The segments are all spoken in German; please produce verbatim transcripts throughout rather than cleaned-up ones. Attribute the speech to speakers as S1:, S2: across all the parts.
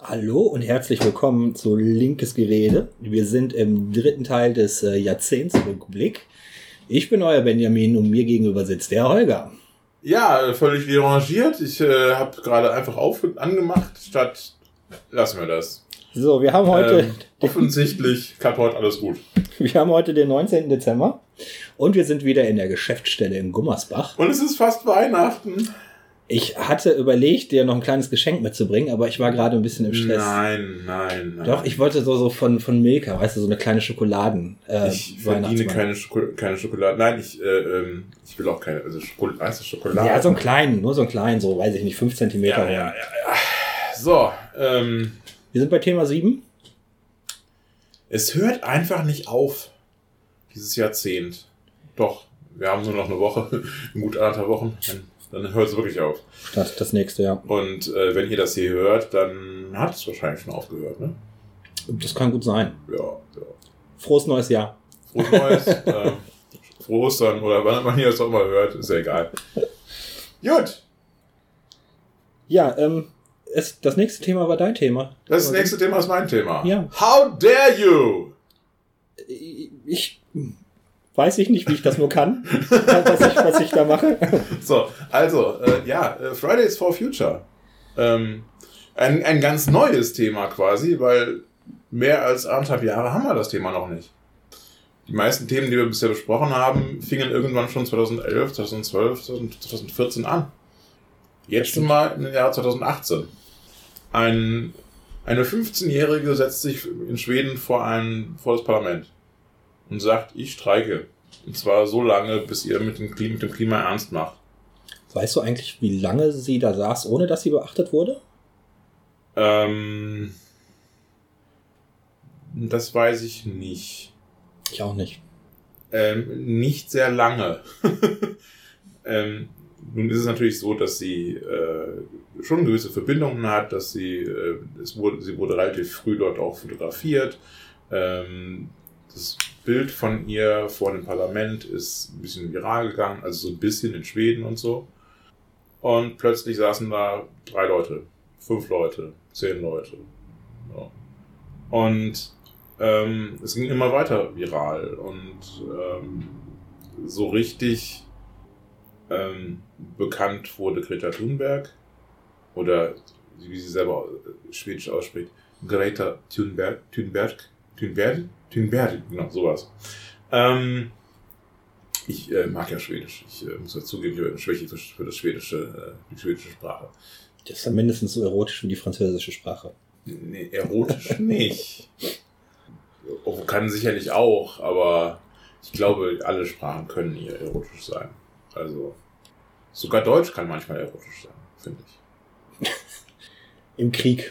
S1: Hallo und herzlich willkommen zu Linkes Gerede. Wir sind im dritten Teil des äh, Jahrzehnts Republik. Ich bin euer Benjamin und mir gegenüber sitzt der Holger.
S2: Ja, völlig derangiert. Ich äh, habe gerade einfach auf angemacht, statt lassen wir das.
S1: So, wir haben heute...
S2: Ähm, offensichtlich klappt heute alles gut.
S1: Wir haben heute den neunzehnten Dezember und wir sind wieder in der Geschäftsstelle in Gummersbach.
S2: Und es ist fast Weihnachten.
S1: Ich hatte überlegt, dir noch ein kleines Geschenk mitzubringen, aber ich war gerade ein bisschen im Stress.
S2: Nein, nein, nein.
S1: Doch, ich wollte so, so von, von Milka, weißt du, so eine kleine Schokoladen. Äh,
S2: ich verdiene keine, Schoko- keine Schokolade. Nein, ich, äh, ähm, ich will auch keine, also Schokolade, weißt du, Schokolade.
S1: Ja, so einen kleinen, nur so einen kleinen, so, weiß ich nicht, fünf Zentimeter.
S2: Ja, ja, ja, ja. So, ähm.
S1: Wir sind bei Thema sieben.
S2: Es hört einfach nicht auf, dieses Jahrzehnt. Doch, wir haben nur noch eine Woche, gut anderthalb Wochen. Dann hört es wirklich auf.
S1: Statt das nächste, ja.
S2: Und äh, wenn ihr das hier hört, dann hat es wahrscheinlich schon aufgehört, ne?
S1: Das kann gut sein.
S2: Ja, ja.
S1: Frohes neues Jahr.
S2: Frohes Neues, äh, frohes dann, oder wann man hier das auch mal hört, ist ja egal. Gut.
S1: Ja, ähm, es, das nächste Thema war dein Thema.
S2: Das nächste Thema ist mein Thema.
S1: Ja.
S2: How dare you?
S1: Ich... Weiß ich nicht, wie ich das nur kann, was ich, was ich da mache.
S2: So, also, äh, ja, Fridays for Future. Ähm, ein, ein ganz neues Thema quasi, weil mehr als anderthalb Jahre haben wir das Thema noch nicht. Die meisten Themen, die wir bisher besprochen haben, fingen irgendwann schon zweitausendelf, zweitausendzwölf, zweitausendvierzehn an. Jetzt sind wir im Jahr zweitausendachtzehn. Ein, eine fünfzehnjährige setzt sich in Schweden vor, ein, vor das Parlament und sagt, ich streike. Und zwar so lange, bis ihr mit dem Klima, mit dem Klima ernst macht.
S1: Weißt du eigentlich, wie lange sie da saß, ohne dass sie beachtet wurde?
S2: Ähm, das weiß ich nicht.
S1: Ich auch nicht.
S2: Ähm, nicht sehr lange. ähm, nun ist es natürlich so, dass sie äh, schon gewisse Verbindungen hat, dass sie, äh, es wurde, sie wurde relativ früh dort auch fotografiert. Ähm, das Bild von ihr vor dem Parlament ist ein bisschen viral gegangen, also so ein bisschen in Schweden und so. Und plötzlich saßen da drei Leute, fünf Leute, zehn Leute. Ja. Und ähm, es ging immer weiter viral und ähm, so richtig ähm, bekannt wurde Greta Thunberg oder wie sie selber schwedisch ausspricht, Greta Thunberg, Thunberg, Thunberg, Thunberg, genau, sowas. Ähm, ich äh, mag ja Schwedisch. Ich äh, muss ja zugeben, ich habe eine Schwäche für, für das schwedische, äh, die schwedische Sprache.
S1: Das ist dann mindestens so erotisch wie die französische Sprache.
S2: Nee, erotisch nicht. Oh, kann sicherlich auch, aber ich glaube, alle Sprachen können hier erotisch sein. Also, sogar Deutsch kann manchmal erotisch sein, finde ich.
S1: Im Krieg.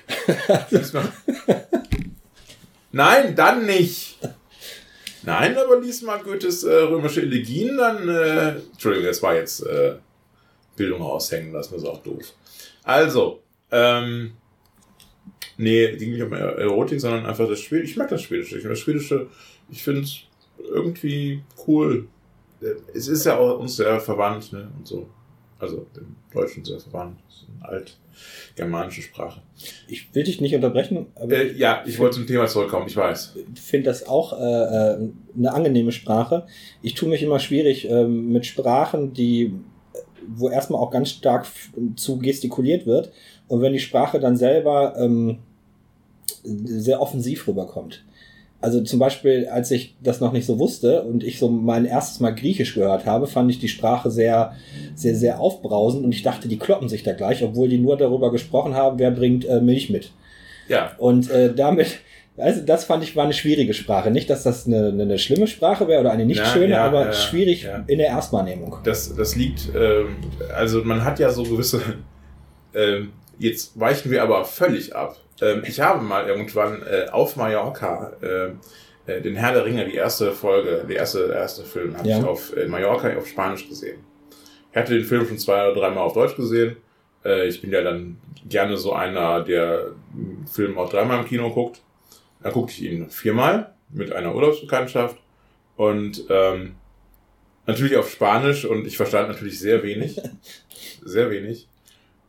S2: Nein, dann nicht. Nein, aber lies mal Goethes äh, römische Elegien, dann, äh, Entschuldigung, das war jetzt äh, Bildung raushängen lassen, das ist auch doof. Also, ähm, nee, ging nicht um Erotik, sondern einfach das Schwedische. Ich mag das Schwedische. Ich, das Schwedische, ich finde es irgendwie cool. Es ist ja auch uns sehr verwandt, ne, und so. Also, dem Deutschen sehr verwandt. Das ist eine altgermanische Sprache.
S1: Ich will dich nicht unterbrechen, aber
S2: Äh, ja, ich wollte zum Thema zurückkommen, ich weiß.
S1: Ich finde das auch äh, eine angenehme Sprache. Ich tue mich immer schwierig äh, mit Sprachen, die, wo erstmal auch ganz stark zu gestikuliert wird und wenn die Sprache dann selber ähm, sehr offensiv rüberkommt. Also zum Beispiel, als ich das noch nicht so wusste und ich so mein erstes Mal Griechisch gehört habe, fand ich die Sprache sehr, sehr, sehr aufbrausend und ich dachte, die kloppen sich da gleich, obwohl die nur darüber gesprochen haben, wer bringt äh, Milch mit.
S2: Ja.
S1: Und äh, damit, also das fand ich war eine schwierige Sprache. Nicht, dass das eine, eine, eine schlimme Sprache wäre oder eine nicht
S2: ja,
S1: schöne,
S2: ja,
S1: aber
S2: ja,
S1: schwierig
S2: ja.
S1: in der Erstwahrnehmung.
S2: Das, das liegt, ähm, also man hat ja so gewisse, ähm, jetzt weichen wir aber völlig ab. Ähm, ich habe mal irgendwann äh, auf Mallorca äh, äh, den Herr der Ringe, die erste Folge, die erste, der erste Film, habe
S1: ja.
S2: ich auf äh, Mallorca auf Spanisch gesehen. Ich hatte den Film schon zwei oder dreimal auf Deutsch gesehen. Äh, ich bin ja dann gerne so einer, der einen Film auch dreimal im Kino guckt. Dann guckte ich ihn viermal mit einer Urlaubsbekanntschaft und ähm, natürlich auf Spanisch und ich verstand natürlich sehr wenig. Sehr wenig.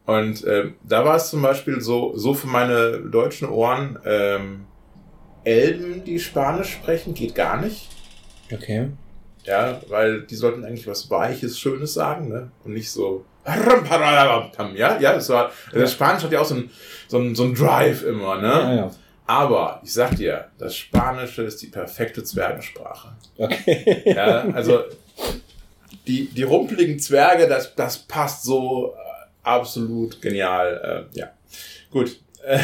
S2: Und ähm, da war es zum Beispiel so, so für meine deutschen Ohren, ähm, Elben, die Spanisch sprechen, geht gar nicht.
S1: Okay.
S2: Ja, weil die sollten eigentlich was Weiches, Schönes sagen, ne? Und nicht so, ja, ja, das war, also das Spanisch hat ja auch so ein, so ein, so ein Drive immer, ne?
S1: Ja, ja.
S2: Aber, ich sag dir, das Spanische ist die perfekte Zwergensprache.
S1: Okay.
S2: Ja, also, die, die rumpeligen Zwerge, das, das passt so äh, absolut genial, äh, ja. Gut.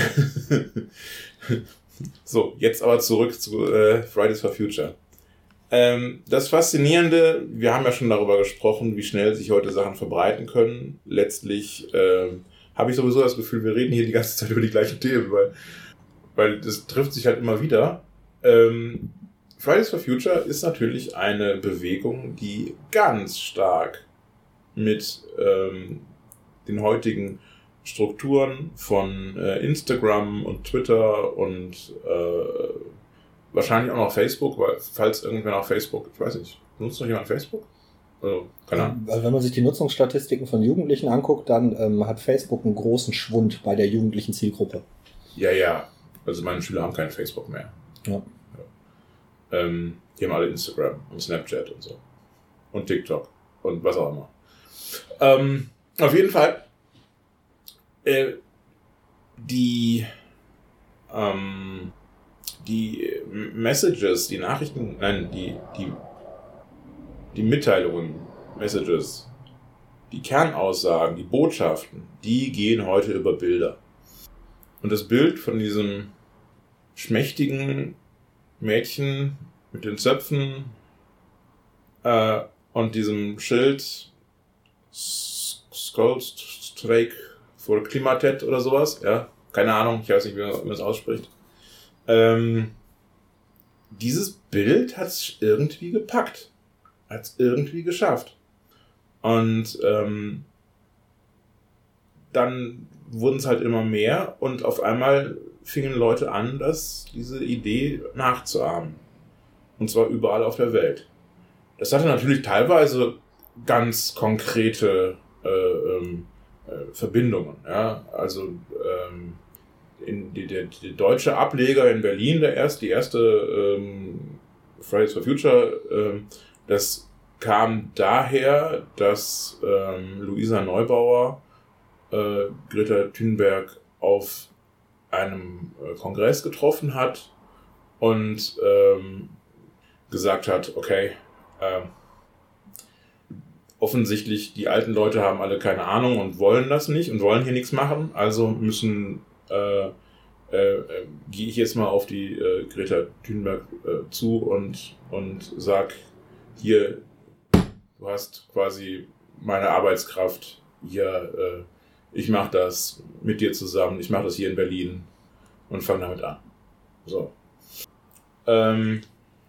S2: So, jetzt aber zurück zu äh, Fridays for Future. Ähm, das Faszinierende, wir haben ja schon darüber gesprochen, wie schnell sich heute Sachen verbreiten können. Letztlich ähm, habe ich sowieso das Gefühl, wir reden hier die ganze Zeit über die gleichen Themen, weil, weil das trifft sich halt immer wieder. Ähm, Fridays for Future ist natürlich eine Bewegung, die ganz stark mit ähm, den heutigen Strukturen von äh, Instagram und Twitter und äh, wahrscheinlich auch noch Facebook, weil falls irgendwer noch Facebook, ich weiß nicht, nutzt noch jemand Facebook? Also, keine Ahnung.
S1: Also wenn man sich die Nutzungsstatistiken von Jugendlichen anguckt, dann ähm, hat Facebook einen großen Schwund bei der jugendlichen Zielgruppe.
S2: Ja, ja. Also meine Schüler haben kein Facebook mehr.
S1: Ja.
S2: Ja. Ähm, die haben alle Instagram und Snapchat und so. Und TikTok und was auch immer. Ähm, auf jeden Fall äh, die ähm, die Messages, die Nachrichten, nein, die, die, die Mitteilungen, Messages, die Kernaussagen, die Botschaften, die gehen heute über Bilder. Und das Bild von diesem schmächtigen Mädchen mit den Zöpfen äh, und diesem Schild Skullstrike for Klimatet oder sowas, ja, keine Ahnung, ich weiß nicht, wie man das ausspricht. Ähm, dieses Bild hat es irgendwie gepackt. Hat es irgendwie geschafft. Und ähm, dann wurden es halt immer mehr und auf einmal fingen Leute an, das, diese Idee nachzuahmen. Und zwar überall auf der Welt. Das hatte natürlich teilweise ganz konkrete äh, ähm, äh, Verbindungen. Ja? Also ähm, in die, der, der deutsche Ableger in Berlin, der erst, die erste ähm, Fridays for Future, ähm, das kam daher, dass ähm, Luisa Neubauer äh, Greta Thunberg auf einem äh, Kongress getroffen hat und ähm, gesagt hat, okay, äh, offensichtlich die alten Leute haben alle keine Ahnung und wollen das nicht und wollen hier nichts machen, also müssen Äh, äh, äh, gehe ich jetzt mal auf die äh, Greta Thunberg äh, zu und, und sag, hier, du hast quasi meine Arbeitskraft, hier, äh, ich mache das mit dir zusammen, ich mache das hier in Berlin und fange damit an. So. Ähm,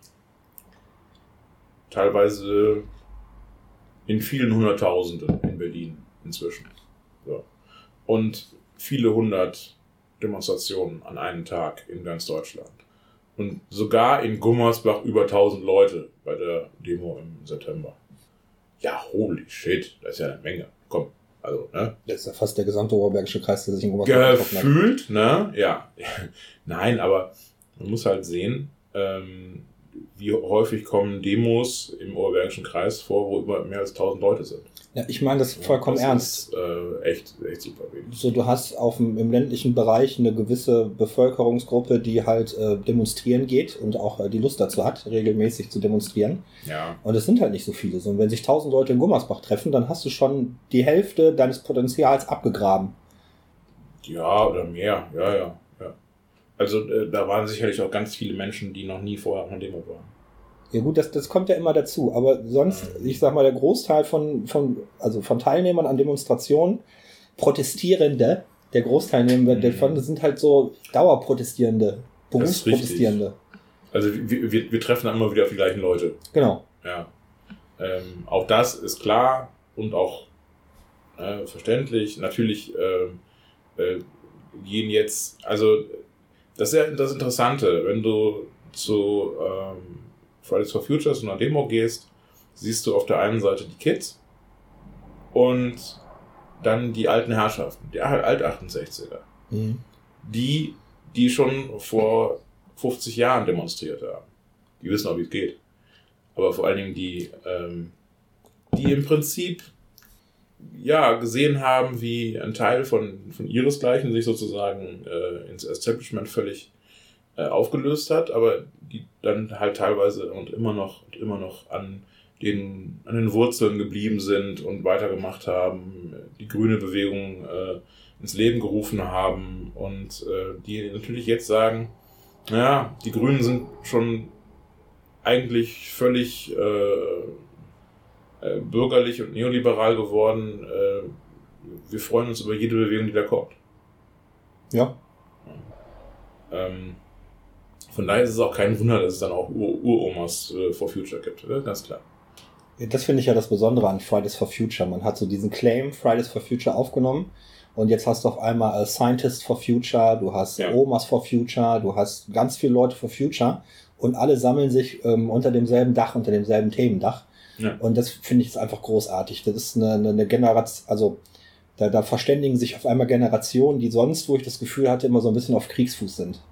S2: teilweise in vielen Hunderttausenden in Berlin inzwischen. So. Und viele hundert Demonstrationen an einem Tag in ganz Deutschland. Und sogar in Gummersbach über tausend Leute bei der Demo im September. Ja, holy shit, das ist ja eine Menge. Komm, also, ne?
S1: Das ist ja fast der gesamte Oberbergische Kreis, der sich in Gummersbach getroffen hat.
S2: Gefühlt, ne? Ja. Nein, aber man muss halt sehen, ähm, wie häufig kommen Demos im Oberbergischen Kreis vor, wo über mehr als tausend Leute sind.
S1: Ja, ich meine das vollkommen
S2: das
S1: ernst.
S2: Ist, äh, echt, echt super wenig.
S1: So, du hast auf dem, im ländlichen Bereich eine gewisse Bevölkerungsgruppe, die halt äh, demonstrieren geht und auch äh, die Lust dazu hat, regelmäßig zu demonstrieren.
S2: Ja.
S1: Und es sind halt nicht so viele. So, und wenn sich tausend Leute in Gummersbach treffen, dann hast du schon die Hälfte deines Potenzials abgegraben.
S2: Ja, oder mehr. Ja, ja, ja. Also äh, da waren sicherlich auch ganz viele Menschen, die noch nie vorher auf einer Demo waren.
S1: Ja gut, das, das kommt ja immer dazu, aber sonst, ich sag mal, der Großteil von, von, also von Teilnehmern an Demonstrationen, Protestierende, der Großteil davon sind halt so Dauerprotestierende, Berufsprotestierende.
S2: Also wir, wir, wir treffen dann immer wieder auf die gleichen Leute.
S1: Genau.
S2: Ja. Ähm, auch das ist klar und auch äh, verständlich. Natürlich äh, äh, gehen jetzt, also das ist ja das Interessante, wenn du zu ähm, Fridays for Future zu einer Demo gehst, siehst du auf der einen Seite die Kids und dann die alten Herrschaften, die Alt-achtundsechziger, mhm. die, die schon vor fünfzig Jahren demonstriert haben. Die wissen auch, wie es geht. Aber vor allen Dingen die, ähm, die im Prinzip ja gesehen haben, wie ein Teil von, von ihresgleichen sich sozusagen äh, ins Establishment völlig äh, aufgelöst hat, aber die dann halt teilweise und immer noch und immer noch an den, an den Wurzeln geblieben sind und weitergemacht haben, die grüne Bewegung äh, ins Leben gerufen haben und äh, die natürlich jetzt sagen, naja, die Grünen sind schon eigentlich völlig äh, äh, bürgerlich und neoliberal geworden. Äh, wir freuen uns über jede Bewegung, die da kommt.
S1: Ja.
S2: ja. Ähm, von daher ist es auch kein Wunder, dass es dann auch Ur- Uromas äh, for Future gibt, äh, ganz klar.
S1: Das finde ich ja das Besondere an Fridays for Future. Man hat so diesen Claim Fridays for Future aufgenommen und jetzt hast du auf einmal Scientists for Future, du hast ja. Omas for Future, du hast ganz viele Leute for Future und alle sammeln sich ähm, unter demselben Dach, unter demselben Themendach. Ja. Und das finde ich ist einfach großartig. Das ist eine, eine Generation, also da, da verständigen sich auf einmal Generationen, die sonst, wo ich das Gefühl hatte, immer so ein bisschen auf Kriegsfuß sind.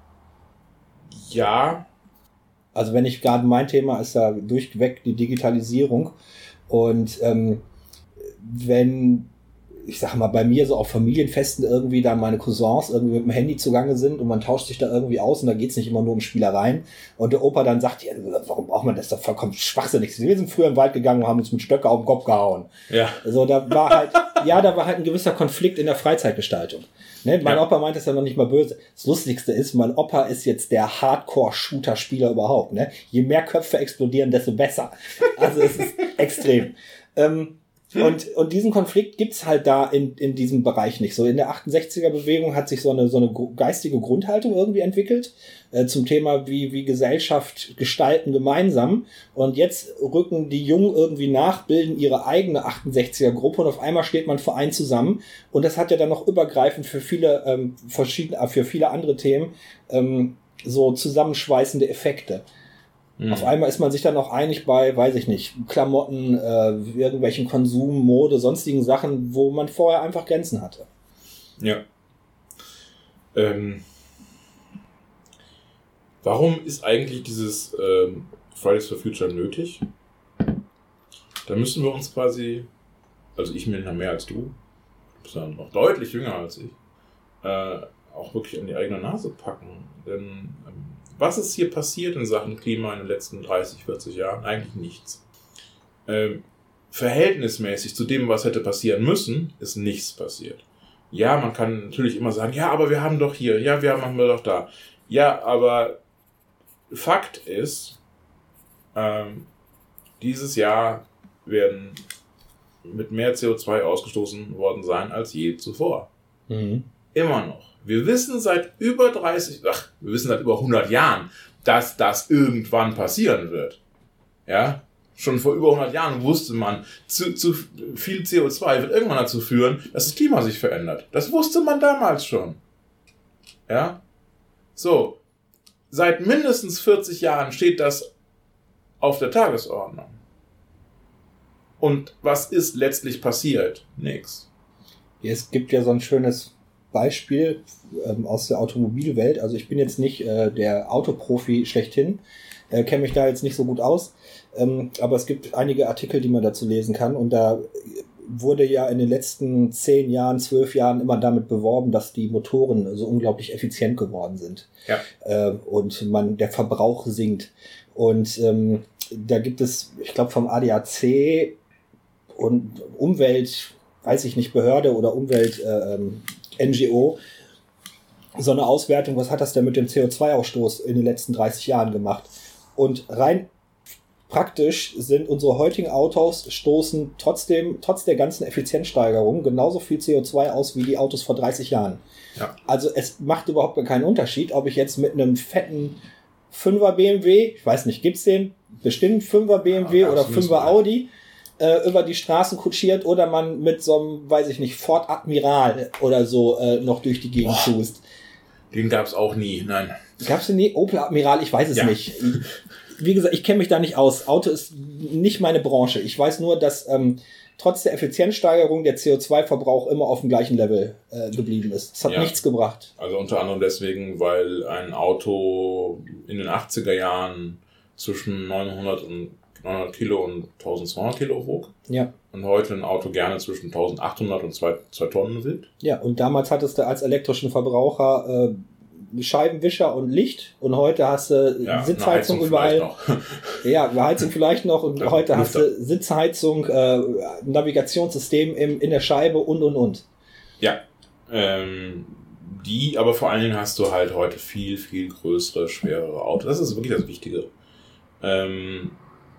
S2: Ja.
S1: Also wenn ich gerade, mein Thema ist ja durchweg die Digitalisierung und ähm, wenn, ich sag mal, bei mir so auf Familienfesten irgendwie dann meine Cousins irgendwie mit dem Handy zugange sind und man tauscht sich da irgendwie aus und da geht's nicht immer nur um Spielereien und der Opa dann sagt, ja, warum braucht man das, doch vollkommen schwachsinnig. Wir sind früher im Wald gegangen und haben uns mit Stöcke auf den Kopf gehauen.
S2: Ja.
S1: Also da war halt, ja, da war halt ein gewisser Konflikt in der Freizeitgestaltung. Ne, mein ja. Opa meint das ja noch nicht mal böse. Das Lustigste ist, mein Opa ist jetzt der Hardcore-Shooter-Spieler überhaupt. Ne? Je mehr Köpfe explodieren, desto besser. Also es ist extrem. Ähm, und, und diesen Konflikt gibt's halt da in, in diesem Bereich nicht. So in der achtundsechziger-Bewegung hat sich so eine, so eine geistige Grundhaltung irgendwie entwickelt äh, zum Thema, wie, wie Gesellschaft gestalten gemeinsam. Und jetzt rücken die Jungen irgendwie nach, bilden ihre eigene achtundsechziger-Gruppe und auf einmal steht man Verein zusammen. Und das hat ja dann noch übergreifend für viele, ähm, verschiedene, für viele andere Themen ähm, so zusammenschweißende Effekte. Mhm. Auf einmal ist man sich dann auch einig bei, weiß ich nicht, Klamotten, äh, irgendwelchen Konsum, Mode, sonstigen Sachen, wo man vorher einfach Grenzen hatte.
S2: Ja. Ähm, warum ist eigentlich dieses ähm, Fridays for Future nötig? Da müssen wir uns quasi, also ich bin ja mehr als du, du bist ja noch deutlich jünger als ich, äh, auch wirklich an die eigene Nase packen. Denn ähm, was ist hier passiert in Sachen Klima in den letzten dreißig, vierzig Jahren? Eigentlich nichts. Ähm, verhältnismäßig zu dem, was hätte passieren müssen, ist nichts passiert. Ja, man kann natürlich immer sagen, ja, aber wir haben doch hier, ja, wir haben wir doch da. Ja, aber Fakt ist, ähm, dieses Jahr werden mit mehr C O zwei ausgestoßen worden sein als je zuvor.
S1: Mhm.
S2: Immer noch. Wir wissen seit über dreißig, ach, wir wissen seit über hundert Jahren, dass das irgendwann passieren wird. Ja? Schon vor über hundert Jahren wusste man, zu, zu viel C O zwei wird irgendwann dazu führen, dass das Klima sich verändert. Das wusste man damals schon. Ja? So. Seit mindestens vierzig Jahren steht das auf der Tagesordnung. Und was ist letztlich passiert? Nix.
S1: Es gibt ja so ein schönes Beispiel ähm, aus der Automobilwelt. Also ich bin jetzt nicht äh, der Autoprofi schlechthin, äh, kenne mich da jetzt nicht so gut aus, ähm, aber es gibt einige Artikel, die man dazu lesen kann und da wurde ja in den letzten zehn Jahren, zwölf Jahren immer damit beworben, dass die Motoren so unglaublich effizient geworden sind.
S2: Ja.
S1: Äh, und man der Verbrauch sinkt. Und ähm, da gibt es, ich glaube vom A D A C und Umwelt, weiß ich nicht, Behörde oder Umwelt äh, N G O, so eine Auswertung, was hat das denn mit dem C O zwei Ausstoß in den letzten dreißig Jahren gemacht? Und rein praktisch sind unsere heutigen Autos stoßen trotzdem, trotz der ganzen Effizienzsteigerung, genauso viel C O zwei aus wie die Autos vor dreißig Jahren.
S2: Ja.
S1: Also es macht überhaupt keinen Unterschied, ob ich jetzt mit einem fetten Fünfer B M W, ich weiß nicht, gibt's den? Bestimmt Fünfer B M W ja, oder Fünfer Audi, über die Straßen kutschiert oder man mit so einem, weiß ich nicht, Ford Admiral oder so äh, noch durch die Gegend tust.
S2: Den gab es auch nie, nein.
S1: Gab es den nie? Opel Admiral, ich weiß es ja. nicht. Wie gesagt, ich kenne mich da nicht aus. Auto ist nicht meine Branche. Ich weiß nur, dass ähm, trotz der Effizienzsteigerung der C O zwei Verbrauch immer auf dem gleichen Level äh, geblieben ist. Das hat ja. nichts gebracht.
S2: Also unter anderem deswegen, weil ein Auto in den achtziger Jahren zwischen neunhundert und neunhundert Kilo und eintausendzweihundert Kilo wog.
S1: Ja.
S2: Und heute ein Auto gerne zwischen eintausendachthundert und zwei Tonnen wiegt.
S1: Ja, und damals hattest du als elektrischen Verbraucher äh, Scheibenwischer und Licht und heute hast du
S2: ja,
S1: Sitzheizung überall. Ja, Heizung vielleicht noch und ja, heute hast du Sitzheizung, äh, Navigationssystem im, in der Scheibe und und und.
S2: Ja, ähm, die, aber vor allen Dingen hast du halt heute viel, viel größere, schwerere Autos. Das ist wirklich das Wichtige. Ähm,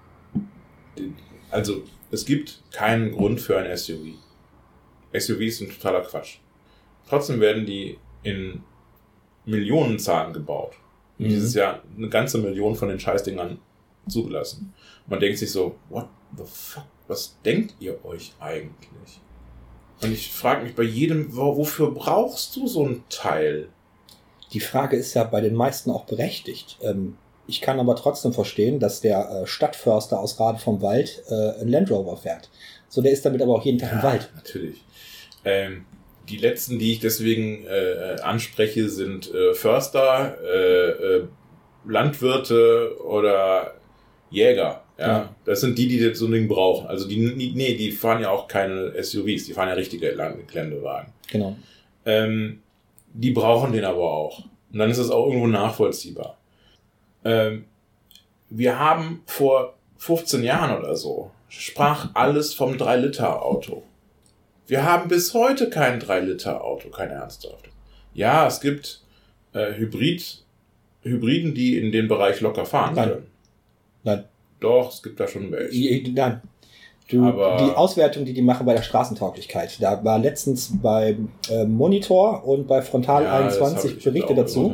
S2: also es gibt keinen Grund für ein S U V. S U Vs sind totaler Quatsch. Trotzdem werden die in Millionenzahlen gebaut. Mhm. Dieses Jahr eine ganze Million von den Scheißdingern zugelassen. Man denkt sich so, what the fuck, was denkt ihr euch eigentlich? Und ich frage mich bei jedem, wofür brauchst du so ein Teil?
S1: Die Frage ist ja bei den meisten auch berechtigt. Ähm, ich kann aber trotzdem verstehen, dass der äh, Stadtförster aus Rade vom Wald äh, ein Land Rover fährt. So, der ist damit aber auch jeden Tag
S2: ja,
S1: im Wald.
S2: Natürlich. Ähm, die letzten, die ich deswegen äh, anspreche, sind äh, Förster, äh, äh, Landwirte oder Jäger. Ja? Ja. Das sind die, die so ein Ding brauchen. Also die, nee, die fahren ja auch keine S U Vs, die fahren ja richtige Geländewagen.
S1: Genau.
S2: Ähm, die brauchen den aber auch. Und dann ist es auch irgendwo nachvollziehbar. Ähm, wir haben vor fünfzehn Jahren oder so, sprach alles vom drei Liter Auto. Wir haben bis heute kein drei Liter Auto, kein ernsthaftes. Ja, es gibt äh, Hybrid, Hybriden, die in den Bereich locker fahren
S1: Nein.
S2: können.
S1: Nein.
S2: Doch, es gibt da schon welche.
S1: Nein. Du,
S2: Aber
S1: die Auswertung, die die machen bei der Straßentauglichkeit, da war letztens bei äh, Monitor und bei Frontal
S2: ja,
S1: einundzwanzig Berichte dazu,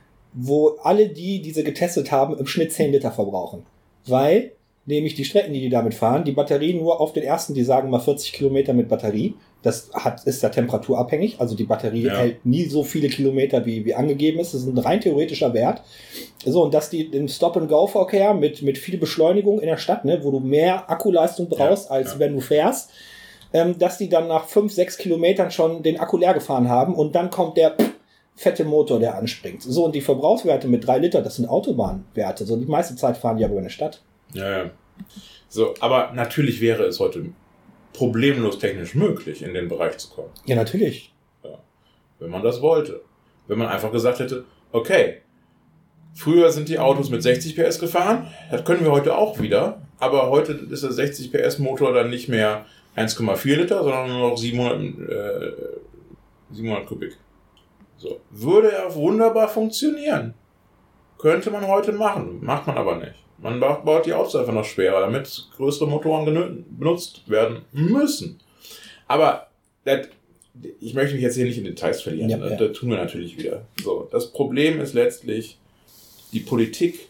S1: wo alle die, die sie getestet haben, im Schnitt zehn Liter verbrauchen. Weil nämlich die Strecken, die die damit fahren, die Batterien nur auf den ersten, die sagen mal vierzig Kilometer mit Batterie. Das hat, ist ja temperaturabhängig. Also die Batterie ja. hält nie so viele Kilometer, wie, wie angegeben ist. Das ist ein rein theoretischer Wert. So, und dass die im Stop-and-Go-Verkehr mit, mit viel Beschleunigung in der Stadt, ne, wo du mehr Akkuleistung brauchst, ja, als ja. wenn du fährst, ähm, dass die dann nach fünf, sechs Kilometern schon den Akku leer gefahren haben und dann kommt der pff, fette Motor, der anspringt. So, und die Verbrauchswerte mit drei Liter, das sind Autobahnwerte. So, die meiste Zeit fahren die aber in der Stadt.
S2: Ja, ja. So, aber natürlich wäre es heute problemlos technisch möglich, in den Bereich zu kommen.
S1: Ja, natürlich.
S2: Ja, wenn man das wollte. Wenn man einfach gesagt hätte, okay, früher sind die Autos mit sechzig P S gefahren, das können wir heute auch wieder, aber heute ist der sechzig P S Motor dann nicht mehr eins Komma vier Liter, sondern nur noch siebenhundert, äh, siebenhundert Kubik. So, würde ja wunderbar funktionieren. Könnte man heute machen, macht man aber nicht. Man baut die Autos einfach noch schwerer, damit größere Motoren genü- benutzt werden müssen. Aber das, ich möchte mich jetzt hier nicht in Details verlieren. Ja, ne? Ja. Das tun wir natürlich wieder. So, das Problem ist letztlich, die Politik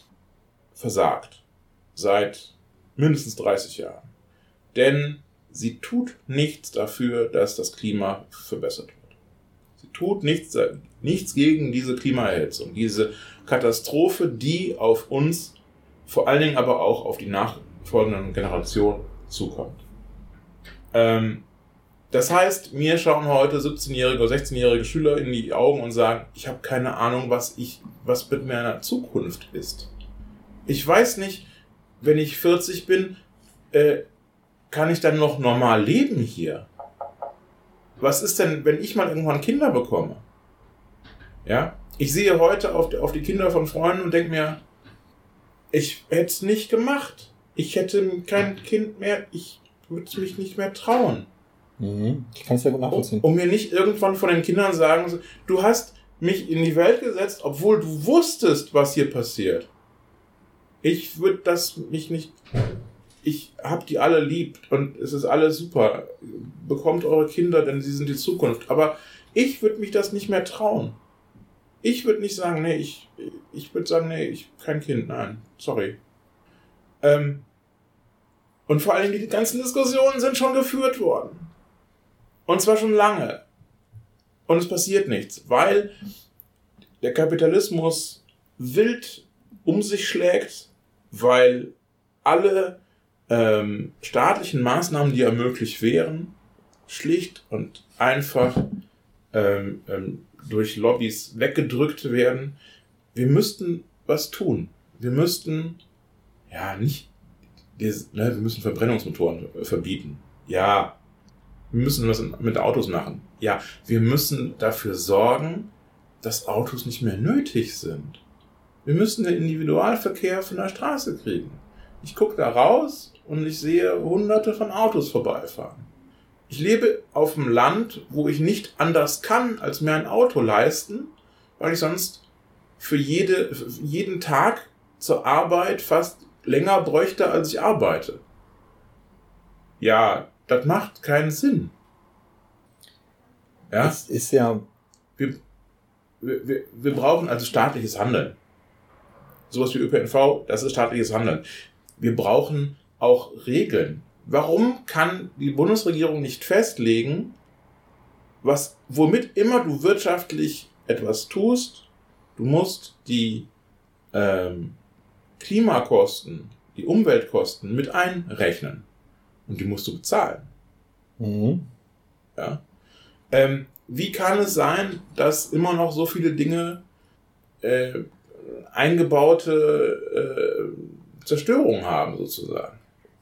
S2: versagt seit mindestens dreißig Jahren. Denn sie tut nichts dafür, dass das Klima verbessert wird. Sie tut nichts, nichts gegen diese Klimaerhitzung, diese Katastrophe, die auf uns, vor allen Dingen aber auch auf die nachfolgenden Generationen zukommt. Ähm, das heißt, mir schauen heute siebzehnjährige oder sechzehnjährige Schüler in die Augen und sagen, ich habe keine Ahnung, was ich, was mit meiner Zukunft ist. Ich weiß nicht, wenn ich vierzig bin, äh, kann ich dann noch normal leben hier? Was ist denn, wenn ich mal irgendwann Kinder bekomme? Ja, ich sehe heute auf, auf die Kinder von Freunden und denke mir, ich hätte es nicht gemacht. Ich hätte kein Kind mehr, ich würde mich nicht mehr trauen.
S1: Mhm. Ich kann es ja gut nachvollziehen.
S2: Um, um mir nicht irgendwann von den Kindern sagen, du hast mich in die Welt gesetzt, obwohl du wusstest, was hier passiert. Ich würde das mich nicht... Ich hab die alle lieb und es ist alles super. Bekommt eure Kinder, denn sie sind die Zukunft. Aber ich würde mich das nicht mehr trauen. Ich würde nicht sagen, nee, ich, ich würde sagen, nee, ich kein Kind, nein, sorry. Ähm, und vor allem die ganzen Diskussionen sind schon geführt worden. Und zwar schon lange. Und es passiert nichts, weil der Kapitalismus wild um sich schlägt, weil alle ähm, staatlichen Maßnahmen, die ja möglich wären, schlicht und einfach ähm, ähm, durch Lobbys weggedrückt werden. Wir müssten was tun. Wir müssten, ja, nicht, wir, ne, wir müssen Verbrennungsmotoren verbieten. Ja, wir müssen was mit Autos machen. Ja, wir müssen dafür sorgen, dass Autos nicht mehr nötig sind. Wir müssen den Individualverkehr von der Straße kriegen. Ich gucke da raus und ich sehe hunderte von Autos vorbeifahren. Ich lebe auf dem Land, wo ich nicht anders kann, als mir ein Auto leisten, weil ich sonst für, jede, für jeden Tag zur Arbeit fast länger bräuchte, als ich arbeite. Ja, das macht keinen Sinn. Ja?
S1: Das ist ja...
S2: Wir, wir, wir brauchen also staatliches Handeln. Sowas wie Ö P N V, das ist staatliches Handeln. Wir brauchen auch Regeln. Warum kann die Bundesregierung nicht festlegen, was, womit immer du wirtschaftlich etwas tust, du musst die ähm, Klimakosten, die Umweltkosten mit einrechnen. Und die musst du bezahlen.
S1: Mhm.
S2: Ja. Ähm, wie kann es sein, dass immer noch so viele Dinge äh, eingebaute äh, Zerstörung haben, sozusagen?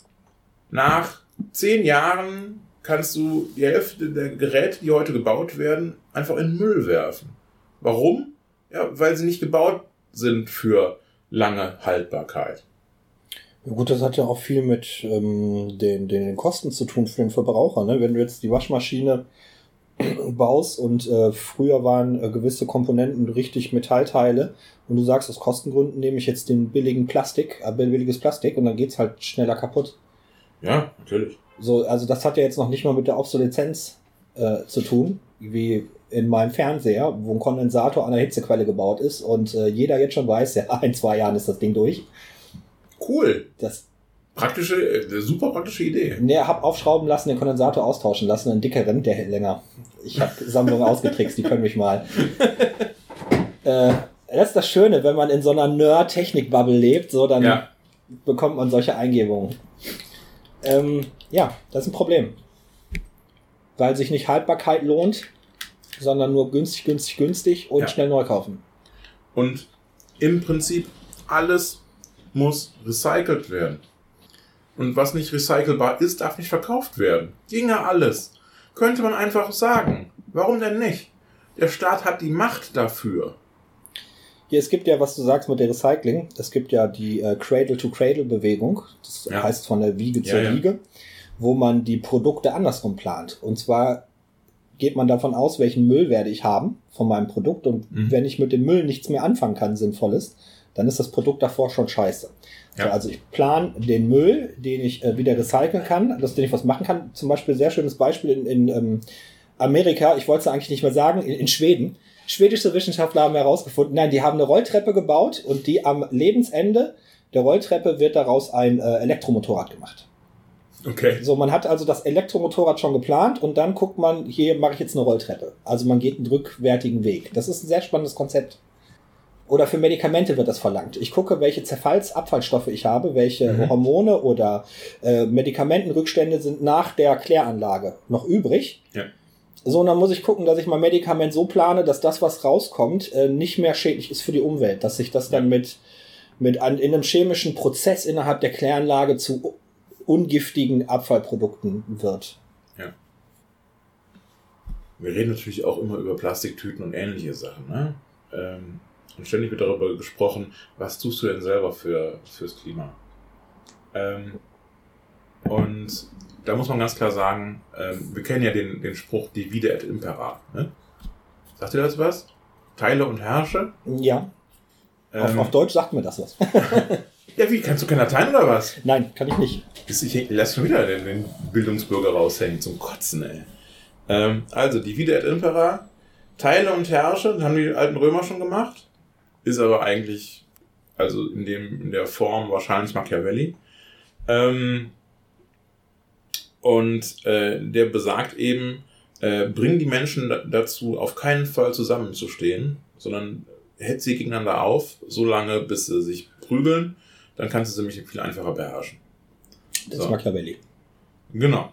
S2: Nach zehn Jahren kannst du die Hälfte der Geräte, die heute gebaut werden, einfach in den Müll werfen. Warum? Ja, weil sie nicht gebaut sind für lange Haltbarkeit.
S1: Ja gut, das hat ja auch viel mit ähm, den, den Kosten zu tun für den Verbraucher. Ne? Wenn du jetzt die Waschmaschine baust und äh, früher waren äh, gewisse Komponenten richtig Metallteile und du sagst, aus Kostengründen nehme ich jetzt den billigen Plastik, äh, billiges Plastik und dann geht's halt schneller kaputt.
S2: Ja, natürlich.
S1: So, also das hat ja jetzt noch nicht mal mit der Obsoleszenz äh, zu tun, wie in meinem Fernseher, wo ein Kondensator an der Hitzequelle gebaut ist und äh, jeder jetzt schon weiß, ja, in zwei Jahren ist das Ding durch.
S2: Cool.
S1: Das
S2: Praktische, äh, super praktische Idee.
S1: Ne, hab aufschrauben lassen, den Kondensator austauschen lassen, einen dickeren, der hält länger. Ich habe Sammlungen ausgetrickst, die können mich mal. äh, das ist das Schöne, wenn man in so einer Nerd-Technik-Bubble lebt, so dann ja. bekommt man solche Eingebungen. Ähm, ja, das ist ein Problem. Weil sich nicht Haltbarkeit lohnt, sondern nur günstig, günstig, günstig und ja. schnell neu kaufen.
S2: Und im Prinzip alles muss recycelt werden. Und was nicht recycelbar ist, darf nicht verkauft werden. Ginge alles. Könnte man einfach sagen. Warum denn nicht? Der Staat hat die Macht dafür.
S1: Ja, es gibt ja, was du sagst mit der Recycling, es gibt ja die äh, Cradle-to-Cradle-Bewegung, das ja. heißt von der Wiege zur ja, Wiege, ja. wo man die Produkte andersrum plant. Und zwar geht man davon aus, welchen Müll werde ich haben von meinem Produkt und mhm. wenn ich mit dem Müll nichts mehr anfangen kann, Sinnvolles, dann ist das Produkt davor schon scheiße. Ja. So, also ich plane den Müll, den ich äh, wieder recyceln kann, dass den ich was machen kann. Zum Beispiel sehr schönes Beispiel in, in ähm, Amerika, ich wollte es eigentlich nicht mehr sagen, in, in Schweden. Schwedische Wissenschaftler haben herausgefunden, nein, die haben eine Rolltreppe gebaut und die am Lebensende der Rolltreppe wird daraus ein äh, Elektromotorrad gemacht.
S2: Okay.
S1: So, man hat also das Elektromotorrad schon geplant und dann guckt man, hier mache ich jetzt eine Rolltreppe. Also man geht einen rückwärtigen Weg. Das ist ein sehr spannendes Konzept. Oder für Medikamente wird das verlangt. Ich gucke, welche Zerfallsabfallstoffe ich habe, welche mhm. Hormone oder äh, Medikamentenrückstände sind nach der Kläranlage noch übrig.
S2: Ja.
S1: So, und dann muss ich gucken, dass ich mein Medikament so plane, dass das, was rauskommt, äh, nicht mehr schädlich ist für die Umwelt. Dass sich das dann ja. mit, mit an, in einem chemischen Prozess innerhalb der Kläranlage zu ungiftigen Abfallprodukten wird.
S2: Ja. Wir reden natürlich auch immer über Plastiktüten und ähnliche Sachen, ne? Ähm, und ständig wird darüber gesprochen, was tust du denn selber für, fürs Klima? Ähm, und da muss man ganz klar sagen, ähm, wir kennen ja den, den Spruch Divide et Impera. Ne? Sagt ihr das was? Teile und herrsche?
S1: Ja. Ähm, auf, auf Deutsch sagt mir das was.
S2: Ja, wie? Kannst du keiner teilen oder was?
S1: Nein, kann ich nicht.
S2: Ich lass schon wieder den, den Bildungsbürger raushängen zum Kotzen, ey. Ähm, also, Divide et Impera, Teile und herrsche, das haben die alten Römer schon gemacht. Ist aber eigentlich, also in dem in der Form wahrscheinlich Machiavelli. Ähm, und äh, der besagt eben, äh, bring die Menschen dazu, auf keinen Fall zusammenzustehen, sondern hetzt sie gegeneinander auf, so lange, bis sie sich prügeln, dann kannst du sie nämlich viel einfacher beherrschen.
S1: Das so. ist Machiavelli.
S2: Genau.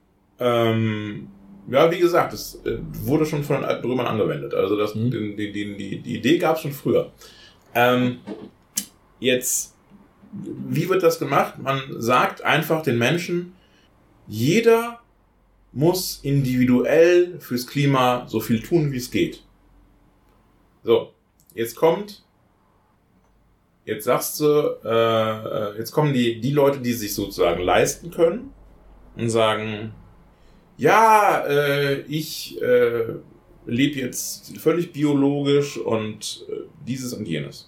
S2: Ähm, ja, wie gesagt, das äh, wurde schon von den alten Römern angewendet. Also das, mhm. die, die, die, die Idee gab es schon früher. Ähm, jetzt, wie wird das gemacht? Man sagt einfach den Menschen, jeder muss individuell fürs Klima so viel tun, wie es geht. So, jetzt kommt, jetzt sagst du, äh, jetzt kommen die, die Leute, die sich sozusagen leisten können und sagen, ja, äh, ich äh, lebe jetzt völlig biologisch und äh, dieses und jenes.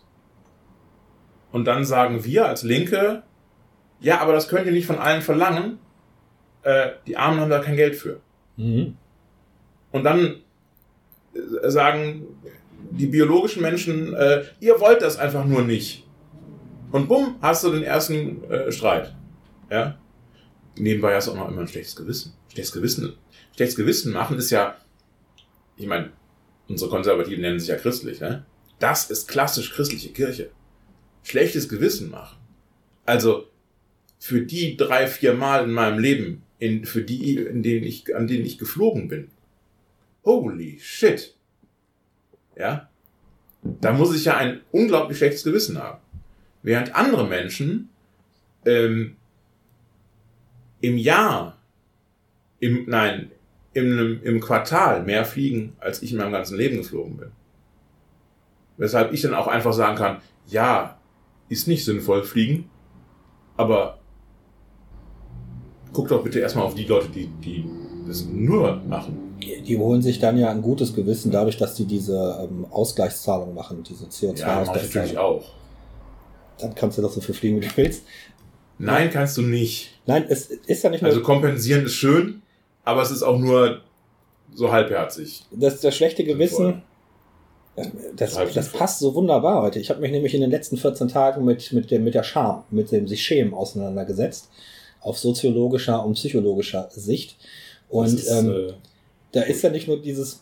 S2: Und dann sagen wir als Linke, ja, aber das könnt ihr nicht von allen verlangen, äh, die Armen haben da kein Geld für. Mhm. Und dann äh, sagen die biologischen Menschen, äh, ihr wollt das einfach nur nicht. Und bumm, hast du den ersten äh, Streit. Ja? Nebenbei hast du auch noch immer ein schlechtes Gewissen. Schlechtes Gewissen, schlechtes Gewissen machen ist ja, ich meine, unsere Konservativen nennen sich ja christlich, ne? Das ist klassisch christliche Kirche. Schlechtes Gewissen machen. Also, für die drei, vier Mal in meinem Leben, in, für die, in denen ich, an denen ich geflogen bin. Holy shit. Ja? Da muss ich ja ein unglaublich schlechtes Gewissen haben. Während andere Menschen, ähm, im Jahr, im, nein, im, im Quartal mehr fliegen, als ich in meinem ganzen Leben geflogen bin. Weshalb ich dann auch einfach sagen kann, ja, ist nicht sinnvoll fliegen, aber guck doch bitte erstmal auf die Leute, die, die das nur machen.
S1: Die, die holen sich dann ja ein gutes Gewissen dadurch, dass die diese ähm, Ausgleichszahlung machen, diese C O zwei
S2: Ausgleichszahlung. Ja, mach ich natürlich auch.
S1: Dann kannst du das so viel fliegen, wie du willst.
S2: Nein, kannst du nicht.
S1: Nein, es ist ja nicht nur...
S2: Also kompensieren ist schön, aber es ist auch nur so halbherzig.
S1: Das, das schlechte Gewissen, das, das, das passt so wunderbar heute. Ich habe mich nämlich in den letzten vierzehn Tagen mit, mit, der, mit der Scham, mit dem sich schämen auseinandergesetzt, auf soziologischer und psychologischer Sicht. Und ist, ähm, äh, da ist ja nicht nur dieses...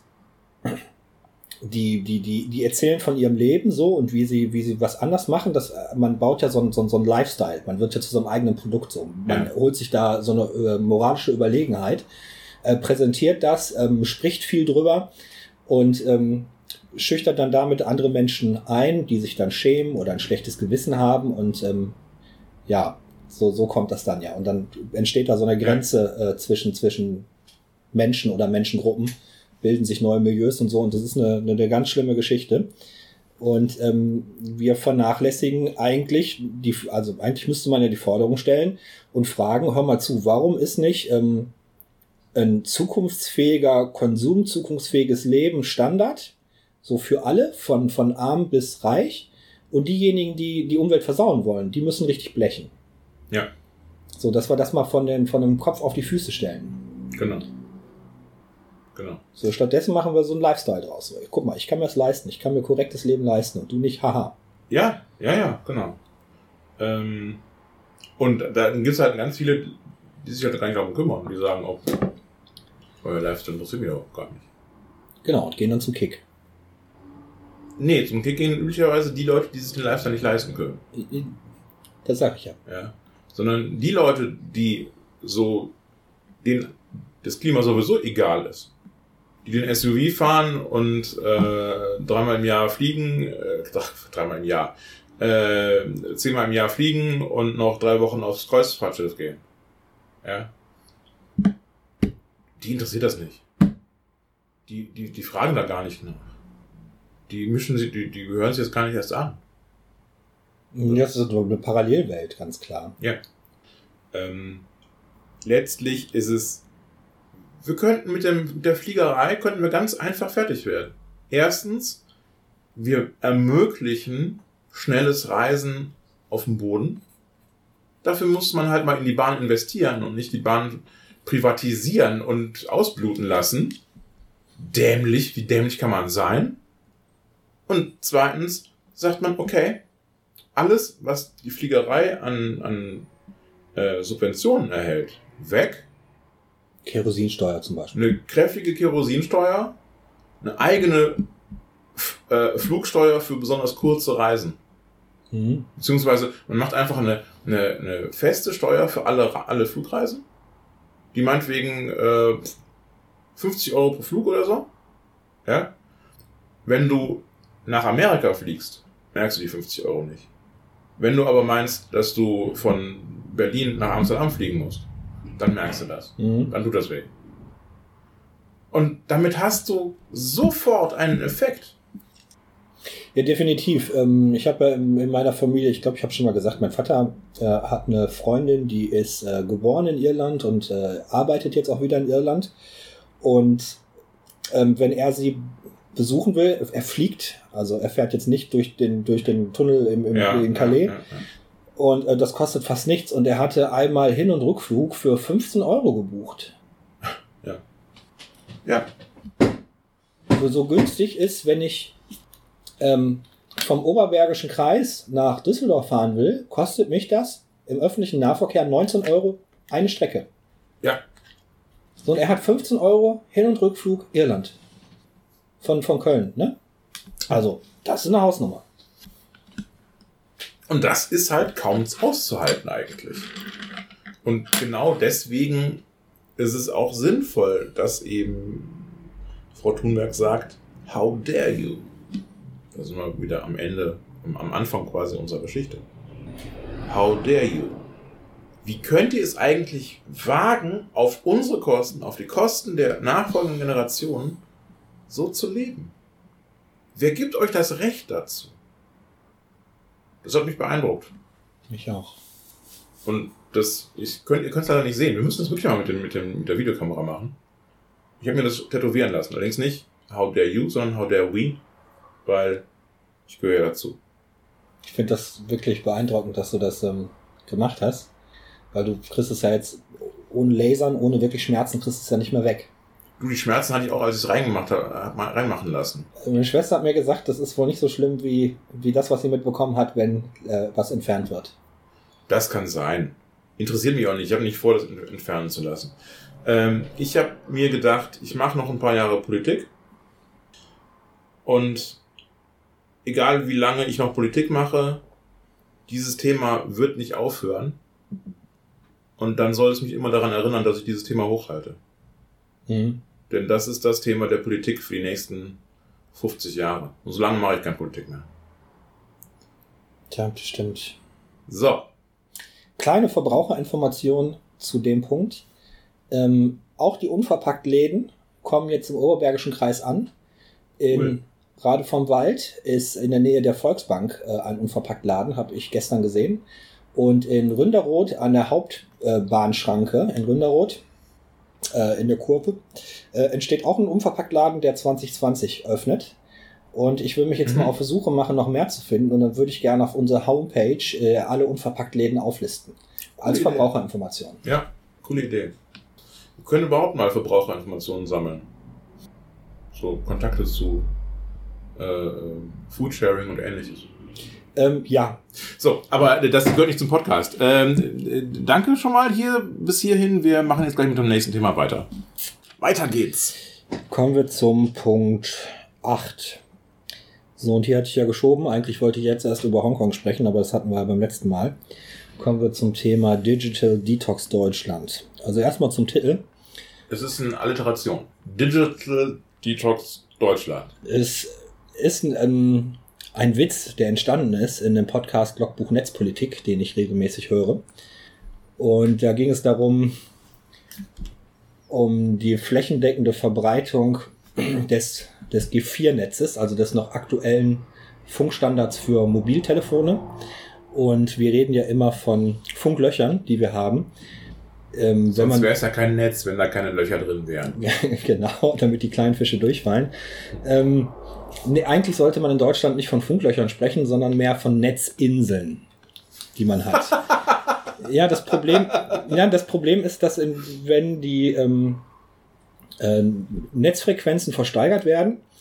S1: Die, die, die, die erzählen von ihrem Leben so und wie sie, wie sie was anders machen. Das, man baut ja so ein, so ein, so ein Lifestyle. Man wird ja zu so einem eigenen Produkt so. Man ja. holt sich da so eine äh, moralische Überlegenheit, äh, präsentiert das, ähm, spricht viel drüber und ähm, schüchtert dann damit andere Menschen ein, die sich dann schämen oder ein schlechtes Gewissen haben und ähm, ja, so, so kommt das dann ja. Und dann entsteht da so eine Grenze äh, zwischen, zwischen Menschen oder Menschengruppen, bilden sich neue Milieus und so, und das ist eine, eine ganz schlimme Geschichte. Und ähm, wir vernachlässigen eigentlich, die, also eigentlich müsste man ja die Forderung stellen und fragen, hör mal zu, warum ist nicht ähm, ein zukunftsfähiger Konsum, zukunftsfähiges Leben Standard, so für alle, von, von arm bis reich, und diejenigen, die die Umwelt versauen wollen, die müssen richtig blechen.
S2: Ja.
S1: So, dass wir das mal von, den, von dem Kopf auf die Füße stellen.
S2: Genau. Genau.
S1: So, stattdessen machen wir so einen Lifestyle draus. So, guck mal, ich kann mir das leisten, ich kann mir korrektes Leben leisten und du nicht, haha.
S2: Ja, ja, ja, genau. Ähm, und da gibt es halt ganz viele, die sich halt gar nicht darum kümmern, die sagen auch, euer Lifestyle interessiert mich auch gar nicht.
S1: Genau, und gehen dann zum Kick.
S2: Nee, zum Kick gehen üblicherweise die Leute, die sich den Lifestyle nicht leisten können.
S1: Das sag ich ja.
S2: Ja. Sondern die Leute, die so, denen das Klima sowieso egal ist, die den S U V fahren und äh, dreimal im Jahr fliegen, äh, dreimal im Jahr, äh, zehnmal im Jahr fliegen und noch drei Wochen aufs Kreuzfahrtschiff gehen. Ja. Die interessiert das nicht. Die, die, die fragen da gar nicht nach. Die mischen sie, die, die gehören sich jetzt gar nicht erst an.
S1: Das ist eine Parallelwelt, ganz klar.
S2: Ja. Ähm, letztlich ist es, wir könnten mit, dem, mit der Fliegerei könnten wir ganz einfach fertig werden. Erstens, wir ermöglichen schnelles Reisen auf dem Boden. Dafür muss man halt mal in die Bahn investieren und nicht die Bahn privatisieren und ausbluten lassen. Dämlich, wie dämlich kann man sein? Und zweitens sagt man, okay, alles, was die Fliegerei an, an äh, Subventionen erhält, weg.
S1: Kerosinsteuer zum Beispiel.
S2: Eine kräftige Kerosinsteuer, eine eigene äh, äh, Flugsteuer für besonders kurze Reisen. Mhm. Beziehungsweise man macht einfach eine, eine, eine feste Steuer für alle, alle Flugreisen. Die meinetwegen äh, fünfzig Euro pro Flug oder so. Ja. Wenn du nach Amerika fliegst, merkst du die fünfzig Euro nicht. Wenn du aber meinst, dass du von Berlin nach Amsterdam fliegen musst, dann merkst du das. Mhm. Dann tut das weh. Und damit hast du sofort einen Effekt.
S1: Ja, definitiv. Ich habe ja in meiner Familie, ich glaube, ich habe schon mal gesagt, mein Vater äh, hat eine Freundin, die ist äh, geboren in Irland und äh, arbeitet jetzt auch wieder in Irland. Und ähm, wenn er sie besuchen will, er fliegt, also er fährt jetzt nicht durch den, durch den Tunnel im, im, ja, in Calais. Ja, ja, ja. Und äh, das kostet fast nichts. Und er hatte einmal Hin- und Rückflug für fünfzehn Euro gebucht.
S2: Ja. Ja.
S1: So, so günstig ist, wenn ich ähm, vom Oberbergischen Kreis nach Düsseldorf fahren will, kostet mich das im öffentlichen Nahverkehr neunzehn Euro eine Strecke.
S2: Ja.
S1: So, und er hat fünfzehn Euro Hin- und Rückflug Irland. Von, von Köln, ne? Also, das ist eine Hausnummer.
S2: Und das ist halt kaum auszuhalten eigentlich. Und genau deswegen ist es auch sinnvoll, dass eben Frau Thunberg sagt, how dare you? Da sind wir wieder am Ende, am Anfang quasi unserer Geschichte. How dare you? Wie könnt ihr es eigentlich wagen, auf unsere Kosten, auf die Kosten der nachfolgenden Generationen so zu leben? Wer gibt euch das Recht dazu? Das hat mich beeindruckt.
S1: Mich auch.
S2: Und das, ich könnt, ihr könnt es leider nicht sehen. Wir müssen das wirklich mal mit, dem, mit, dem, mit der Videokamera machen. Ich habe mir das tätowieren lassen. Allerdings nicht how dare you, sondern how dare we, weil ich gehöre ja dazu.
S1: Ich finde das wirklich beeindruckend, dass du das ähm, gemacht hast, weil du kriegst es ja jetzt ohne Lasern, ohne wirklich Schmerzen, kriegst es ja nicht mehr weg.
S2: Du, die Schmerzen hatte ich auch, als ich es reingemacht habe, hab mal reinmachen lassen.
S1: Meine Schwester hat mir gesagt, das ist wohl nicht so schlimm wie, wie das, was sie mitbekommen hat, wenn äh, was entfernt wird.
S2: Das kann sein. Interessiert mich auch nicht. Ich habe nicht vor, das entfernen zu lassen. Ähm, ich habe mir gedacht, ich mache noch ein paar Jahre Politik. Und egal wie lange ich noch Politik mache, dieses Thema wird nicht aufhören. Und dann soll es mich immer daran erinnern, dass ich dieses Thema hochhalte. Mhm. Denn das ist das Thema der Politik für die nächsten fünfzig Jahre. Und so lange mache ich keine Politik mehr.
S1: Tja, das stimmt.
S2: So.
S1: Kleine Verbraucherinformation zu dem Punkt. Ähm, auch die Unverpacktläden kommen jetzt im Oberbergischen Kreis an. In cool. Gerade vom Wald ist in der Nähe der Volksbank äh, ein Unverpacktladen, habe ich gestern gesehen. Und in Ründeroth an der Hauptbahnschranke äh, in Ründeroth äh, in der Kurve äh, entsteht auch ein Unverpacktladen, der zwanzig zwanzig öffnet. Und ich will mich jetzt mhm. mal auf die Suche machen, noch mehr zu finden. Und dann würde ich gerne auf unserer Homepage äh, alle Unverpacktläden auflisten. Coole als Verbraucherinformation.
S2: Ja, coole Idee. Wir können überhaupt mal Verbraucherinformationen sammeln. So Kontakte zu äh, Foodsharing und ähnliches.
S1: Ähm, ja.
S2: So, aber das gehört nicht zum Podcast. Ähm, danke schon mal hier bis hierhin. Wir machen jetzt gleich mit dem nächsten Thema weiter. Weiter geht's.
S1: Kommen wir zum Punkt acht. So, und hier hatte ich ja geschoben. Eigentlich wollte ich jetzt erst über Hongkong sprechen, aber das hatten wir ja beim letzten Mal. Kommen wir zum Thema Digital Detox Deutschland. Also erstmal zum Titel.
S2: Es ist eine Alliteration. Digital Detox Deutschland.
S1: Es ist ein, ein, ein Witz, der entstanden ist in dem Podcast Logbuch Netzpolitik, den ich regelmäßig höre. Und da ging es darum, um die flächendeckende Verbreitung des, des G vier Netzes, also des noch aktuellen Funkstandards für Mobiltelefone. Und wir reden ja immer von Funklöchern, die wir haben. Ähm,
S2: Sonst wäre es ja kein Netz, wenn da keine Löcher drin wären.
S1: Genau, damit die kleinen Fische durchfallen. Ähm, nee, eigentlich sollte man in Deutschland nicht von Funklöchern sprechen, sondern mehr von Netzinseln, die man hat. Ja, das Problem, ja, das Problem ist, dass in, wenn die ähm, äh, Netzfrequenzen versteigert werden,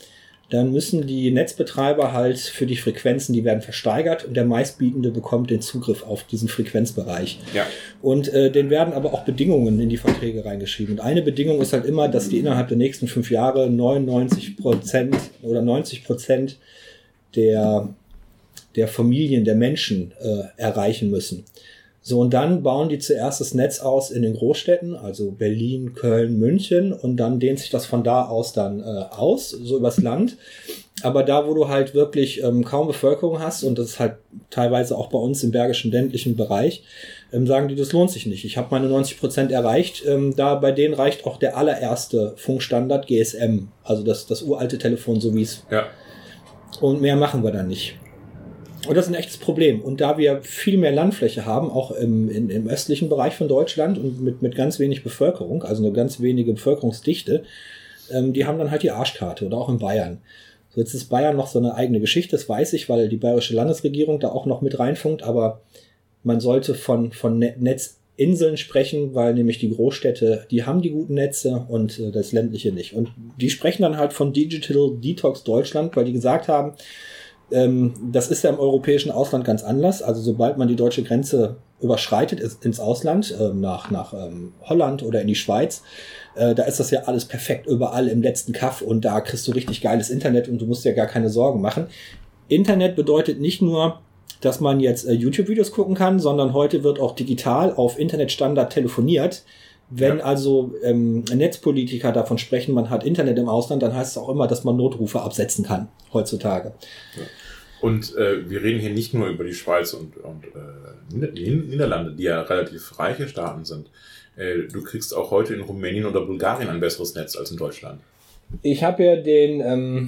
S1: dann müssen die Netzbetreiber halt für die Frequenzen, die werden versteigert und der meistbietende bekommt den Zugriff auf diesen Frequenzbereich.
S2: Ja.
S1: Und äh, denen werden aber auch Bedingungen in die Verträge reingeschrieben. Und eine Bedingung ist halt immer, dass die innerhalb der nächsten fünf Jahre neunundneunzig Prozent oder neunzig Prozent der, der Familien, der Menschen äh, erreichen müssen. So, und dann bauen die zuerst das Netz aus in den Großstädten, also Berlin, Köln, München, und dann dehnt sich das von da aus dann äh, aus, so übers Land. Aber da, wo du halt wirklich ähm, kaum Bevölkerung hast, und das ist halt teilweise auch bei uns im bergischen ländlichen Bereich, ähm, sagen die, das lohnt sich nicht. Ich habe meine neunzig Prozent erreicht. Ähm, da bei denen reicht auch der allererste Funkstandard G S M, also das, das uralte Telefon, so wie es.
S2: Ja.
S1: Und mehr machen wir dann nicht. Und das ist ein echtes Problem. Und da wir viel mehr Landfläche haben, auch im, in, im östlichen Bereich von Deutschland und mit, mit ganz wenig Bevölkerung, also eine ganz wenige Bevölkerungsdichte, ähm, die haben dann halt die Arschkarte, oder auch in Bayern. So, jetzt ist Bayern noch so eine eigene Geschichte, das weiß ich, weil die bayerische Landesregierung da auch noch mit reinfunkt, aber man sollte von, von Netzinseln sprechen, weil nämlich die Großstädte, die haben die guten Netze und äh, das ländliche nicht. Und die sprechen dann halt von Digital Detox Deutschland, weil die gesagt haben, das ist ja im europäischen Ausland ganz anders. Also sobald man die deutsche Grenze überschreitet ist ins Ausland, äh, nach, nach ähm, Holland oder in die Schweiz, äh, da ist das ja alles perfekt überall im letzten Kaff und da kriegst du richtig geiles Internet und du musst dir gar keine Sorgen machen. Internet bedeutet nicht nur, dass man jetzt äh, YouTube-Videos gucken kann, sondern heute wird auch digital auf Internetstandard telefoniert. Wenn ja. also ähm, Netzpolitiker davon sprechen, man hat Internet im Ausland, dann heißt es auch immer, dass man Notrufe absetzen kann heutzutage.
S2: Ja. Und äh, wir reden hier nicht nur über die Schweiz und, und äh, die Niederlande, die ja relativ reiche Staaten sind. Äh, du kriegst auch heute in Rumänien oder Bulgarien ein besseres Netz als in Deutschland.
S1: Ich habe ja den ähm,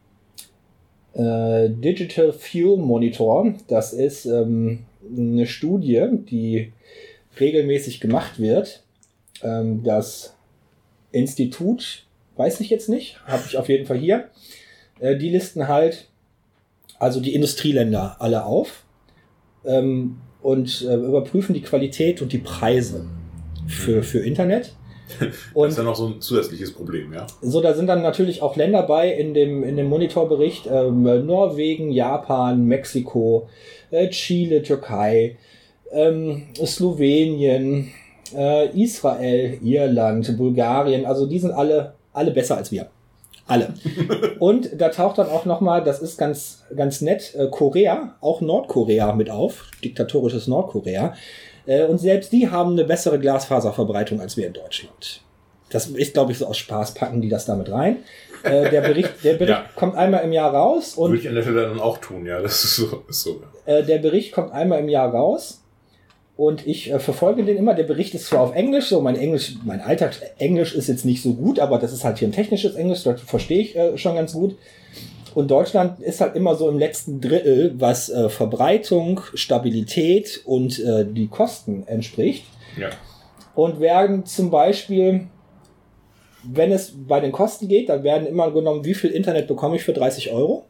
S1: äh, Digital Fuel Monitor. Das ist ähm, eine Studie, die regelmäßig gemacht wird. Ähm, das Institut, weiß ich jetzt nicht, habe ich auf jeden Fall hier. Äh, die listen halt also die Industrieländer alle auf ähm, und äh, überprüfen die Qualität und die Preise für, für Internet. Und
S2: das ist ja noch so ein zusätzliches Problem, ja.
S1: So, da sind dann natürlich auch Länder bei in dem, in dem Monitorbericht, ähm, Norwegen, Japan, Mexiko, äh, Chile, Türkei, ähm, Slowenien, äh, Israel, Irland, Bulgarien, also die sind alle, alle besser als wir. Alle. Und da taucht dann auch nochmal, das ist ganz, ganz nett, äh, Korea, auch Nordkorea mit auf, diktatorisches Nordkorea. Äh, und selbst die haben eine bessere Glasfaserverbreitung als wir in Deutschland. Das ist, glaube ich, so aus Spaß packen die das damit rein. Äh, der Bericht, der Bericht ja. kommt einmal im Jahr raus. Und
S2: würde ich an der Stelle dann auch tun, ja, das ist so. Ist so.
S1: Äh, der Bericht kommt einmal im Jahr raus. Und ich äh, verfolge den immer. Der Bericht ist zwar auf Englisch, so mein Englisch, mein Alltagsenglisch ist jetzt nicht so gut, aber das ist halt hier ein technisches Englisch, das verstehe ich äh, schon ganz gut. Und Deutschland ist halt immer so im letzten Drittel, was äh, Verbreitung, Stabilität und äh, die Kosten entspricht.
S2: Ja.
S1: Und werden zum Beispiel, wenn es bei den Kosten geht, dann werden immer genommen, wie viel Internet bekomme ich für dreißig Euro.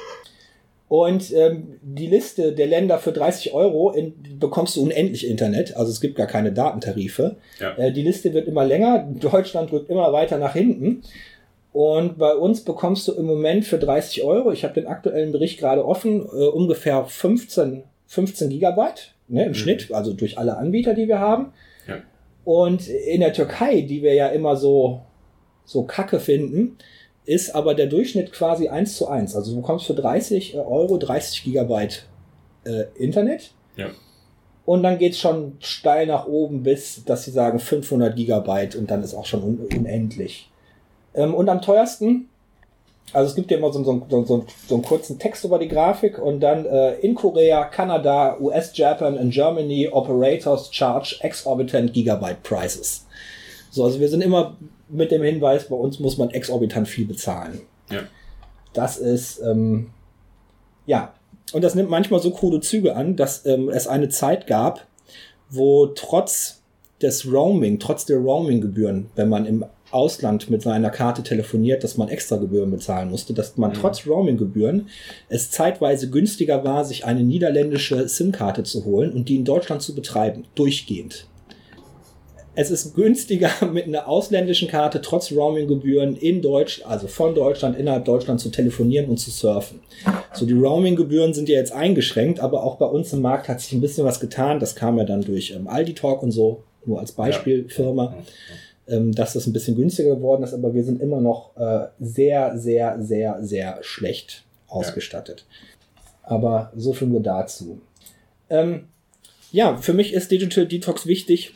S1: Und ähm, die Liste der Länder für dreißig Euro in, bekommst du unendlich Internet, also es gibt gar keine Datentarife.
S2: Ja.
S1: Äh, die Liste wird immer länger, Deutschland rückt immer weiter nach hinten. Und bei uns bekommst du im Moment für dreißig Euro, ich habe den aktuellen Bericht gerade offen, äh, ungefähr fünfzehn Gigabyte, ne, im mhm. Schnitt, also durch alle Anbieter, die wir haben.
S2: Ja.
S1: Und in der Türkei, die wir ja immer so, so kacke finden, ist aber der Durchschnitt quasi eins zu eins. Also du bekommst für dreißig Euro dreißig Gigabyte äh, Internet.
S2: Ja.
S1: Und dann geht's schon steil nach oben bis, dass sie sagen fünfhundert Gigabyte und dann ist auch schon un- unendlich. Ähm, und am teuersten, also es gibt ja immer so, so, so, so, so einen kurzen Text über die Grafik und dann äh, in Korea, Kanada, U S, Japan and Germany, Operators charge exorbitant Gigabyte prices. So, also wir sind immer mit dem Hinweis, bei uns muss man exorbitant viel bezahlen.
S2: Ja.
S1: Das ist, ähm, ja, und das nimmt manchmal so krude Züge an, dass ähm, es eine Zeit gab, wo trotz des Roaming, trotz der Roaming-Gebühren, wenn man im Ausland mit seiner Karte telefoniert, dass man extra Gebühren bezahlen musste, dass man mhm. trotz Roaming-Gebühren es zeitweise günstiger war, sich eine niederländische SIM-Karte zu holen und die in Deutschland zu betreiben, durchgehend. es ist günstiger, mit einer ausländischen Karte trotz Roaminggebühren in Deutsch, also von Deutschland, innerhalb Deutschland zu telefonieren und zu surfen. So, die Roaminggebühren sind ja jetzt eingeschränkt, aber auch bei uns im Markt hat sich ein bisschen was getan. Das kam ja dann durch ähm, Aldi Talk und so, nur als Beispielfirma, ja. ähm, dass das ein bisschen günstiger geworden ist, aber wir sind immer noch äh, sehr, sehr, sehr, sehr schlecht ausgestattet. Ja. Aber so viel nur dazu. Ähm, ja, für mich ist Digital Detox wichtig,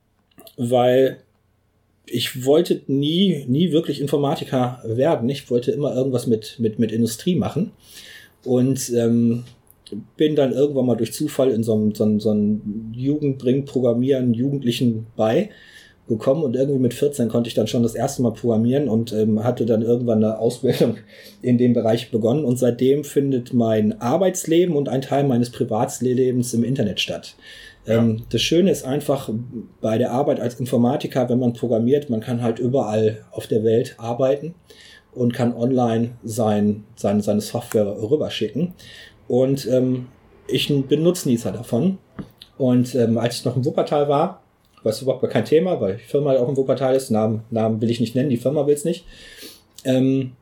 S1: weil ich wollte nie, nie wirklich Informatiker werden. Ich wollte immer irgendwas mit, mit, mit Industrie machen. Und ähm, bin dann irgendwann mal durch Zufall in so einem, so einem, so einem Jugend bringt Programmieren Jugendlichen bei gekommen. Und irgendwie mit vierzehn konnte ich dann schon das erste Mal programmieren und ähm, hatte dann irgendwann eine Ausbildung in dem Bereich begonnen. Und seitdem findet mein Arbeitsleben und ein Teil meines Privatlebens im Internet statt. Ja. Ähm, das Schöne ist einfach bei der Arbeit als Informatiker, wenn man programmiert, man kann halt überall auf der Welt arbeiten und kann online sein, sein, seine Software rüberschicken. Und ähm, ich bin Nutznießer davon. Und ähm, als ich noch in Wuppertal war, war es überhaupt kein Thema, weil die Firma auch in Wuppertal ist. Namen, Namen will ich nicht nennen, die Firma will es nicht. Ähm,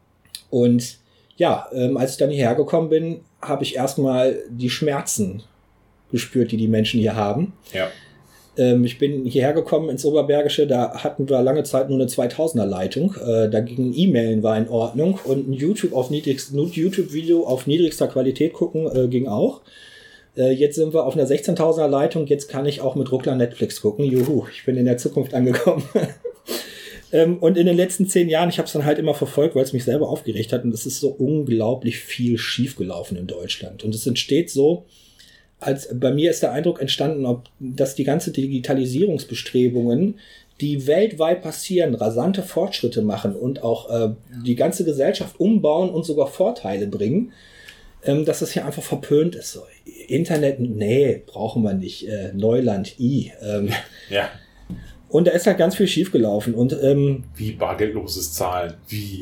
S1: und ja, ähm, als ich dann hierher gekommen bin, habe ich erstmal die Schmerzen gespürt, die die Menschen hier haben. Ja. Ähm, ich bin hierher gekommen ins Oberbergische, da hatten wir lange Zeit nur eine zweitausender Leitung. Äh, da gingen E-Mailen war in Ordnung und ein YouTube auf niedrigst, YouTube-Video auf niedrigster Qualität gucken äh, ging auch. Äh, jetzt sind wir auf einer sechzehntausender Leitung, jetzt kann ich auch mit Ruckler Netflix gucken. Juhu, ich bin in der Zukunft angekommen. ähm, und in den letzten zehn Jahren, ich habe es dann halt immer verfolgt, weil es mich selber aufgeregt hat und es ist so unglaublich viel schiefgelaufen in Deutschland. Und es entsteht so, als bei mir ist der Eindruck entstanden, ob, dass die ganze Digitalisierungsbestrebungen, die weltweit passieren, rasante Fortschritte machen und auch äh, die ganze Gesellschaft umbauen und sogar Vorteile bringen, ähm, dass das hier einfach verpönt ist. So, Internet, nee, brauchen wir nicht. Äh, Neuland, i. Ähm,
S2: ja.
S1: Und da ist halt ganz viel schiefgelaufen. Und, ähm,
S2: wie bargeldloses Zahlen? Wie?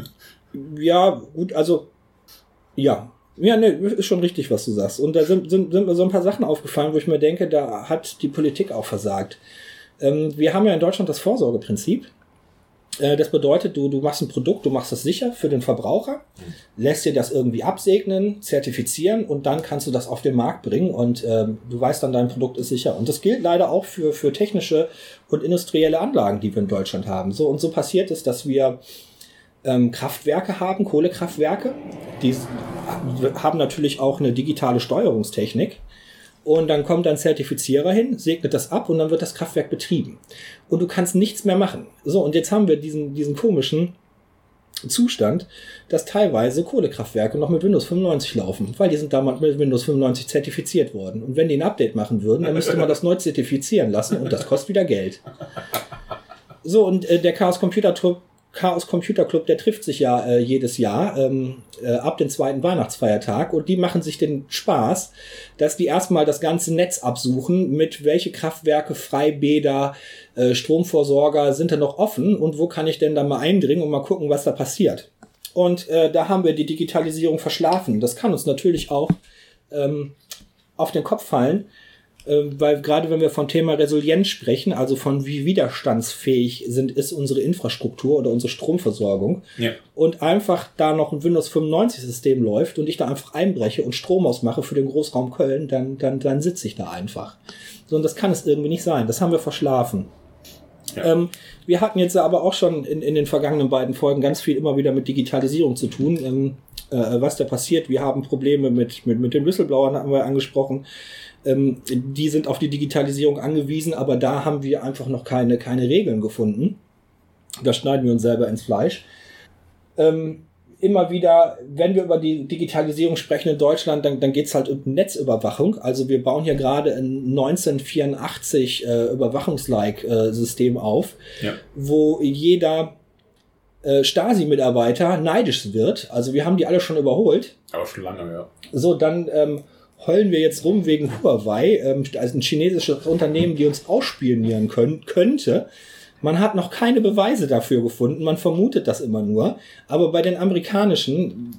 S1: Ja, gut, also, ja. Ja, ne, ist schon richtig, was du sagst. Und da sind, sind, sind mir so ein paar Sachen aufgefallen, wo ich mir denke, da hat die Politik auch versagt. Ähm, wir haben ja in Deutschland das Vorsorgeprinzip. Äh, das bedeutet, du, du machst ein Produkt, du machst das sicher für den Verbraucher, lässt dir das irgendwie absegnen, zertifizieren und dann kannst du das auf den Markt bringen und ähm, du weißt dann, dein Produkt ist sicher. Und das gilt leider auch für, für technische und industrielle Anlagen, die wir in Deutschland haben. So, und so passiert es, dass wir Ähm, Kraftwerke haben, Kohlekraftwerke. Die haben natürlich auch eine digitale Steuerungstechnik. Und dann kommt ein Zertifizierer hin, segnet das ab und dann wird das Kraftwerk betrieben. Und du kannst nichts mehr machen. So, und jetzt haben wir diesen, diesen komischen Zustand, dass teilweise Kohlekraftwerke noch mit Windows fünfundneunzig laufen, weil die sind damals mit Windows fünfundneunzig zertifiziert worden. Und wenn die ein Update machen würden, dann müsste man das neu zertifizieren lassen und das kostet wieder Geld. So, und äh, der Chaos Computer Club Chaos Computer Club, der trifft sich ja äh, jedes Jahr ähm, äh, ab dem zweiten Weihnachtsfeiertag und die machen sich den Spaß, dass die erstmal das ganze Netz absuchen, mit welche Kraftwerke, Freibäder, äh, Stromversorger sind da noch offen und wo kann ich denn da mal eindringen und mal gucken, was da passiert. Und äh, da haben wir die Digitalisierung verschlafen. Das kann uns natürlich auch ähm, auf den Kopf fallen, weil gerade wenn wir vom Thema Resilienz sprechen, also von wie widerstandsfähig sind, ist unsere Infrastruktur oder unsere Stromversorgung ja. Und einfach da noch ein Windows fünfundneunzig System läuft und ich da einfach einbreche und Strom ausmache für den Großraum Köln, dann, dann, dann sitze ich da einfach. So, und das kann es irgendwie nicht sein. Das haben wir verschlafen. Ja. Ähm, wir hatten jetzt aber auch schon in, in den vergangenen beiden Folgen ganz viel immer wieder mit Digitalisierung zu tun. Ähm, äh, was da passiert. Wir haben Probleme mit, mit, mit den Whistleblowern, haben wir angesprochen. Ähm, die sind auf die Digitalisierung angewiesen, aber da haben wir einfach noch keine, keine Regeln gefunden. Da schneiden wir uns selber ins Fleisch. Ähm, immer wieder, wenn wir über die Digitalisierung sprechen in Deutschland, dann, dann geht es halt um Netzüberwachung. Also wir bauen hier gerade ein neunzehnhundertvierundachtzig äh, Überwachungs-like-System äh, auf, ja. wo jeder äh, Stasi-Mitarbeiter neidisch wird. Also wir haben die alle schon überholt.
S2: Aber schon lange, ja.
S1: So, dann ähm, heulen wir jetzt rum wegen Huawei, ähm, also ein chinesisches Unternehmen, die uns ausspionieren können, könnte. Man hat noch keine Beweise dafür gefunden, man vermutet das immer nur. Aber bei den amerikanischen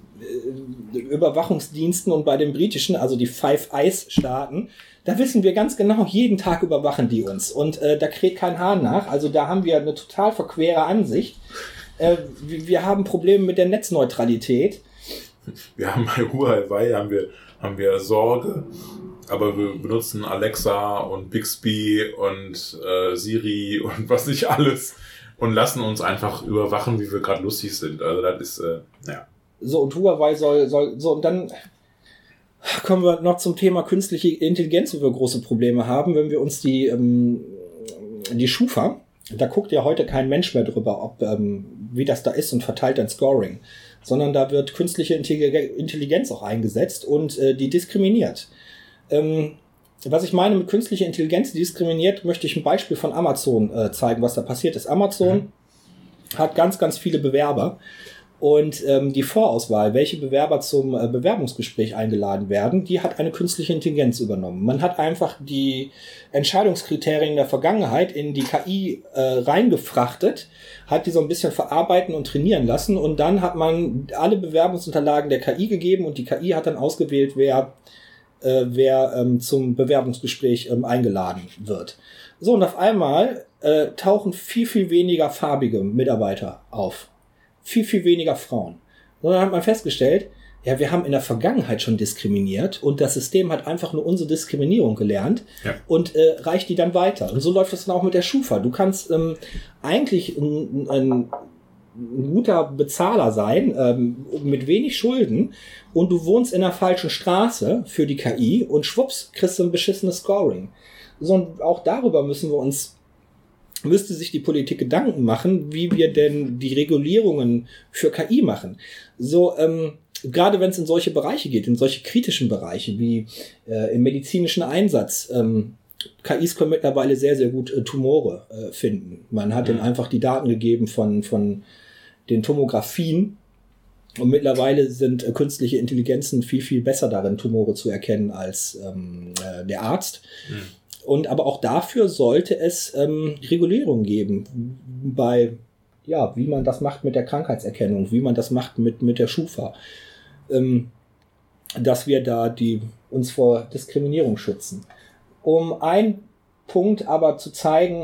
S1: Überwachungsdiensten und bei den britischen, also die Five Eyes-Staaten, da wissen wir ganz genau, jeden Tag überwachen die uns. Und äh, da kräht kein Hahn nach. Also da haben wir eine total verquere Ansicht. Äh, wir haben Probleme mit der Netzneutralität.
S2: Wir haben bei Huawei haben wir, haben wir Sorge, aber wir benutzen Alexa und Bixby und äh, Siri und was nicht alles und lassen uns einfach überwachen, wie wir gerade lustig sind. Also das ist, äh, ja.
S1: So, und Huawei soll, soll, so, und dann kommen wir noch zum Thema künstliche Intelligenz, wo wir große Probleme haben. Wenn wir uns die, ähm, die Schufa, da guckt ja heute kein Mensch mehr drüber, ob, ähm, wie das da ist und verteilt ein Scoring, sondern da wird künstliche Intelligenz auch eingesetzt und äh, die diskriminiert. Ähm, was ich meine mit künstlicher Intelligenz, die diskriminiert, möchte ich ein Beispiel von Amazon äh, zeigen, was da passiert ist. Amazon mhm. hat ganz, ganz viele Bewerber. Und ähm, die Vorauswahl, welche Bewerber zum äh, Bewerbungsgespräch eingeladen werden, die hat eine künstliche Intelligenz übernommen. Man hat einfach die Entscheidungskriterien der Vergangenheit in die K I äh, reingefrachtet, hat die so ein bisschen verarbeiten und trainieren lassen und dann hat man alle Bewerbungsunterlagen der K I gegeben und die K I hat dann ausgewählt, wer, äh, wer ähm, zum Bewerbungsgespräch ähm, eingeladen wird. So, und auf einmal äh, tauchen viel, viel weniger farbige Mitarbeiter auf. Viel, viel weniger Frauen. Und dann hat man festgestellt, ja, wir haben in der Vergangenheit schon diskriminiert und das System hat einfach nur unsere Diskriminierung gelernt ja. und äh, reicht die dann weiter. Und so läuft das dann auch mit der Schufa. Du kannst ähm, eigentlich ein, ein, ein guter Bezahler sein, ähm, mit wenig Schulden und du wohnst in der falschen Straße für die K I und schwupps, kriegst du ein beschissenes Scoring. So, und auch darüber müssen wir uns müsste sich die Politik Gedanken machen, wie wir denn die Regulierungen für K I machen. So, ähm, gerade wenn es in solche Bereiche geht, in solche kritischen Bereiche wie äh, im medizinischen Einsatz. Ähm, K Is können mittlerweile sehr, sehr gut äh, Tumore äh, finden. Man hat mhm. ihnen einfach die Daten gegeben von, von den Tomographien und mittlerweile sind äh, künstliche Intelligenzen viel, viel besser darin, Tumore zu erkennen als ähm, äh, der Arzt. Mhm. Und aber auch dafür sollte es ähm, Regulierung geben, bei, ja, wie man das macht mit der Krankheitserkennung, wie man das macht mit, mit der Schufa, ähm, dass wir da die, uns vor Diskriminierung schützen. Um einen Punkt aber zu zeigen,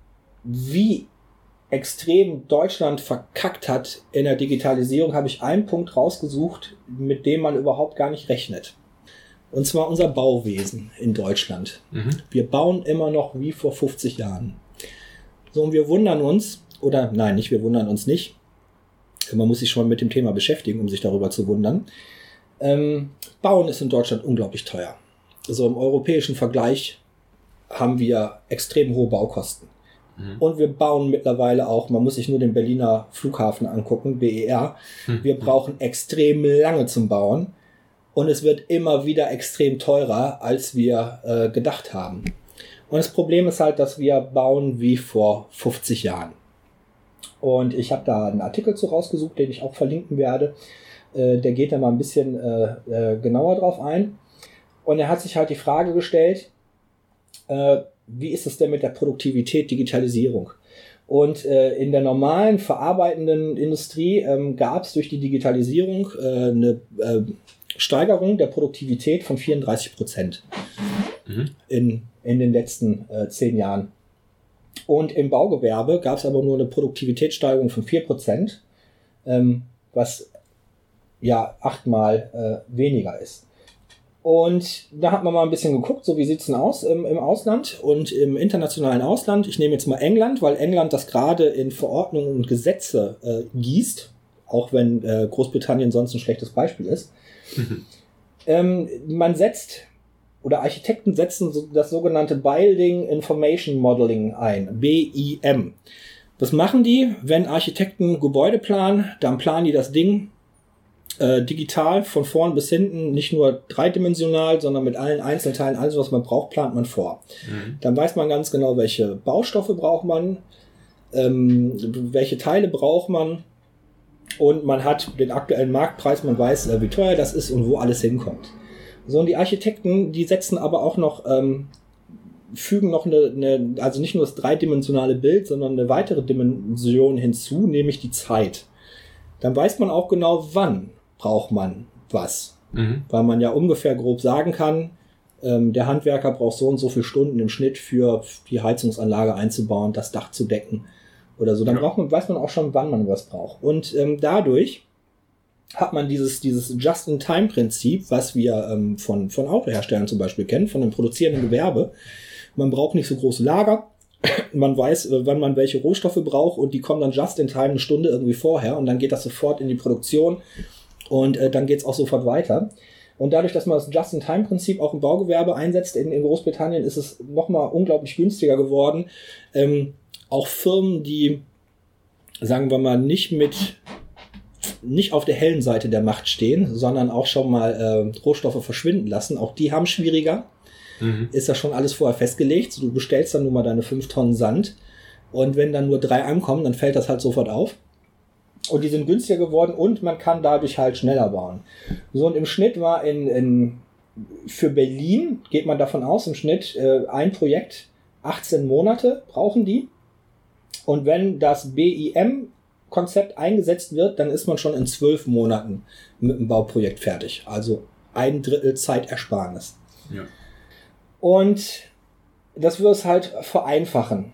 S1: wie extrem Deutschland verkackt hat in der Digitalisierung, habe ich einen Punkt rausgesucht, mit dem man überhaupt gar nicht rechnet. Und zwar unser Bauwesen in Deutschland. Mhm. Wir bauen immer noch wie vor fünfzig Jahren. So, und wir wundern uns, oder nein, nicht, wir wundern uns nicht. Man muss sich schon mit dem Thema beschäftigen, um sich darüber zu wundern. Ähm, Bauen ist in Deutschland unglaublich teuer. So im europäischen Vergleich haben wir extrem hohe Baukosten. Mhm. Und wir bauen mittlerweile auch, man muss sich nur den Berliner Flughafen angucken, B E R. Mhm. Wir brauchen extrem lange zum Bauen. Und es wird immer wieder extrem teurer, als wir äh, gedacht haben. Und das Problem ist halt, dass wir bauen wie vor fünfzig Jahren. Und ich habe da einen Artikel zu rausgesucht, den ich auch verlinken werde. Äh, der geht da mal ein bisschen äh, äh, genauer drauf ein. Und er hat sich halt die Frage gestellt, äh, wie ist es denn mit der Produktivität, Digitalisierung? Und äh, in der normalen verarbeitenden Industrie ähm, gab es durch die Digitalisierung äh, eine äh, Steigerung der Produktivität von vierunddreißig Prozent mhm. in, in den letzten äh, zehn Jahren. Und im Baugewerbe gab es aber nur eine Produktivitätssteigerung von vier Prozent, ähm, was ja achtmal äh, weniger ist. Und da hat man mal ein bisschen geguckt, so wie sieht's denn aus im, im Ausland und im internationalen Ausland. Ich nehme jetzt mal England, weil England das gerade in Verordnungen und Gesetze äh, gießt, auch wenn äh, Großbritannien sonst ein schlechtes Beispiel ist. ähm, man setzt, oder Architekten setzen so, das sogenannte Building Information Modeling ein, B I M. Was machen die? Wenn Architekten Gebäude planen, dann planen die das Ding äh, digital von vorn bis hinten, nicht nur dreidimensional, sondern mit allen Einzelteilen, alles was man braucht, plant man vor. Mhm. Dann weiß man ganz genau, welche Baustoffe braucht man, ähm, welche Teile braucht man. Und man hat den aktuellen Marktpreis, man weiß, wie teuer das ist und wo alles hinkommt. So, und die Architekten, die setzen aber auch noch, ähm, fügen noch eine, eine, also nicht nur das dreidimensionale Bild, sondern eine weitere Dimension hinzu, nämlich die Zeit. Dann weiß man auch genau, wann braucht man was.
S2: Mhm.
S1: Weil man ja ungefähr grob sagen kann, ähm, der Handwerker braucht so und so viele Stunden im Schnitt für die Heizungsanlage einzubauen, das Dach zu decken oder so. Dann
S2: Ja.
S1: braucht man, weiß man auch schon, wann man was braucht. Und ähm, dadurch hat man dieses, dieses Just-in-Time-Prinzip, was wir ähm, von, von Autoherstellern zum Beispiel kennen, von einem produzierenden Gewerbe. Man braucht nicht so große Lager. Man weiß, äh, wann man welche Rohstoffe braucht und die kommen dann just in time eine Stunde irgendwie vorher und dann geht das sofort in die Produktion und äh, dann geht's auch sofort weiter. Und dadurch, dass man das Just-in-Time-Prinzip auch im Baugewerbe einsetzt, in, in Großbritannien ist es nochmal unglaublich günstiger geworden. Ähm, auch Firmen, die, sagen wir mal, nicht mit nicht auf der hellen Seite der Macht stehen, sondern auch schon mal äh, Rohstoffe verschwinden lassen, auch die haben schwieriger.
S2: Mhm.
S1: Ist ja schon alles vorher festgelegt. Du bestellst dann nur mal deine fünf Tonnen Sand und wenn dann nur drei ankommen, dann fällt das halt sofort auf. Und die sind günstiger geworden und man kann dadurch halt schneller bauen. So, und im Schnitt war in, in für Berlin, geht man davon aus, im Schnitt äh, ein Projekt achtzehn Monate brauchen die. Und wenn das B I M-Konzept eingesetzt wird, dann ist man schon in zwölf Monaten mit dem Bauprojekt fertig. Also ein Drittel Zeitersparnis.
S2: Ja.
S1: Und das wird es halt vereinfachen.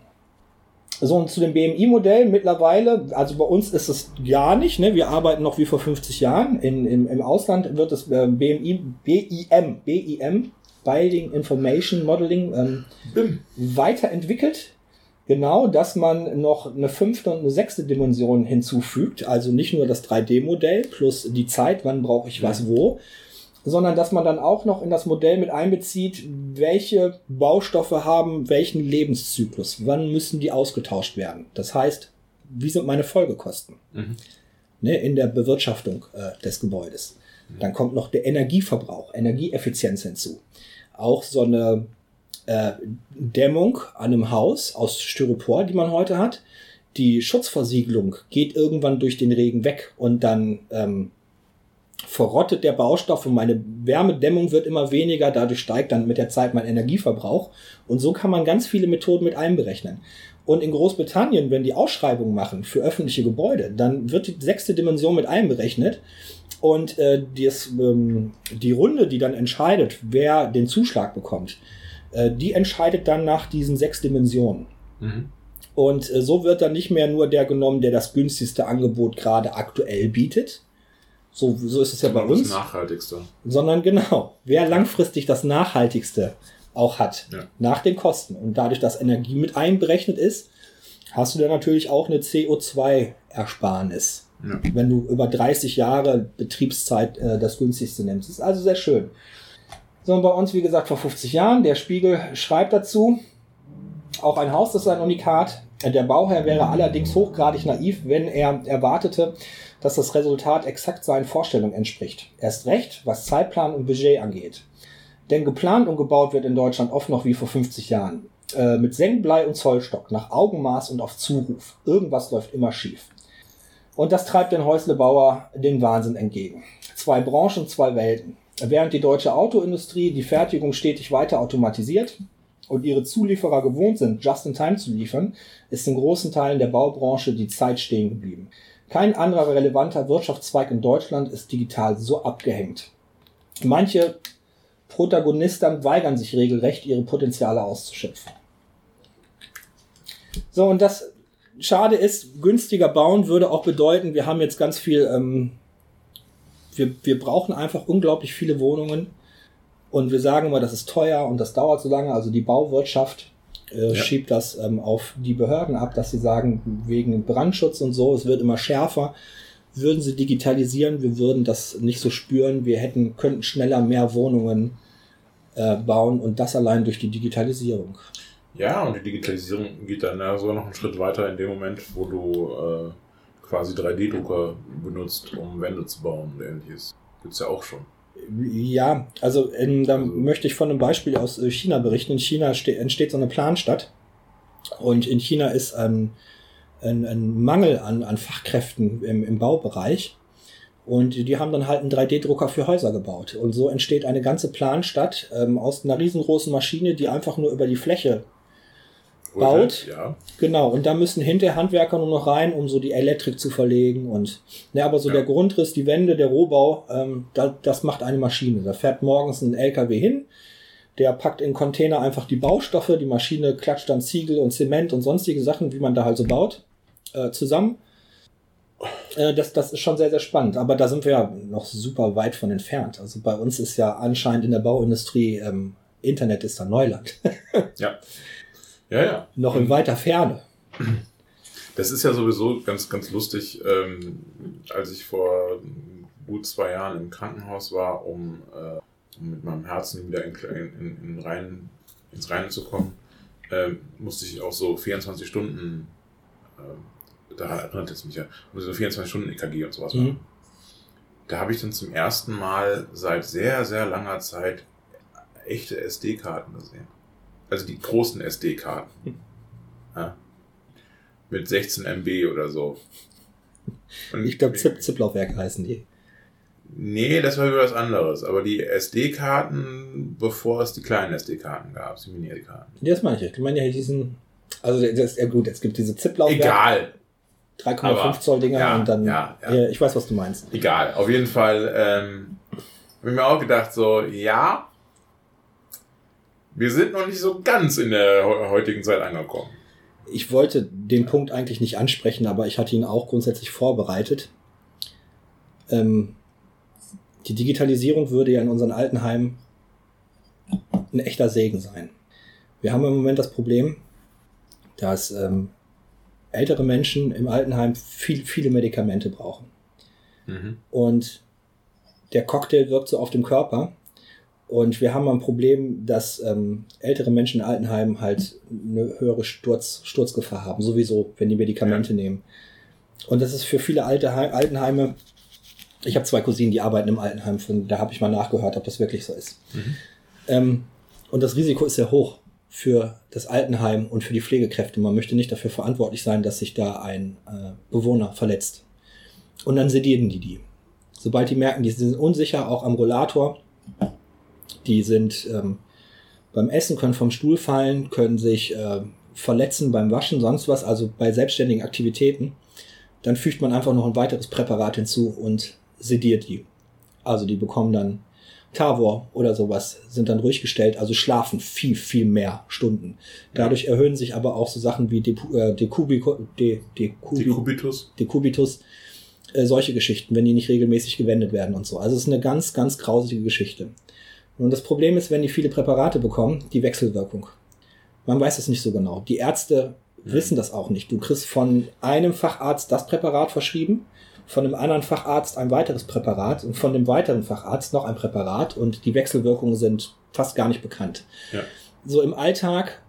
S1: So, und zu dem B M I-Modell mittlerweile, also bei uns ist es gar nicht, ne? Wir arbeiten noch wie vor fünfzig Jahren. In, in, Im Ausland wird das äh, B M I, B I M, B I M, Building Information Modeling, ähm,
S2: Bim.
S1: weiterentwickelt. Genau, dass man noch eine fünfte und eine sechste Dimension hinzufügt. Also nicht nur das drei D-Modell plus die Zeit, wann brauche ich was wo, sondern dass man dann auch noch in das Modell mit einbezieht, welche Baustoffe haben welchen Lebenszyklus, wann müssen die ausgetauscht werden. Das heißt, wie sind meine Folgekosten,
S2: Mhm.
S1: ne, in der Bewirtschaftung äh, des Gebäudes. Mhm. Dann kommt noch der Energieverbrauch, Energieeffizienz hinzu. Auch so eine äh, Dämmung an einem Haus aus Styropor, die man heute hat. Die Schutzversiegelung geht irgendwann durch den Regen weg und dann ähm, verrottet der Baustoff und meine Wärmedämmung wird immer weniger, dadurch steigt dann mit der Zeit mein Energieverbrauch und so kann man ganz viele Methoden mit einberechnen. Und in Großbritannien, wenn die Ausschreibungen machen für öffentliche Gebäude, dann wird die sechste Dimension mit einberechnet und äh, das, ähm, die Runde, die dann entscheidet, wer den Zuschlag bekommt, äh, die entscheidet dann nach diesen sechs Dimensionen.
S2: Mhm.
S1: Und äh, so wird dann nicht mehr nur der genommen, der das günstigste Angebot gerade aktuell bietet. So, so ist es ja bei uns.
S2: Das Nachhaltigste.
S1: Sondern genau, wer langfristig das Nachhaltigste auch hat,
S2: Ja.
S1: nach den Kosten. Und dadurch, dass Energie mit einberechnet ist, hast du dann natürlich auch eine C O zwei Ersparnis.
S2: Ja.
S1: Wenn du über dreißig Jahre Betriebszeit äh, das günstigste nimmst. Das ist also sehr schön. So, und bei uns, wie gesagt, vor fünfzig Jahren, der Spiegel schreibt dazu, auch ein Haus, das ist ein Unikat. Der Bauherr wäre allerdings hochgradig naiv, wenn er erwartete, dass das Resultat exakt seinen Vorstellungen entspricht. Erst recht, was Zeitplan und Budget angeht. Denn geplant und gebaut wird in Deutschland oft noch wie vor fünfzig Jahren. Äh, mit Senkblei und Zollstock, nach Augenmaß und auf Zuruf. Irgendwas läuft immer schief. Und das treibt den Häuslebauer den Wahnsinn entgegen. Zwei Branchen, zwei Welten. Während die deutsche Autoindustrie die Fertigung stetig weiter automatisiert und ihre Zulieferer gewohnt sind, just in time zu liefern, ist in großen Teilen der Baubranche die Zeit stehen geblieben. Kein anderer relevanter Wirtschaftszweig in Deutschland ist digital so abgehängt. Manche Protagonisten weigern sich regelrecht, ihre Potenziale auszuschöpfen. So, und das Schade ist, günstiger bauen würde auch bedeuten, wir haben jetzt ganz viel, ähm, wir, wir brauchen einfach unglaublich viele Wohnungen und wir sagen immer, das ist teuer und das dauert so lange, also die Bauwirtschaft äh, ja. schiebt das ähm, auf die Behörden ab, dass sie sagen, wegen Brandschutz und so, es wird immer schärfer. Würden sie digitalisieren, wir würden das nicht so spüren, wir hätten, könnten schneller mehr Wohnungen äh, bauen und das allein durch die Digitalisierung.
S2: Ja, und die Digitalisierung geht dann ja sogar noch einen Schritt weiter in dem Moment, wo du äh, quasi drei D Drucker benutzt, um Wände zu bauen und ähnliches. Gibt's ja auch schon.
S1: Ja, also ähm, da
S2: also.
S1: möchte ich von einem Beispiel aus äh, China berichten. In China ste- entsteht so eine Planstadt und in China ist ein, ein, ein Mangel an, an Fachkräften im, im Baubereich und die haben dann halt einen drei D Drucker für Häuser gebaut und so entsteht eine ganze Planstadt ähm, aus einer riesengroßen Maschine, die einfach nur über die Fläche baut.
S2: Ja.
S1: Genau, und da müssen hinterher Handwerker nur noch rein, um so die Elektrik zu verlegen. Und ne, aber so ja. der Grundriss, die Wände, der Rohbau, ähm, da, das macht eine Maschine. Da fährt morgens ein L K W hin, der packt in Container einfach die Baustoffe, die Maschine klatscht dann Ziegel und Zement und sonstige Sachen, wie man da halt so baut, äh, zusammen. Äh, das, das ist schon sehr, sehr spannend. Aber da sind wir ja noch super weit von entfernt. Also bei uns ist ja anscheinend in der Bauindustrie ähm, Internet ist da Neuland.
S2: Ja. Ja, ja.
S1: Noch in weiter Ferne.
S2: Das ist ja sowieso ganz, ganz lustig. Ähm, als ich vor gut zwei Jahren im Krankenhaus war, um, äh, um mit meinem Herzen wieder in, in, in rein, ins Reine zu kommen, äh, musste ich auch so vierundzwanzig Stunden, äh, da erinnert es mich ja, musste so vierundzwanzig Stunden E K G und sowas machen. Mhm. Da habe ich dann zum ersten Mal seit sehr, sehr langer Zeit echte S D-Karten gesehen. Also die großen S D-Karten. Ja. Mit sechzehn Megabyte oder so.
S1: Und ich glaube, Zip, Zip-Laufwerke heißen die.
S2: Nee, das war wieder was anderes. Aber die S D-Karten, bevor es die kleinen S D-Karten gab, die Mini-S D-Karten.
S1: Das meine ich. Ich meine ja diesen... Also das ist ja gut, es gibt diese Zip-Laufwerke.
S2: Egal.
S1: drei Komma fünf Zoll Dinger
S2: ja,
S1: und dann...
S2: Ja, ja.
S1: Ja, ich weiß, was du meinst.
S2: Egal. Auf jeden Fall ähm, habe ich mir auch gedacht, so, ja... Wir sind noch nicht so ganz in der heutigen Zeit angekommen.
S1: Ich wollte den Punkt eigentlich nicht ansprechen, aber ich hatte ihn auch grundsätzlich vorbereitet. Ähm, die Digitalisierung würde ja in unseren Altenheimen ein echter Segen sein. Wir haben im Moment das Problem, dass ähm, ältere Menschen im Altenheim viel, viele Medikamente brauchen. Mhm. Und der Cocktail wirkt so auf dem Körper. Und wir haben ein Problem, dass ähm, ältere Menschen in Altenheimen halt eine höhere Sturz, Sturzgefahr haben, sowieso, wenn die Medikamente ja. nehmen. Und das ist für viele alte He- Altenheime, ich habe zwei Cousinen, die arbeiten im Altenheim, von, da habe ich mal nachgehört, ob das wirklich so ist. Mhm. Ähm, und das Risiko ist sehr hoch für das Altenheim und für die Pflegekräfte. Man möchte nicht dafür verantwortlich sein, dass sich da ein äh, Bewohner verletzt. Und dann sedieren die die. Sobald die merken, die sind unsicher, auch am Rollator, die sind ähm, beim Essen, können vom Stuhl fallen, können sich äh, verletzen beim Waschen, sonst was, also bei selbstständigen Aktivitäten. Dann fügt man einfach noch ein weiteres Präparat hinzu und sediert die. Also die bekommen dann Tavor oder sowas, sind dann ruhig gestellt, also schlafen viel, viel mehr Stunden. Dadurch ja. erhöhen sich aber auch so Sachen wie Depu- äh, Decubico- De- Decubi-
S2: Dekubitus,
S1: Dekubitus äh, solche Geschichten, wenn die nicht regelmäßig gewendet werden und so. Also es ist eine ganz, ganz grausige Geschichte. Und das Problem ist, wenn die viele Präparate bekommen, die Wechselwirkung. Man weiß es nicht so genau. Die Ärzte mhm. wissen das auch nicht. Du kriegst von einem Facharzt das Präparat verschrieben, von einem anderen Facharzt ein weiteres Präparat und von dem weiteren Facharzt noch ein Präparat und die Wechselwirkungen sind fast gar nicht bekannt. Ja. So im Alltag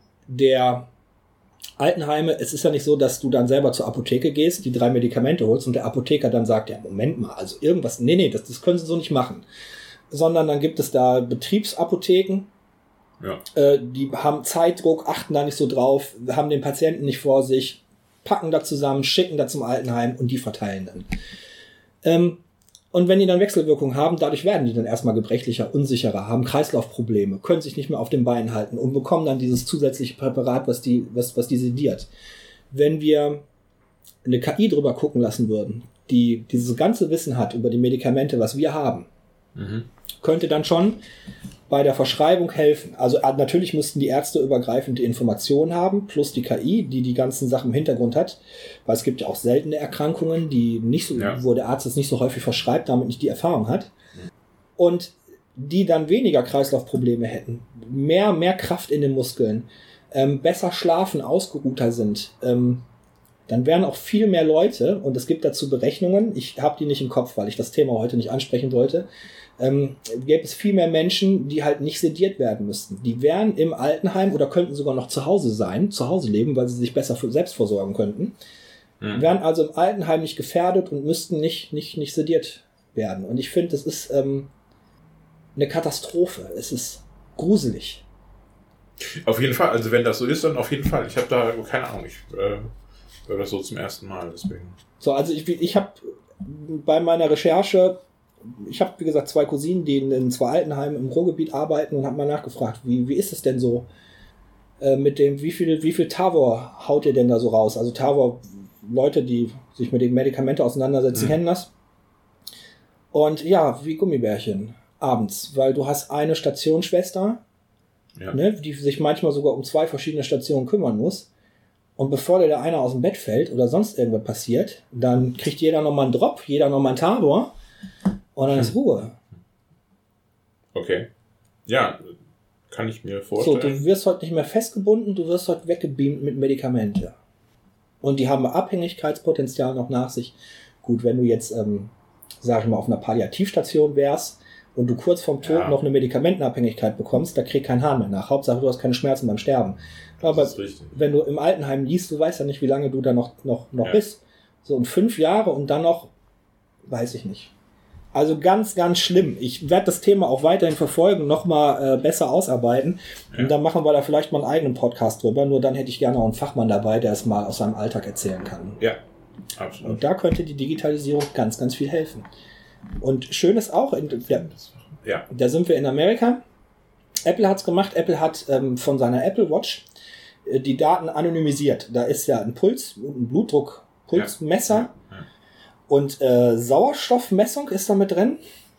S1: der Altenheime, es ist ja nicht so, dass du dann selber zur Apotheke gehst, die drei Medikamente holst und der Apotheker dann sagt, ja, Moment mal, also irgendwas, nee, nee, das, das können sie so nicht machen. Sondern dann gibt es da Betriebsapotheken, ja. äh, die haben Zeitdruck, achten da nicht so drauf, haben den Patienten nicht vor sich, packen da zusammen, schicken da zum Altenheim und die verteilen dann. Ähm, und wenn die dann Wechselwirkungen haben, dadurch werden die dann erstmal gebrechlicher, unsicherer, haben Kreislaufprobleme, können sich nicht mehr auf den Beinen halten und bekommen dann dieses zusätzliche Präparat, was die, was, was die sediert. Wenn wir eine K I drüber gucken lassen würden, die dieses ganze Wissen hat über die Medikamente, was wir haben, mhm. könnte dann schon bei der Verschreibung helfen. Also natürlich müssten die Ärzte übergreifende Informationen haben, plus die K I, die die ganzen Sachen im Hintergrund hat, weil es gibt ja auch seltene Erkrankungen, die nicht so, ja. wo der Arzt es nicht so häufig verschreibt, damit nicht die Erfahrung hat. Und die dann weniger Kreislaufprobleme hätten, mehr, mehr Kraft in den Muskeln, ähm, besser schlafen, ausgeruhter sind, ähm, dann wären auch viel mehr Leute, und es gibt dazu Berechnungen, ich habe die nicht im Kopf, weil ich das Thema heute nicht ansprechen wollte, ähm, gäbe es viel mehr Menschen, die halt nicht sediert werden müssten. Die wären im Altenheim oder könnten sogar noch zu Hause sein, zu Hause leben, weil sie sich besser für selbst versorgen könnten, mhm. wären also im Altenheim nicht gefährdet und müssten nicht, nicht, nicht sediert werden. Und ich finde, das ist ähm, eine Katastrophe. Es ist gruselig.
S2: Auf jeden Fall, also wenn das so ist, dann auf jeden Fall. Ich habe da keine Ahnung, ich äh, höre das so zum ersten Mal, deswegen.
S1: So, also ich, ich habe bei meiner Recherche, ich habe, wie gesagt, zwei Cousinen, die in, in zwei Altenheimen im Ruhrgebiet arbeiten und habe mal nachgefragt, wie, wie ist es denn so? äh, mit dem, wie viel, wie viel Tavor haut ihr denn da so raus? Also Tavor, Leute, die sich mit den Medikamenten auseinandersetzen, mhm. kennen das. Und ja, wie Gummibärchen abends, weil du hast eine Stationsschwester, ja. ne, die sich manchmal sogar um zwei verschiedene Stationen kümmern muss. Und bevor dir da einer aus dem Bett fällt oder sonst irgendwas passiert, dann kriegt jeder nochmal einen Drop, jeder nochmal einen Tabor und dann hm. ist Ruhe.
S2: Okay. Ja, kann ich mir vorstellen.
S1: So, du wirst heute nicht mehr festgebunden, du wirst heute weggebeamt mit Medikamente. Und die haben Abhängigkeitspotenzial noch nach sich. Gut, wenn du jetzt, ähm, sag ich mal, auf einer Palliativstation wärst und du kurz vorm Tod ja. noch eine Medikamentenabhängigkeit bekommst, da kriegt kein Hahn mehr nach. Hauptsache, du hast keine Schmerzen beim Sterben. Aber wenn du im Altenheim liest, du weißt ja nicht, wie lange du da noch, noch, noch ja. bist. So, und fünf Jahre und dann noch, weiß ich nicht. Also ganz, ganz schlimm. Ich werde das Thema auch weiterhin verfolgen, nochmal äh, besser ausarbeiten. Ja. Und dann machen wir da vielleicht mal einen eigenen Podcast drüber. Nur dann hätte ich gerne auch einen Fachmann dabei, der es mal aus seinem Alltag erzählen kann.
S2: Ja, absolut.
S1: Und da könnte die Digitalisierung ganz, ganz viel helfen. Und schön ist auch, in der, ja. da sind wir in Amerika. Apple hat's gemacht. Apple hat ähm, von seiner Apple Watch äh, die Daten anonymisiert. Da ist ja ein Puls, ein Blutdruck-Pulsmesser. Ja. Ja. Ja. Und äh, Sauerstoffmessung ist da mit drin.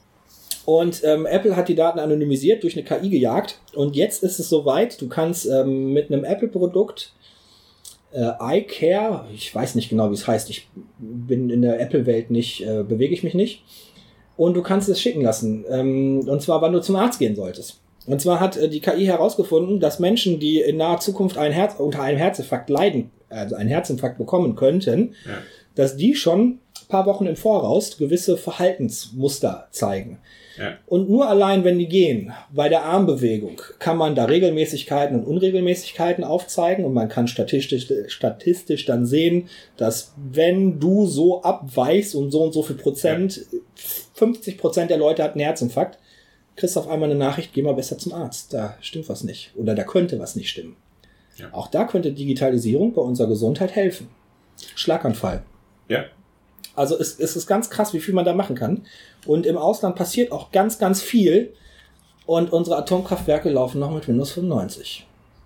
S1: Und ähm, Apple hat die Daten anonymisiert, durch eine K I gejagt. Und jetzt ist es soweit, du kannst ähm, mit einem Apple-Produkt äh, iCare, ich weiß nicht genau, wie es heißt, ich bin in der Apple-Welt nicht, äh, bewege ich mich nicht. Und du kannst es schicken lassen. Ähm, und zwar, wann du zum Arzt gehen solltest. Und zwar hat äh, die K I herausgefunden, dass Menschen, die in naher Zukunft ein Herz, unter einem Herzinfarkt leiden, also einen Herzinfarkt bekommen könnten, ja. dass die schon ein paar Wochen im Voraus gewisse Verhaltensmuster zeigen. Ja. Und nur allein, wenn die gehen, bei der Armbewegung, kann man da Regelmäßigkeiten und Unregelmäßigkeiten aufzeigen und man kann statistisch, statistisch dann sehen, dass wenn du so abweichst und so und so viel Prozent, ja. fünfzig Prozent der Leute hatten einen Herzinfarkt, kriegst auf einmal eine Nachricht, geh mal besser zum Arzt. Da stimmt was nicht. Oder da könnte was nicht stimmen. Ja. Auch da könnte Digitalisierung bei unserer Gesundheit helfen. Schlaganfall.
S2: Ja.
S1: Also es, es ist ganz krass, wie viel man da machen kann. Und im Ausland passiert auch ganz, ganz viel. Und unsere Atomkraftwerke laufen noch mit Windows fünfundneunzig.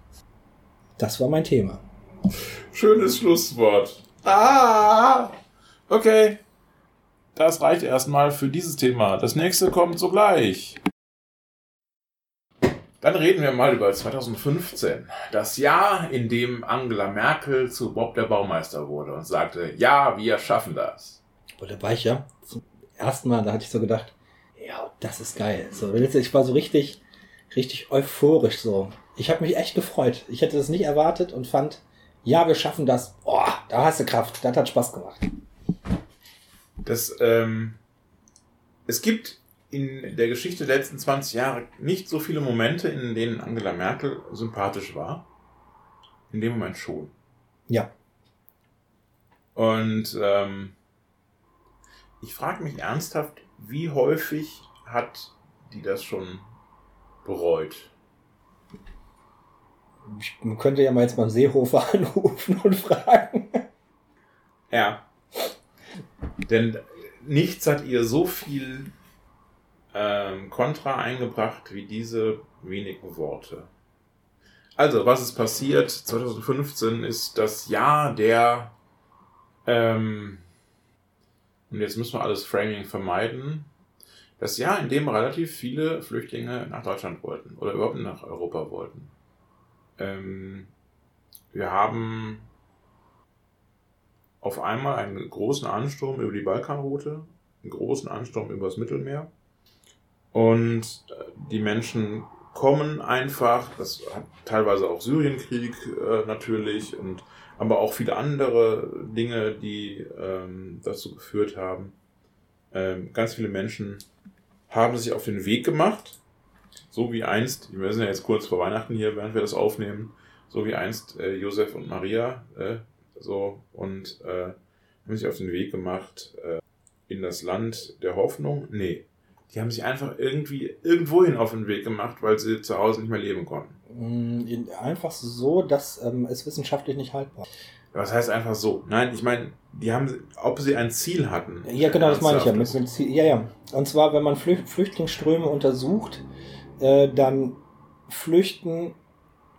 S1: Das war mein Thema.
S2: Schönes Schlusswort. Ah! Okay. Das reicht erstmal für dieses Thema. Das nächste kommt sogleich. Dann reden wir mal über zwanzig fünfzehn. Das Jahr, in dem Angela Merkel zu Bob der Baumeister wurde und sagte, ja, wir schaffen das.
S1: Und da war ich ja zum ersten Mal, da hatte ich so gedacht, ja, das ist geil. So, ich war so richtig, richtig euphorisch so. Ich habe mich echt gefreut. Ich hätte das nicht erwartet und fand, ja, wir schaffen das. Boah, da hast du Kraft. Das hat Spaß gemacht.
S2: Das, ähm, es gibt in der Geschichte der letzten zwanzig Jahre nicht so viele Momente, in denen Angela Merkel sympathisch war. In dem Moment schon.
S1: Ja.
S2: Und ähm, ich frage mich ernsthaft, wie häufig hat die das schon bereut?
S1: Ich könnte ja mal jetzt beim Seehofer anrufen und fragen.
S2: Ja. Denn nichts hat ihr so viel ähm, Kontra eingebracht wie diese wenigen Worte. Also, was ist passiert? zwanzig fünfzehn ist das Jahr der ähm, und jetzt müssen wir alles Framing vermeiden. Das Jahr, in dem relativ viele Flüchtlinge nach Deutschland wollten oder überhaupt nach Europa wollten. Ähm, wir haben auf einmal einen großen Ansturm über die Balkanroute, einen großen Ansturm über das Mittelmeer. Und die Menschen kommen einfach, das hat teilweise auch Syrienkrieg äh, natürlich, und aber auch viele andere Dinge, die ähm, dazu geführt haben. Ähm, ganz viele Menschen haben sich auf den Weg gemacht, so wie einst, wir sind ja jetzt kurz vor Weihnachten hier, während wir das aufnehmen, so wie einst äh, Josef und Maria, äh, so, und äh, haben sich auf den Weg gemacht äh, in das Land der Hoffnung. Nee, die haben sich einfach irgendwie irgendwohin auf den Weg gemacht, weil sie zu Hause nicht mehr leben konnten.
S1: Einfach so, dass ähm, es wissenschaftlich nicht haltbar.
S2: Was heißt einfach so? Nein, ich meine, die haben, ob sie ein Ziel hatten.
S1: Ja, genau, das meine ich ja. Mit dem Ziel, ja, ja. Und zwar, wenn man Flü- Flüchtlingsströme untersucht, äh, dann flüchten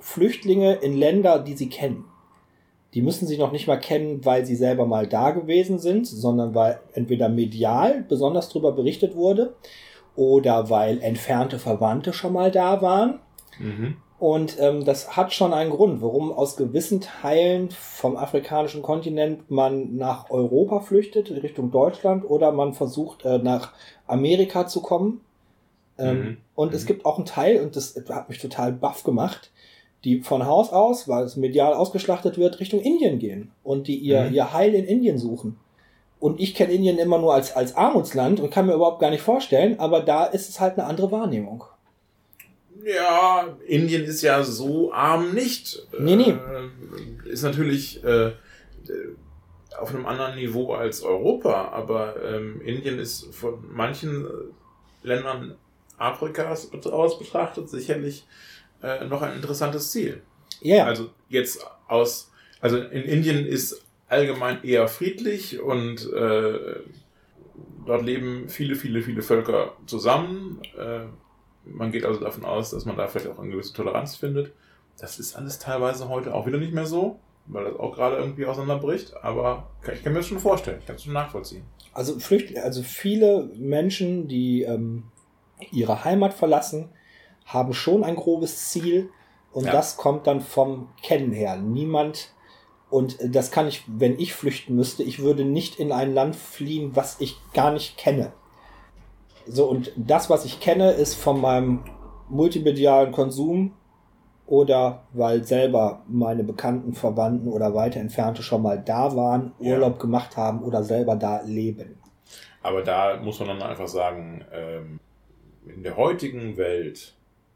S1: Flüchtlinge in Länder, die sie kennen. Die müssen sie noch nicht mal kennen, weil sie selber mal da gewesen sind, sondern weil entweder medial besonders darüber berichtet wurde oder weil entfernte Verwandte schon mal da waren.
S2: Mhm.
S1: Und ähm, das hat schon einen Grund, warum aus gewissen Teilen vom afrikanischen Kontinent man nach Europa flüchtet, Richtung Deutschland, oder man versucht, äh, nach Amerika zu kommen. Ähm,
S2: Mhm.
S1: und
S2: Mhm.
S1: es gibt auch einen Teil, und das hat mich total baff gemacht, die von Haus aus, weil es medial ausgeschlachtet wird, Richtung Indien gehen und die ihr,
S2: Mhm.
S1: ihr Heil in Indien suchen. Und ich kenne Indien immer nur als, als Armutsland und kann mir überhaupt gar nicht vorstellen, aber da ist es halt eine andere Wahrnehmung.
S2: Ja, Indien ist ja so arm nicht.
S1: Nee, nee.
S2: Äh, ist natürlich äh, auf einem anderen Niveau als Europa, aber ähm, Indien ist von manchen Ländern Afrikas aus betrachtet sicherlich äh, noch ein interessantes Ziel.
S1: Ja, yeah.
S2: Also jetzt aus, also in Indien ist allgemein eher friedlich und äh, dort leben viele, viele, viele Völker zusammen. Äh, man geht also davon aus, dass man da vielleicht auch eine gewisse Toleranz findet. Das ist alles teilweise heute auch wieder nicht mehr so, weil das auch gerade irgendwie auseinanderbricht. Aber ich kann mir das schon vorstellen, ich kann es schon nachvollziehen.
S1: Also Flüchtlinge, also viele Menschen, die ähm, ihre Heimat verlassen, haben schon ein grobes Ziel und
S2: Ja.
S1: das kommt dann vom Kennen her. Niemand, und das kann ich, wenn ich flüchten müsste, ich würde nicht in ein Land fliehen, was ich gar nicht kenne. So, und das, was ich kenne, ist von meinem multimedialen Konsum oder weil selber meine bekannten Verwandten oder weiter Entfernte schon mal da waren, Urlaub
S2: Ja.
S1: gemacht haben oder selber da leben.
S2: Aber da muss man dann einfach sagen, ähm, in der heutigen Welt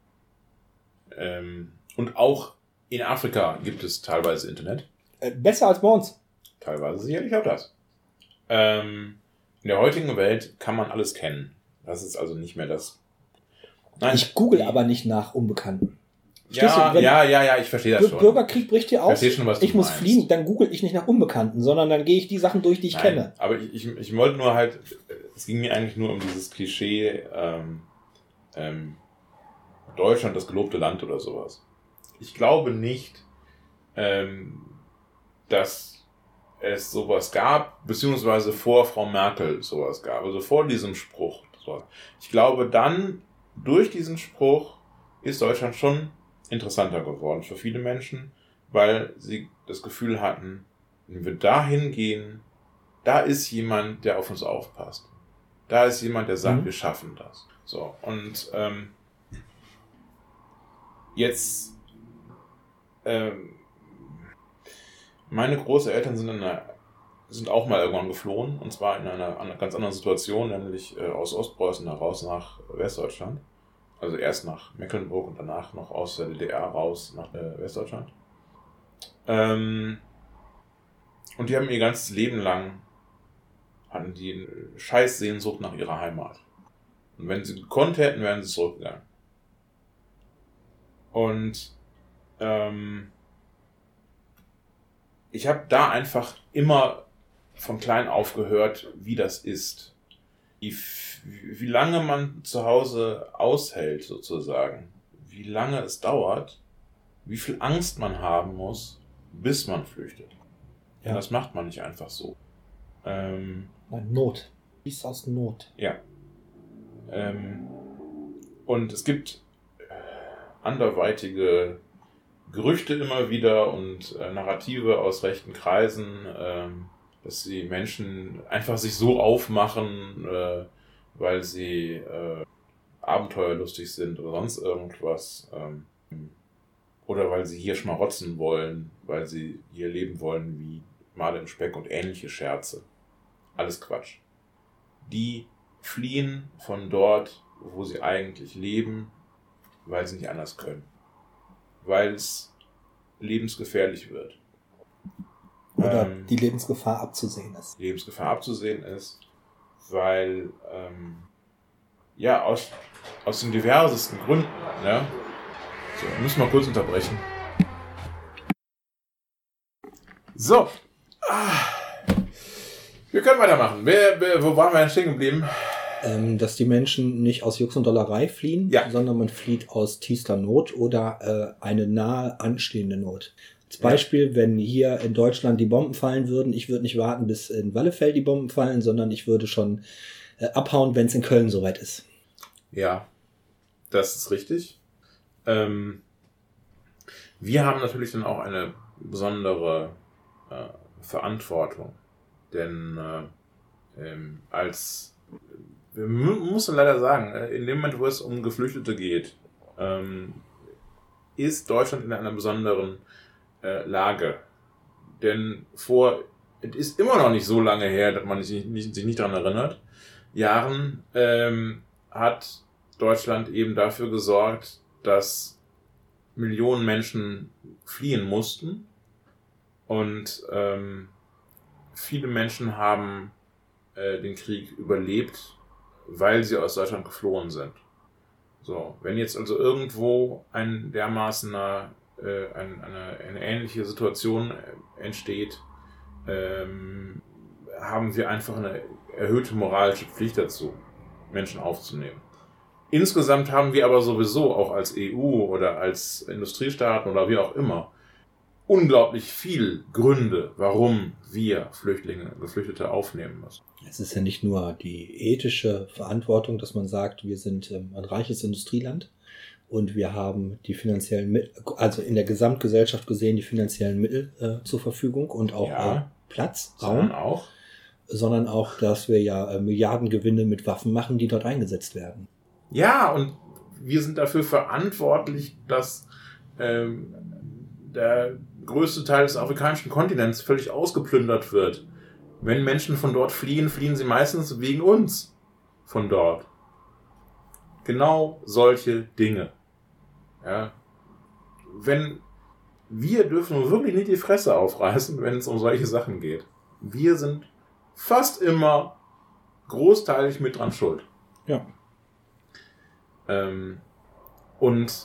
S2: ähm, und auch in Afrika gibt es teilweise Internet.
S1: Äh, besser als bei uns.
S2: Teilweise sicherlich auch das. Ähm, in der heutigen Welt kann man alles kennen. Das ist also nicht mehr das. Nein,
S1: Ich google
S2: die-
S1: aber nicht nach Unbekannten. Verstehst
S2: Ja,
S1: du, wenn
S2: ja, ja, ja, ich verstehe das
S1: Bir-
S2: schon.
S1: Bürgerkrieg bricht dir aus,
S2: verstehe schon, was du
S1: ich muss
S2: meinst.
S1: fliehen, dann google ich nicht nach Unbekannten, sondern dann gehe ich die Sachen durch, die ich
S2: Nein,
S1: kenne.
S2: aber ich, ich, ich wollte nur halt, es ging mir eigentlich nur um dieses Klischee, ähm, ähm, Deutschland, das gelobte Land oder sowas. Ich glaube nicht, ähm, dass es sowas gab, beziehungsweise vor Frau Merkel sowas gab, also vor diesem Spruch. Ich glaube, dann, durch diesen Spruch, ist Deutschland schon interessanter geworden für viele Menschen, weil sie das Gefühl hatten, wenn wir da hingehen, da ist jemand, der auf uns aufpasst. Da ist jemand, der sagt,
S1: Mhm.
S2: wir schaffen das. So, und ähm, jetzt ähm, meine Großeltern sind, in einer, sind auch mal irgendwann geflohen, und zwar in einer, einer ganz anderen Situation, nämlich äh, aus Ostpreußen heraus nach Westdeutschland. Also erst nach Mecklenburg und danach noch aus der D D R raus nach äh, Westdeutschland. Ähm, und die haben ihr ganzes Leben lang, hatten die eine scheiß Sehnsucht nach ihrer Heimat. Und wenn sie gekonnt hätten, wären sie zurückgegangen. Und ähm, ich habe da einfach immer von klein auf gehört, wie das ist. Wie, wie lange man zu Hause aushält, sozusagen. Wie lange es dauert, wie viel Angst man haben muss, bis man flüchtet.
S1: Ja.
S2: Und das macht man nicht einfach so. Ähm,
S1: Nein, Not. Ist aus Not.
S2: ja. Ähm, und es gibt anderweitige Gerüchte immer wieder und äh, Narrative aus rechten Kreisen, ähm, dass die Menschen einfach sich so aufmachen, äh, weil sie äh, abenteuerlustig sind oder sonst irgendwas. Ähm, oder weil sie hier schmarotzen wollen, weil sie hier leben wollen wie Made im Speck und ähnliche Scherze. Alles Quatsch. Die fliehen von dort, wo sie eigentlich leben, weil sie nicht anders können. Weil es lebensgefährlich wird.
S1: Oder
S2: Ähm,
S1: die Lebensgefahr abzusehen ist.
S2: Lebensgefahr abzusehen ist, weil ähm, ja, aus, aus den diversesten Gründen, ne? So, wir müssen mal kurz unterbrechen. So. Ah. Wir können weitermachen. Wer, wer, wo waren wir denn stehen geblieben?
S1: Ähm, dass die Menschen nicht aus Jux und Dollerei fliehen,
S2: ja.
S1: sondern man flieht aus tiefster Not oder äh, eine nahe anstehende Not. Als Beispiel, ja. wenn hier in Deutschland die Bomben fallen würden, ich würde nicht warten, bis in Wallefeld die Bomben fallen, sondern ich würde schon äh, abhauen, wenn es in Köln soweit ist.
S2: Ja, das ist richtig. Ähm, wir haben natürlich dann auch eine besondere äh, Verantwortung, denn äh, ähm, als wir müssen leider sagen, in dem Moment, wo es um Geflüchtete geht, ähm, ist Deutschland in einer besonderen äh, Lage. Denn vor, es ist immer noch nicht so lange her, dass man sich nicht, sich nicht daran erinnert, Jahren ähm, hat Deutschland eben dafür gesorgt, dass Millionen Menschen fliehen mussten. Und ähm, viele Menschen haben äh, den Krieg überlebt, weil sie aus Deutschland geflohen sind. So, wenn jetzt also irgendwo ein dermaßener, äh, ein, eine, eine ähnliche Situation entsteht, ähm, haben wir einfach eine erhöhte moralische Pflicht dazu, Menschen aufzunehmen. Insgesamt haben wir aber sowieso auch als E U oder als Industriestaaten oder wie auch immer unglaublich viel Gründe, warum wir Flüchtlinge, Geflüchtete aufnehmen müssen.
S1: Es ist ja nicht nur die ethische Verantwortung, dass man sagt, wir sind ähm, ein reiches Industrieland und wir haben die finanziellen Mittel, also in der Gesamtgesellschaft gesehen, die finanziellen Mittel äh, zur Verfügung und auch
S2: ja,
S1: äh, Platz, Raum,
S2: sondern auch,
S1: sondern auch, dass wir ja äh, Milliardengewinne mit Waffen machen, die dort eingesetzt werden.
S2: Ja, und wir sind dafür verantwortlich, dass ähm, der größte Teil des afrikanischen Kontinents völlig ausgeplündert wird. Wenn Menschen von dort fliehen, fliehen sie meistens wegen uns von dort. Genau solche Dinge. Ja. Wenn wir dürfen wirklich nicht die Fresse aufreißen, wenn es um solche Sachen geht. Wir sind fast immer großteilig mit dran schuld.
S1: Ja.
S2: Ähm, und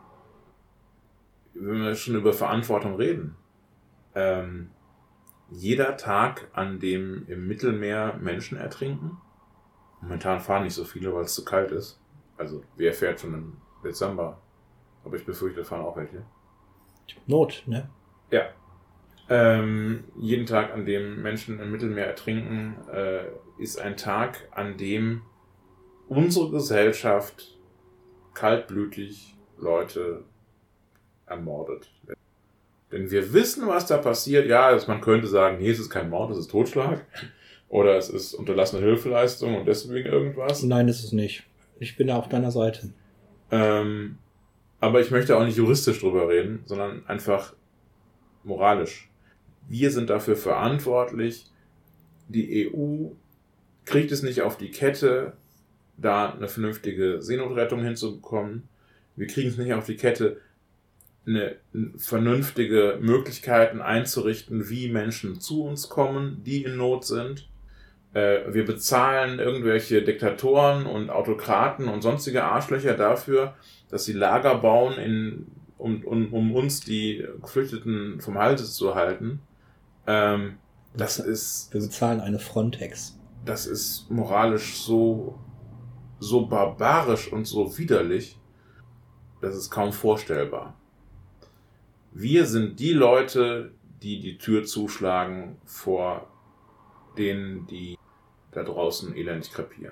S2: wenn wir schon über Verantwortung reden, ähm, jeder Tag, an dem im Mittelmeer Menschen ertrinken, momentan fahren nicht so viele, weil es zu kalt ist. Also wer fährt schon im Dezember? Aber ich befürchte, fahren auch welche.
S1: Not, ne?
S2: Ja. Ähm, jeden Tag, an dem Menschen im Mittelmeer ertrinken, äh, ist ein Tag, an dem unsere Gesellschaft kaltblütig Leute ermordet. Denn wir wissen, was da passiert. Ja, also man könnte sagen, nee, es ist kein Mord, es ist Totschlag. Oder es ist unterlassene Hilfeleistung und deswegen irgendwas.
S1: Nein, ist es nicht. Ich bin da auf deiner Seite.
S2: Ähm, aber ich möchte auch nicht juristisch drüber reden, sondern einfach moralisch. Wir sind dafür verantwortlich. Die E U kriegt es nicht auf die Kette, da eine vernünftige Seenotrettung hinzubekommen. Wir kriegen es nicht auf die Kette, eine vernünftige Möglichkeiten einzurichten, wie Menschen zu uns kommen, die in Not sind. Wir bezahlen irgendwelche Diktatoren und Autokraten und sonstige Arschlöcher dafür, dass sie Lager bauen, in, um, um, um uns, die Geflüchteten, vom Hals zu halten. Ähm, das ist...
S1: Wir bezahlen eine Frontex.
S2: Das ist moralisch so, so barbarisch und so widerlich, das ist kaum vorstellbar. Wir sind die Leute, die die Tür zuschlagen vor denen, die da draußen elendig krepieren.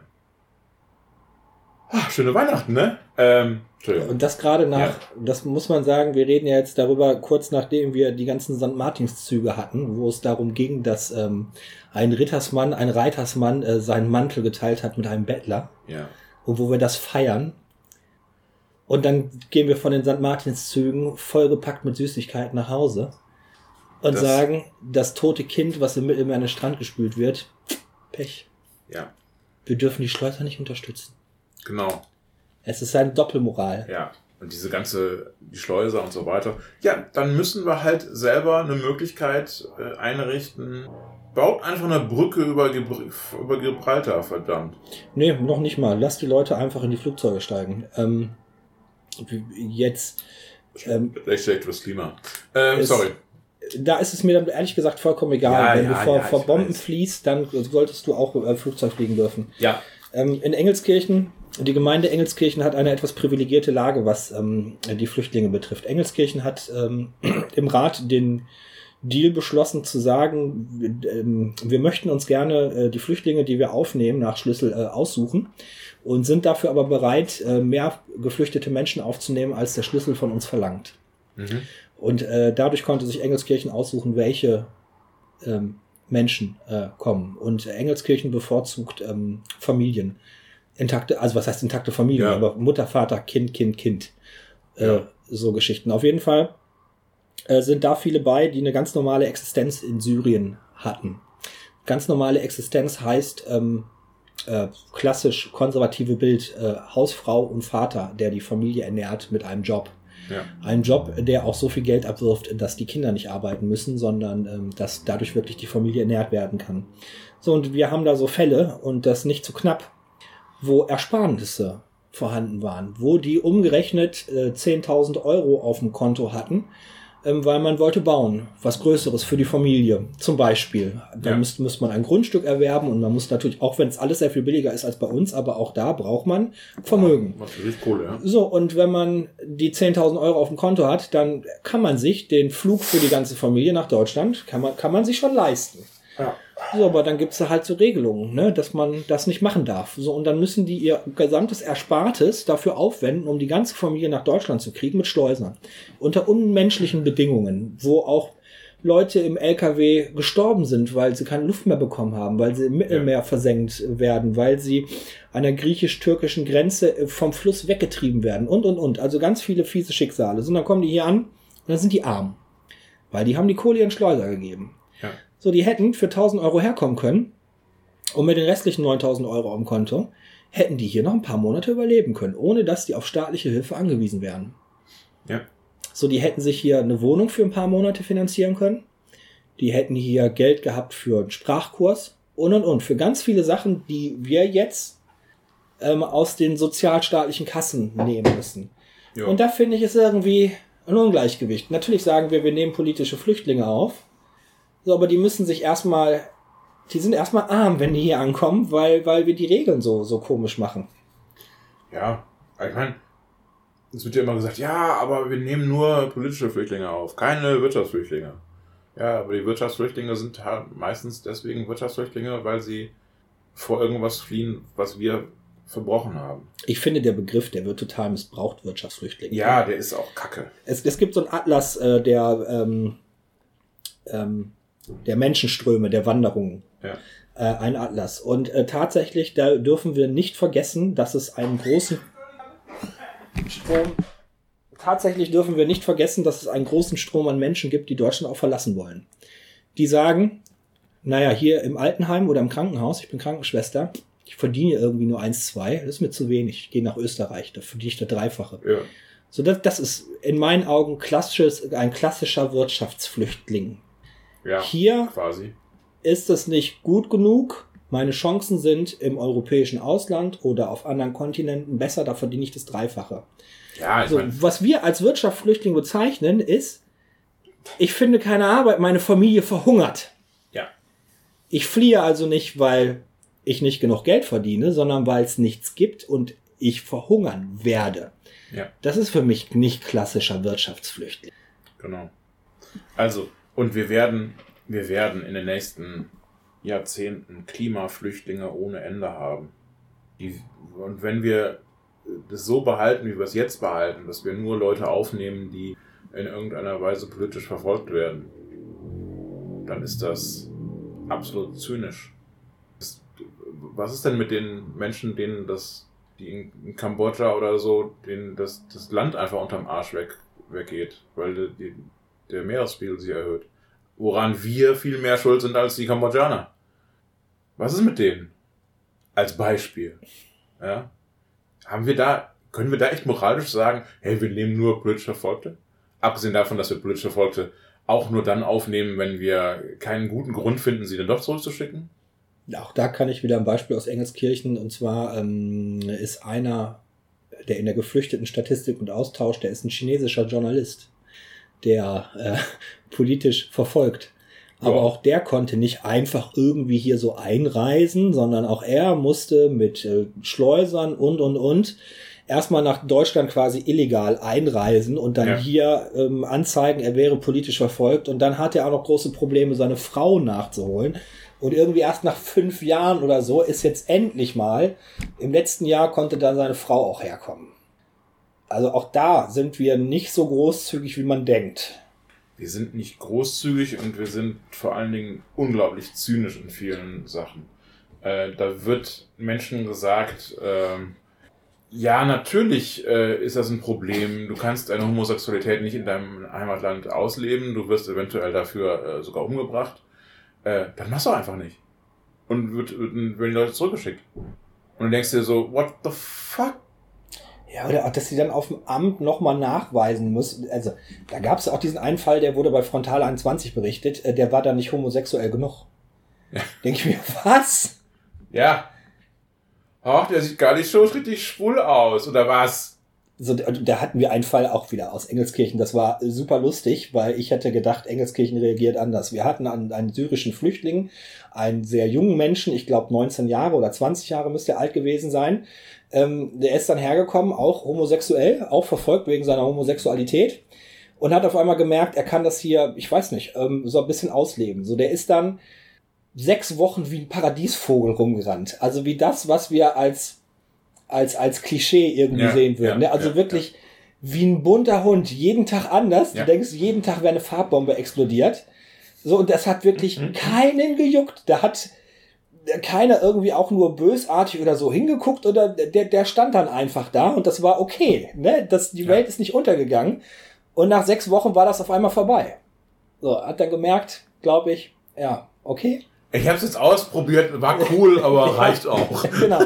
S2: Ach, schöne Weihnachten, ne? Ähm, Entschuldigung.
S1: Und das gerade nach,
S2: ja.
S1: Das muss man sagen, wir reden ja jetzt darüber, kurz nachdem wir die ganzen Sankt Martinszüge hatten, wo es darum ging, dass ähm, ein Rittersmann, ein Reitersmann äh, seinen Mantel geteilt hat mit einem Bettler.
S2: Ja.
S1: Und wo wir das feiern. Und dann gehen wir von den Sankt Martinszügen vollgepackt mit Süßigkeiten nach Hause und das sagen, das tote Kind, was im Mittelmeer an den Strand gespült wird, Pech.
S2: Ja.
S1: Wir dürfen die Schleuser nicht unterstützen.
S2: Genau.
S1: Es ist eine Doppelmoral.
S2: Ja. Und diese ganze, die Schleuser und so weiter. Ja, dann müssen wir halt selber eine Möglichkeit äh, einrichten. Baut einfach eine Brücke über, Gebr- über Gibraltar, verdammt.
S1: Nee, noch nicht mal. Lasst die Leute einfach in die Flugzeuge steigen. Ähm, jetzt... Ähm,
S2: Echt schlecht fürs Klima. Ähm,
S1: es,
S2: sorry.
S1: Da ist es mir dann ehrlich gesagt vollkommen egal.
S2: Ja,
S1: Wenn
S2: ja,
S1: du vor,
S2: ja,
S1: vor Bomben
S2: weiß.
S1: fließt, dann solltest du auch äh, Flugzeug fliegen dürfen.
S2: Ja.
S1: Ähm, in Engelskirchen, die Gemeinde Engelskirchen hat eine etwas privilegierte Lage, was ähm, die Flüchtlinge betrifft. Engelskirchen hat ähm, im Rat den Deal beschlossen zu sagen, wir, ähm, wir möchten uns gerne äh, die Flüchtlinge, die wir aufnehmen, nach Schlüssel äh, aussuchen und sind dafür aber bereit, äh, mehr geflüchtete Menschen aufzunehmen, als der Schlüssel von uns verlangt. Mhm. Und äh, dadurch konnte sich Engelskirchen aussuchen, welche ähm, Menschen äh, kommen. Und Engelskirchen bevorzugt ähm, Familien. Intakte, also was heißt intakte Familien, ja. aber Mutter, Vater, Kind, Kind, Kind. Äh, ja. So Geschichten. Auf jeden Fall äh, sind da viele bei, die eine ganz normale Existenz in Syrien hatten. Ganz normale Existenz heißt ähm, äh, klassisch konservative Bild, äh, Hausfrau und Vater, der die Familie ernährt mit einem Job. Ja. Ein Job, der auch so viel Geld abwirft, dass die Kinder nicht arbeiten müssen, sondern ähm, dass dadurch wirklich die Familie ernährt werden kann. So, und wir haben da so Fälle, und das nicht zu knapp, wo Ersparnisse vorhanden waren, wo die umgerechnet äh, zehntausend Euro auf dem Konto hatten, ähm, weil man wollte bauen, was Größeres für die Familie, zum Beispiel. Da ja. müsste, müsste man ein Grundstück erwerben, und man muss natürlich, auch wenn es alles sehr viel billiger ist als bei uns, aber auch da braucht man Vermögen.
S2: Ja, natürlich Kohle, ja.
S1: So, und wenn man die zehntausend Euro auf dem Konto hat, dann kann man sich den Flug für die ganze Familie nach Deutschland, kann man, kann man sich schon leisten. Ja. So, aber dann gibt's da halt so Regelungen, ne, dass man das nicht machen darf. So, und dann müssen die ihr gesamtes Erspartes dafür aufwenden, um die ganze Familie nach Deutschland zu kriegen mit Schleusern. Unter unmenschlichen Bedingungen, wo auch Leute im L K W gestorben sind, weil sie keine Luft mehr bekommen haben, weil sie im Mittelmeer ja. versenkt werden, weil sie an der griechisch-türkischen Grenze vom Fluss weggetrieben werden und, und, und. Also ganz viele fiese Schicksale. So, und dann kommen die hier an und dann sind die arm. Weil die haben die Kohle ihren Schleuser gegeben. Ja. So, die hätten für tausend Euro herkommen können, und mit den restlichen neuntausend Euro am Konto hätten die hier noch ein paar Monate überleben können, ohne dass die auf staatliche Hilfe angewiesen wären. Ja. So, die hätten sich hier eine Wohnung für ein paar Monate finanzieren können. Die hätten hier Geld gehabt für einen Sprachkurs und, und, und. Für ganz viele Sachen, die wir jetzt ähm, aus den sozialstaatlichen Kassen nehmen müssen. Jo. Und da finde ich es irgendwie ein Ungleichgewicht. Natürlich sagen wir, wir nehmen politische Flüchtlinge auf. So, aber die müssen sich erstmal, die sind erstmal arm, wenn die hier ankommen, weil, weil wir die Regeln so, so komisch machen.
S2: Ja, ich meine, es wird ja immer gesagt, ja, aber wir nehmen nur politische Flüchtlinge auf, keine Wirtschaftsflüchtlinge. Ja, aber die Wirtschaftsflüchtlinge sind halt meistens deswegen Wirtschaftsflüchtlinge, weil sie vor irgendwas fliehen, was wir verbrochen haben.
S1: Ich finde, der Begriff, der wird total missbraucht, Wirtschaftsflüchtlinge.
S2: Ja, der ist auch kacke.
S1: Es, es gibt so einen Atlas, äh, der, ähm, ähm, der Menschenströme, der Wanderungen. Ja. Äh, ein Atlas. Und äh, tatsächlich, da dürfen wir nicht vergessen, dass es einen großen Strom, tatsächlich dürfen wir nicht vergessen, dass es einen großen Strom an Menschen gibt, die Deutschland auch verlassen wollen. Die sagen, naja, hier im Altenheim oder im Krankenhaus, ich bin Krankenschwester, ich verdiene irgendwie nur eins, zwei, das ist mir zu wenig. Ich gehe nach Österreich, da verdiene ich das Dreifache. Ja. So, das, das ist in meinen Augen klassisches, ein klassischer Wirtschaftsflüchtling. Ja, hier quasi. Ist es nicht gut genug. Meine Chancen sind im europäischen Ausland oder auf anderen Kontinenten besser, da verdiene ich das Dreifache. Ja, ich so, mein, was wir als Wirtschaftsflüchtling bezeichnen, ist, ich finde keine Arbeit, meine Familie verhungert. Ja. Ich fliehe also nicht, weil ich nicht genug Geld verdiene, sondern weil es nichts gibt und ich verhungern werde. Ja. Das ist für mich nicht klassischer Wirtschaftsflüchtling.
S2: Genau. Also, und wir werden, wir werden in den nächsten Jahrzehnten Klimaflüchtlinge ohne Ende haben. Die, und wenn wir das so behalten, wie wir es jetzt behalten, dass wir nur Leute aufnehmen, die in irgendeiner Weise politisch verfolgt werden, dann ist das absolut zynisch. Was ist denn mit den Menschen, denen das, die in Kambodscha oder so, denen das, das Land einfach unterm Arsch weg, weggeht, weil die, der Meeresspiegel sich erhöht? Woran wir viel mehr schuld sind als die Kambodschaner. Was ist mit denen? Als Beispiel. Ja? Haben wir da, können wir da echt moralisch sagen, hey, wir nehmen nur politisch Verfolgte? Abgesehen davon, dass wir politisch Verfolgte auch nur dann aufnehmen, wenn wir keinen guten Grund finden, sie dann doch zurückzuschicken?
S1: Auch da kann ich wieder ein Beispiel aus Engelskirchen, und zwar ähm, ist einer, der in der geflüchteten Statistik und Austausch, der ist ein chinesischer Journalist, der äh, politisch verfolgt Aber
S2: ja.
S1: auch der konnte nicht einfach irgendwie hier so einreisen, sondern auch er musste mit äh, Schleusern und, und, und erstmal nach Deutschland quasi illegal einreisen und dann ja. hier ähm, anzeigen, er wäre politisch verfolgt. Und dann hatte er auch noch große Probleme, seine Frau nachzuholen. Und irgendwie erst nach fünf Jahren oder so ist jetzt endlich mal, im letzten Jahr konnte dann seine Frau auch herkommen. Also auch da sind wir nicht so großzügig, wie man denkt.
S2: Wir sind nicht großzügig und wir sind vor allen Dingen unglaublich zynisch in vielen Sachen. Äh, da wird Menschen gesagt, äh, ja, natürlich äh, ist das ein Problem. Du kannst deine Homosexualität nicht in deinem Heimatland ausleben. Du wirst eventuell dafür äh, sogar umgebracht. Äh, dann machst du einfach nicht. Und wird, wird, werden die Leute zurückgeschickt. Und du denkst dir so, what the fuck?
S1: Ja, oder auch, dass sie dann auf dem Amt nochmal nachweisen muss. Also, da gab es auch diesen einen Fall, der wurde bei Frontal einundzwanzig berichtet, der war da nicht homosexuell genug. Ja. Denke ich mir, was?
S2: Ja. Ach, der sieht gar nicht so richtig schwul aus, oder was?
S1: So, da hatten wir einen Fall auch wieder aus Engelskirchen. Das war super lustig, weil ich hätte gedacht, Engelskirchen reagiert anders. Wir hatten einen, einen syrischen Flüchtling, einen sehr jungen Menschen, ich glaube neunzehn Jahre oder zwanzig Jahre müsste er alt gewesen sein. Ähm, der ist dann hergekommen, auch homosexuell, auch verfolgt wegen seiner Homosexualität und hat auf einmal gemerkt, er kann das hier, ich weiß nicht, ähm, so ein bisschen ausleben. So, der ist dann sechs Wochen wie ein Paradiesvogel rumgerannt. Also wie das, was wir als als als Klischee irgendwie ja, sehen würden. Ja, also ja, wirklich ja. wie ein bunter Hund, jeden Tag anders. Ja. Du denkst, jeden Tag wäre eine Farbbombe explodiert. So, und das hat wirklich mhm. keinen gejuckt. Da hat keiner irgendwie auch nur bösartig oder so hingeguckt oder der der stand dann einfach da und das war okay. Ne? Das, die ja. Welt ist nicht untergegangen. Und nach sechs Wochen war das auf einmal vorbei. So, hat dann gemerkt, glaube ich, ja, okay.
S2: Ich habe es jetzt ausprobiert, war cool, aber reicht auch.
S1: Genau.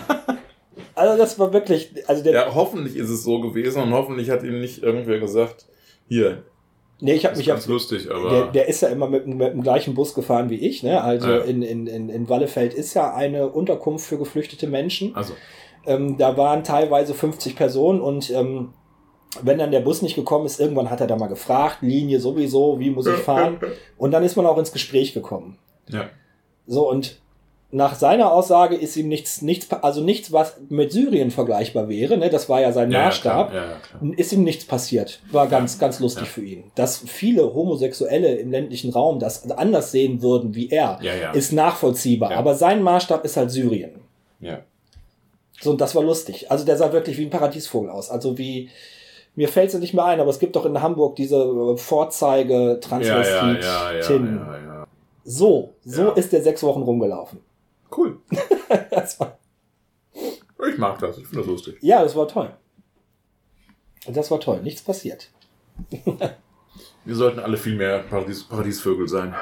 S1: Also das war wirklich... Also der
S2: ja, hoffentlich ist es so gewesen und hoffentlich hat ihm nicht irgendwer gesagt, hier,
S1: nee, ich hab
S2: das
S1: mich
S2: ist ganz
S1: hab,
S2: lustig, aber...
S1: Der, der ist ja immer mit, mit dem gleichen Bus gefahren wie ich, ne? Also
S2: ja.
S1: in, in, in, in Wallefeld ist ja eine Unterkunft für geflüchtete Menschen.
S2: Also.
S1: Ähm, da waren teilweise fünfzig Personen und ähm, wenn dann der Bus nicht gekommen ist, irgendwann hat er da mal gefragt, Linie sowieso, wie muss ich fahren? Und dann ist man auch ins Gespräch gekommen.
S2: Ja.
S1: So, und nach seiner Aussage ist ihm nichts, nichts, also nichts, was mit Syrien vergleichbar wäre, ne, das war ja sein
S2: ja,
S1: Maßstab,
S2: ja, klar. Ja, klar.
S1: Ist ihm nichts passiert. War ganz, ja. ganz lustig ja. für ihn. Dass viele Homosexuelle im ländlichen Raum das anders sehen würden wie er,
S2: ja, ja.
S1: ist nachvollziehbar. Ja. Aber sein Maßstab ist halt Syrien.
S2: Ja.
S1: So, und das war lustig. Also der sah wirklich wie ein Paradiesvogel aus. Also wie, mir fällt es nicht mehr ein, aber es gibt doch in Hamburg diese Vorzeige-Transvestit-Tin.
S2: Ja, ja, ja, ja, ja, ja.
S1: So, so
S2: ja.
S1: ist der sechs Wochen rumgelaufen.
S2: Cool.
S1: Das war
S2: ich mag das, ich finde das lustig.
S1: Ja, das war toll. Das war toll, nichts passiert.
S2: Wir sollten alle viel mehr Paradies, Paradiesvögel sein.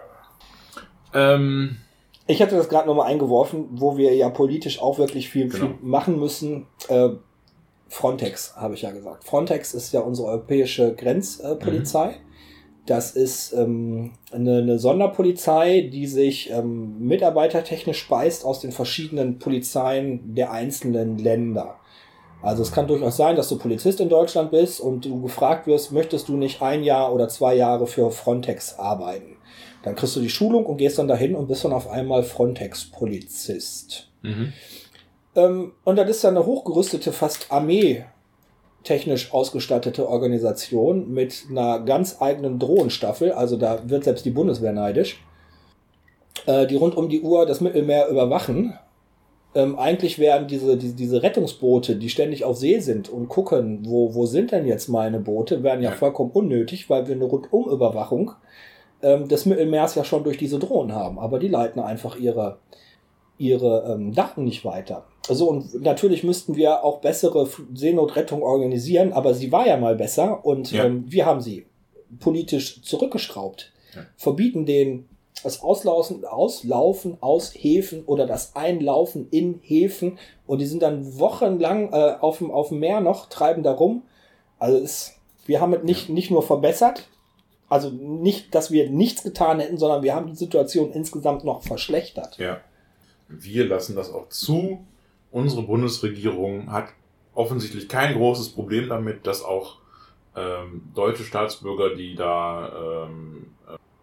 S2: Ähm,
S1: ich hatte das gerade nochmal eingeworfen, wo wir ja politisch auch wirklich viel, genau. viel machen müssen. Äh, Frontex, habe ich ja gesagt. Frontex ist ja unsere europäische Grenzpolizei. Mhm. Das ist ähm, eine, eine Sonderpolizei, die sich ähm, mitarbeitertechnisch speist aus den verschiedenen Polizeien der einzelnen Länder. Also es kann durchaus sein, dass du Polizist in Deutschland bist und du gefragt wirst, möchtest du nicht ein Jahr oder zwei Jahre für Frontex arbeiten? Dann kriegst du die Schulung und gehst dann dahin und bist dann auf einmal Frontex-Polizist.
S2: Mhm.
S1: Ähm, und das ist ja eine hochgerüstete, fast Armee technisch ausgestattete Organisation mit einer ganz eigenen Drohnenstaffel, also da wird selbst die Bundeswehr neidisch, äh, die rund um die Uhr das Mittelmeer überwachen. Ähm, eigentlich wären diese, diese, diese Rettungsboote, die ständig auf See sind und gucken, wo, wo sind denn jetzt meine Boote, wären ja, ja. vollkommen unnötig, weil wir eine Rundumüberwachung ähm, des Mittelmeers ja schon durch diese Drohnen haben. Aber die leiten einfach ihre, ihre ähm, Daten nicht weiter. So, und natürlich müssten wir auch bessere Seenotrettung organisieren, aber sie war ja mal besser und ja. ähm, wir haben sie politisch zurückgeschraubt. Ja. Verbieten den das Auslaufen, Auslaufen aus Häfen oder das Einlaufen in Häfen und die sind dann wochenlang äh, auf dem auf dem Meer noch, treiben da rum. Also es, wir haben es nicht, ja. nicht nur verbessert, also nicht, dass wir nichts getan hätten, sondern wir haben die Situation insgesamt noch verschlechtert.
S2: Ja, wir lassen das auch zu. Unsere Bundesregierung hat offensichtlich kein großes Problem damit, dass auch ähm, deutsche Staatsbürger, die da ähm,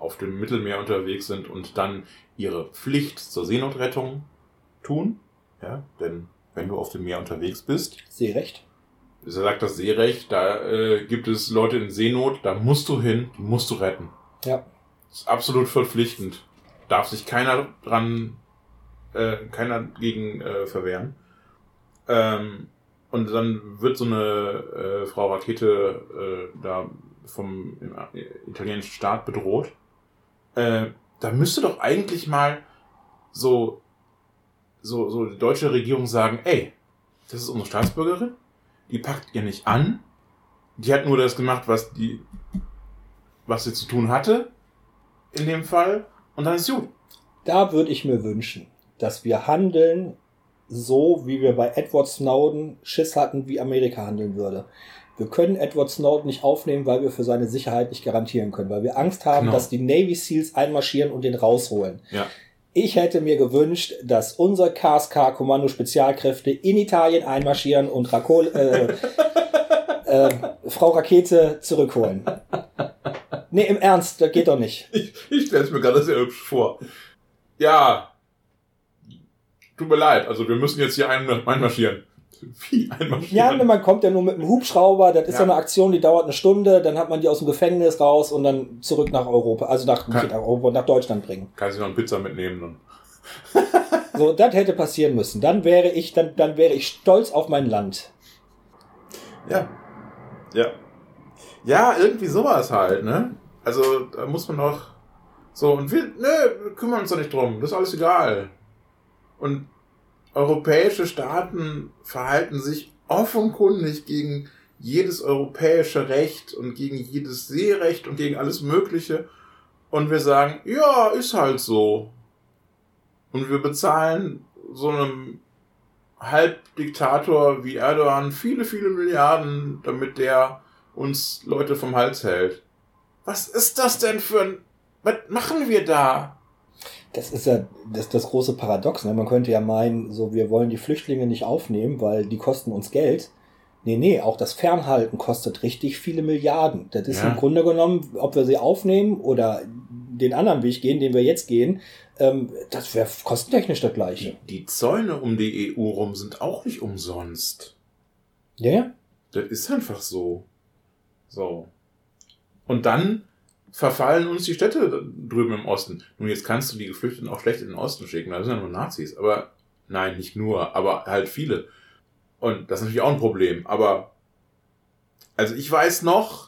S2: auf dem Mittelmeer unterwegs sind und dann ihre Pflicht zur Seenotrettung tun. Ja, denn wenn du auf dem Meer unterwegs bist...
S1: Seerecht.
S2: Er sagt das Seerecht, da äh, gibt es Leute in Seenot, da musst du hin, die musst du retten.
S1: Ja.
S2: Das ist absolut verpflichtend. Darf sich keiner dran, äh, keiner gegen äh, verwehren. Ähm, und dann wird so eine äh, Frau Rakete äh, da vom äh, italienischen Staat bedroht. Äh, da müsste doch eigentlich mal so, so, so die deutsche Regierung sagen, ey, das ist unsere Staatsbürgerin, die packt ihr nicht an, die hat nur das gemacht, was die, was sie zu tun hatte, in dem Fall, und dann ist gut.
S1: Da würde ich mir wünschen, dass wir handeln, so wie wir bei Edward Snowden Schiss hatten, wie Amerika handeln würde. Wir können Edward Snowden nicht aufnehmen, weil wir für seine Sicherheit nicht garantieren können, weil wir Angst haben, genau. dass die Navy Seals einmarschieren und den rausholen.
S2: Ja.
S1: Ich hätte mir gewünscht, dass unsere K S K-Kommando-Spezialkräfte in Italien einmarschieren und Rakol, äh, äh, Frau Rakete zurückholen. Nee, im Ernst, das geht doch nicht.
S2: Ich, ich stelle es mir gerade sehr hübsch vor. Ja, tut mir leid, also wir müssen jetzt hier ein, einmarschieren. Wie einmarschieren?
S1: Ja, man kommt ja nur mit einem Hubschrauber, das ist
S2: ja.
S1: so eine Aktion, die dauert eine Stunde, dann hat man die aus dem Gefängnis raus und dann zurück nach Europa, also nach,
S2: kann,
S1: nach Europa, nach Deutschland bringen.
S2: Kann sich noch eine Pizza mitnehmen. Dann.
S1: So, das hätte passieren müssen. Dann wäre ich, dann, dann wäre ich stolz auf mein Land.
S2: Ja. Ja. Ja, irgendwie sowas halt, ne? Also, da muss man doch so, und wir, ne, wir kümmern uns doch nicht drum, das ist alles egal. Und europäische Staaten verhalten sich offenkundig gegen jedes europäische Recht und gegen jedes Seerecht und gegen alles Mögliche. Und wir sagen, ja, ist halt so. Und wir bezahlen so einem Halbdiktator wie Erdogan viele, viele Milliarden, damit der uns Leute vom Hals hält. Was ist das denn für ein... Was machen wir da?
S1: Das ist ja das, das große Paradox. Ne? Man könnte ja meinen, so wir wollen die Flüchtlinge nicht aufnehmen, weil die kosten uns Geld. Nee, nee, auch das Fernhalten kostet richtig viele Milliarden. Das ist ja. im Grunde genommen, ob wir sie aufnehmen oder den anderen Weg gehen, den wir jetzt gehen, ähm, das wäre kostentechnisch das Gleiche.
S2: Die, die Zäune um die E U rum sind auch nicht umsonst.
S1: Ja, ja.
S2: Das ist einfach so. So. Und dann verfallen uns die Städte drüben im Osten. Nun, jetzt kannst du die Geflüchteten auch schlecht in den Osten schicken, da sind ja nur Nazis. Aber, nein, nicht nur, aber halt viele. Und das ist natürlich auch ein Problem. Aber, also ich weiß noch,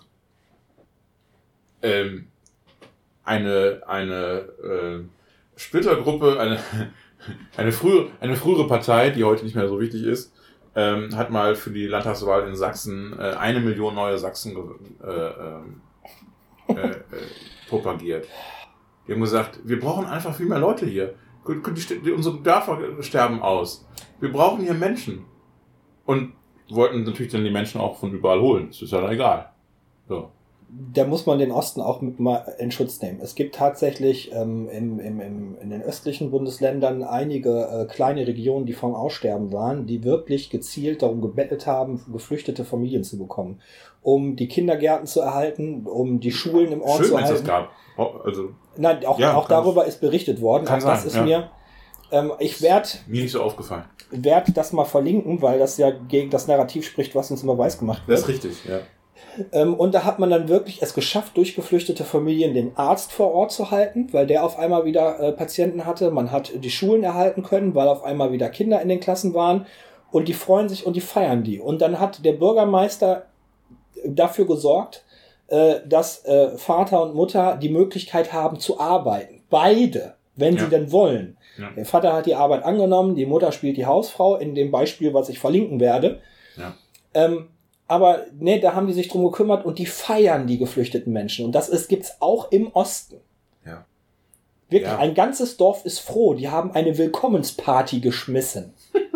S2: ähm, eine, eine, äh, Splittergruppe, eine, eine frühere, eine frühere Partei, die heute nicht mehr so wichtig ist, ähm, hat mal für die Landtagswahl in Sachsen äh, eine Million neue Sachsen äh, äh, äh, äh, propagiert. Die haben gesagt, wir brauchen einfach viel mehr Leute hier. Die, die, unsere Dörfer sterben aus. Wir brauchen hier Menschen. Und wollten natürlich dann die Menschen auch von überall holen. Das ist ja dann egal. So.
S1: Da muss man den Osten auch mit mal in Schutz nehmen. Es gibt tatsächlich ähm, im, im, im, in den östlichen Bundesländern einige äh, kleine Regionen, die vom Aussterben waren, die wirklich gezielt darum gebettelt haben, geflüchtete Familien zu bekommen, um die Kindergärten zu erhalten, um die Schulen im Ort
S2: Schön,
S1: zu erhalten.
S2: Es das gab. Also,
S1: Nein, auch,
S2: ja,
S1: auch darüber ist berichtet worden.
S2: Kann
S1: auch das
S2: sein,
S1: ist
S2: ja.
S1: mir. Ähm, ich werde
S2: mir nicht so aufgefallen.
S1: Werde das mal verlinken, weil das ja gegen das Narrativ spricht, was uns immer weiß gemacht wird.
S2: Das ist richtig, ja.
S1: Ähm, und da hat man dann wirklich es geschafft, durch geflüchtete Familien den Arzt vor Ort zu halten, weil der auf einmal wieder äh, Patienten hatte. Man hat die Schulen erhalten können, weil auf einmal wieder Kinder in den Klassen waren. Und die freuen sich und die feiern die. Und dann hat der Bürgermeister dafür gesorgt, äh, dass äh, Vater und Mutter die Möglichkeit haben zu arbeiten. Beide, wenn
S2: ja.
S1: sie denn wollen.
S2: Ja.
S1: Der Vater hat die Arbeit angenommen, die Mutter spielt die Hausfrau, in dem Beispiel, was ich verlinken werde.
S2: Ja.
S1: Ähm, aber ne, da haben die sich drum gekümmert und die feiern die geflüchteten Menschen. Und das ist, gibt's auch im Osten.
S2: Ja.
S1: Wirklich,
S2: ja.
S1: ein ganzes Dorf ist froh. Die haben eine Willkommensparty geschmissen.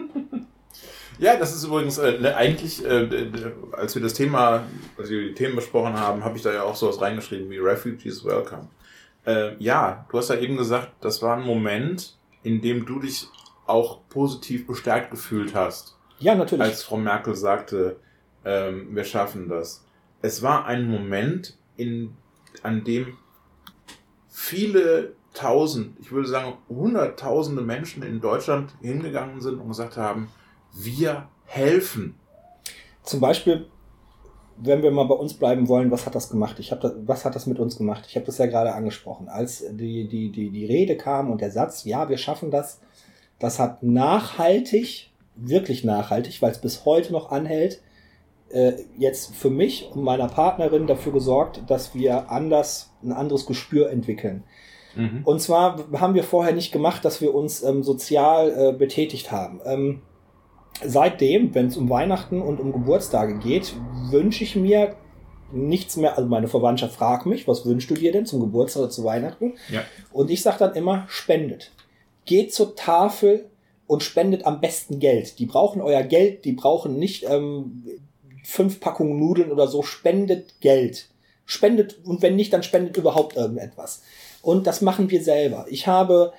S2: Ja, das ist übrigens äh, eigentlich, äh, als wir das Thema, als wir die Themen besprochen haben, habe ich da ja auch sowas reingeschrieben wie Refugees Welcome. Äh, ja, du hast ja eben gesagt, das war ein Moment, in dem du dich auch positiv bestärkt gefühlt hast.
S1: Ja, natürlich.
S2: Als Frau Merkel sagte, ähm, wir schaffen das. Es war ein Moment, in, an dem viele tausend, ich würde sagen hunderttausende Menschen in Deutschland hingegangen sind und gesagt haben, wir helfen.
S1: Zum Beispiel, wenn wir mal bei uns bleiben wollen, was hat das gemacht? Ich habe das, was hat das mit uns gemacht? Ich habe das ja gerade angesprochen. Als die, die, die, die Rede kam und der Satz, ja, wir schaffen das, das hat nachhaltig, wirklich nachhaltig, weil es bis heute noch anhält, äh, jetzt für mich und meiner Partnerin dafür gesorgt, dass wir anders, ein anderes Gespür entwickeln. Mhm. Und zwar haben wir vorher nicht gemacht, dass wir uns ähm, sozial äh, betätigt haben. Ähm, Seitdem, wenn es um Weihnachten und um Geburtstage geht, wünsche ich mir nichts mehr. Also meine Verwandtschaft fragt mich, was wünschst du dir denn zum Geburtstag oder zu Weihnachten?
S2: Ja.
S1: Und ich sage dann immer, spendet. Geht zur Tafel und spendet am besten Geld. Die brauchen euer Geld, die brauchen nicht ähm, fünf Packungen Nudeln oder so. Spendet Geld. Spendet, und wenn nicht, dann spendet überhaupt irgendetwas. Und das machen wir selber. Ich habe...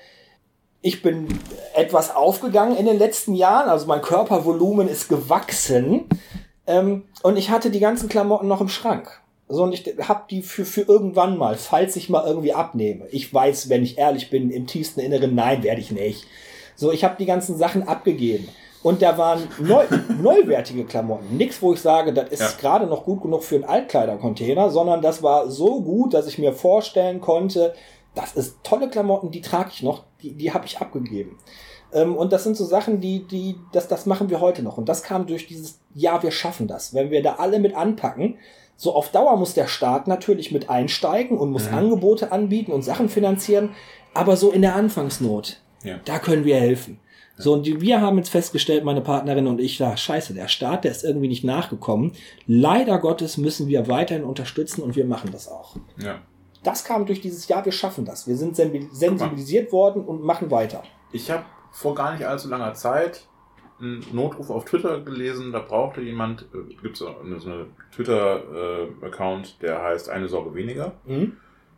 S1: Ich bin etwas aufgegangen in den letzten Jahren, also mein Körpervolumen ist gewachsen, ähm, und ich hatte die ganzen Klamotten noch im Schrank. So, und ich habe die für, für irgendwann mal, falls ich mal irgendwie abnehme. Ich weiß, wenn ich ehrlich bin, im tiefsten Inneren, nein, werde ich nicht. So, ich habe die ganzen Sachen abgegeben. Und da waren neu, neuwertige Klamotten. Nix, wo ich sage, das ist ja gerade noch gut genug für einen Altkleidercontainer, sondern das war so gut, dass ich mir vorstellen konnte, das ist tolle Klamotten, die trage ich noch, die, die habe ich abgegeben. Ähm, und das sind so Sachen, die, die, das, das machen wir heute noch. Und das kam durch dieses, ja, wir schaffen das. Wenn wir da alle mit anpacken, so auf Dauer muss der Staat natürlich mit einsteigen und muss mhm. Angebote anbieten und Sachen finanzieren. Aber so in der Anfangsnot, ja, da können wir helfen. Ja. So, und die, wir haben jetzt festgestellt, meine Partnerin und ich, da, scheiße, der Staat, der ist irgendwie nicht nachgekommen. Leider Gottes müssen wir weiterhin unterstützen und wir machen das auch.
S2: Ja.
S1: Das kam durch dieses Jahr, wir schaffen das. Wir sind sensibilisiert worden und machen weiter.
S2: Ich habe vor gar nicht allzu langer Zeit einen Notruf auf Twitter gelesen. Da brauchte jemand, äh, gibt es so eine Twitter-Account, äh, der heißt Eine Sorge weniger. Mhm.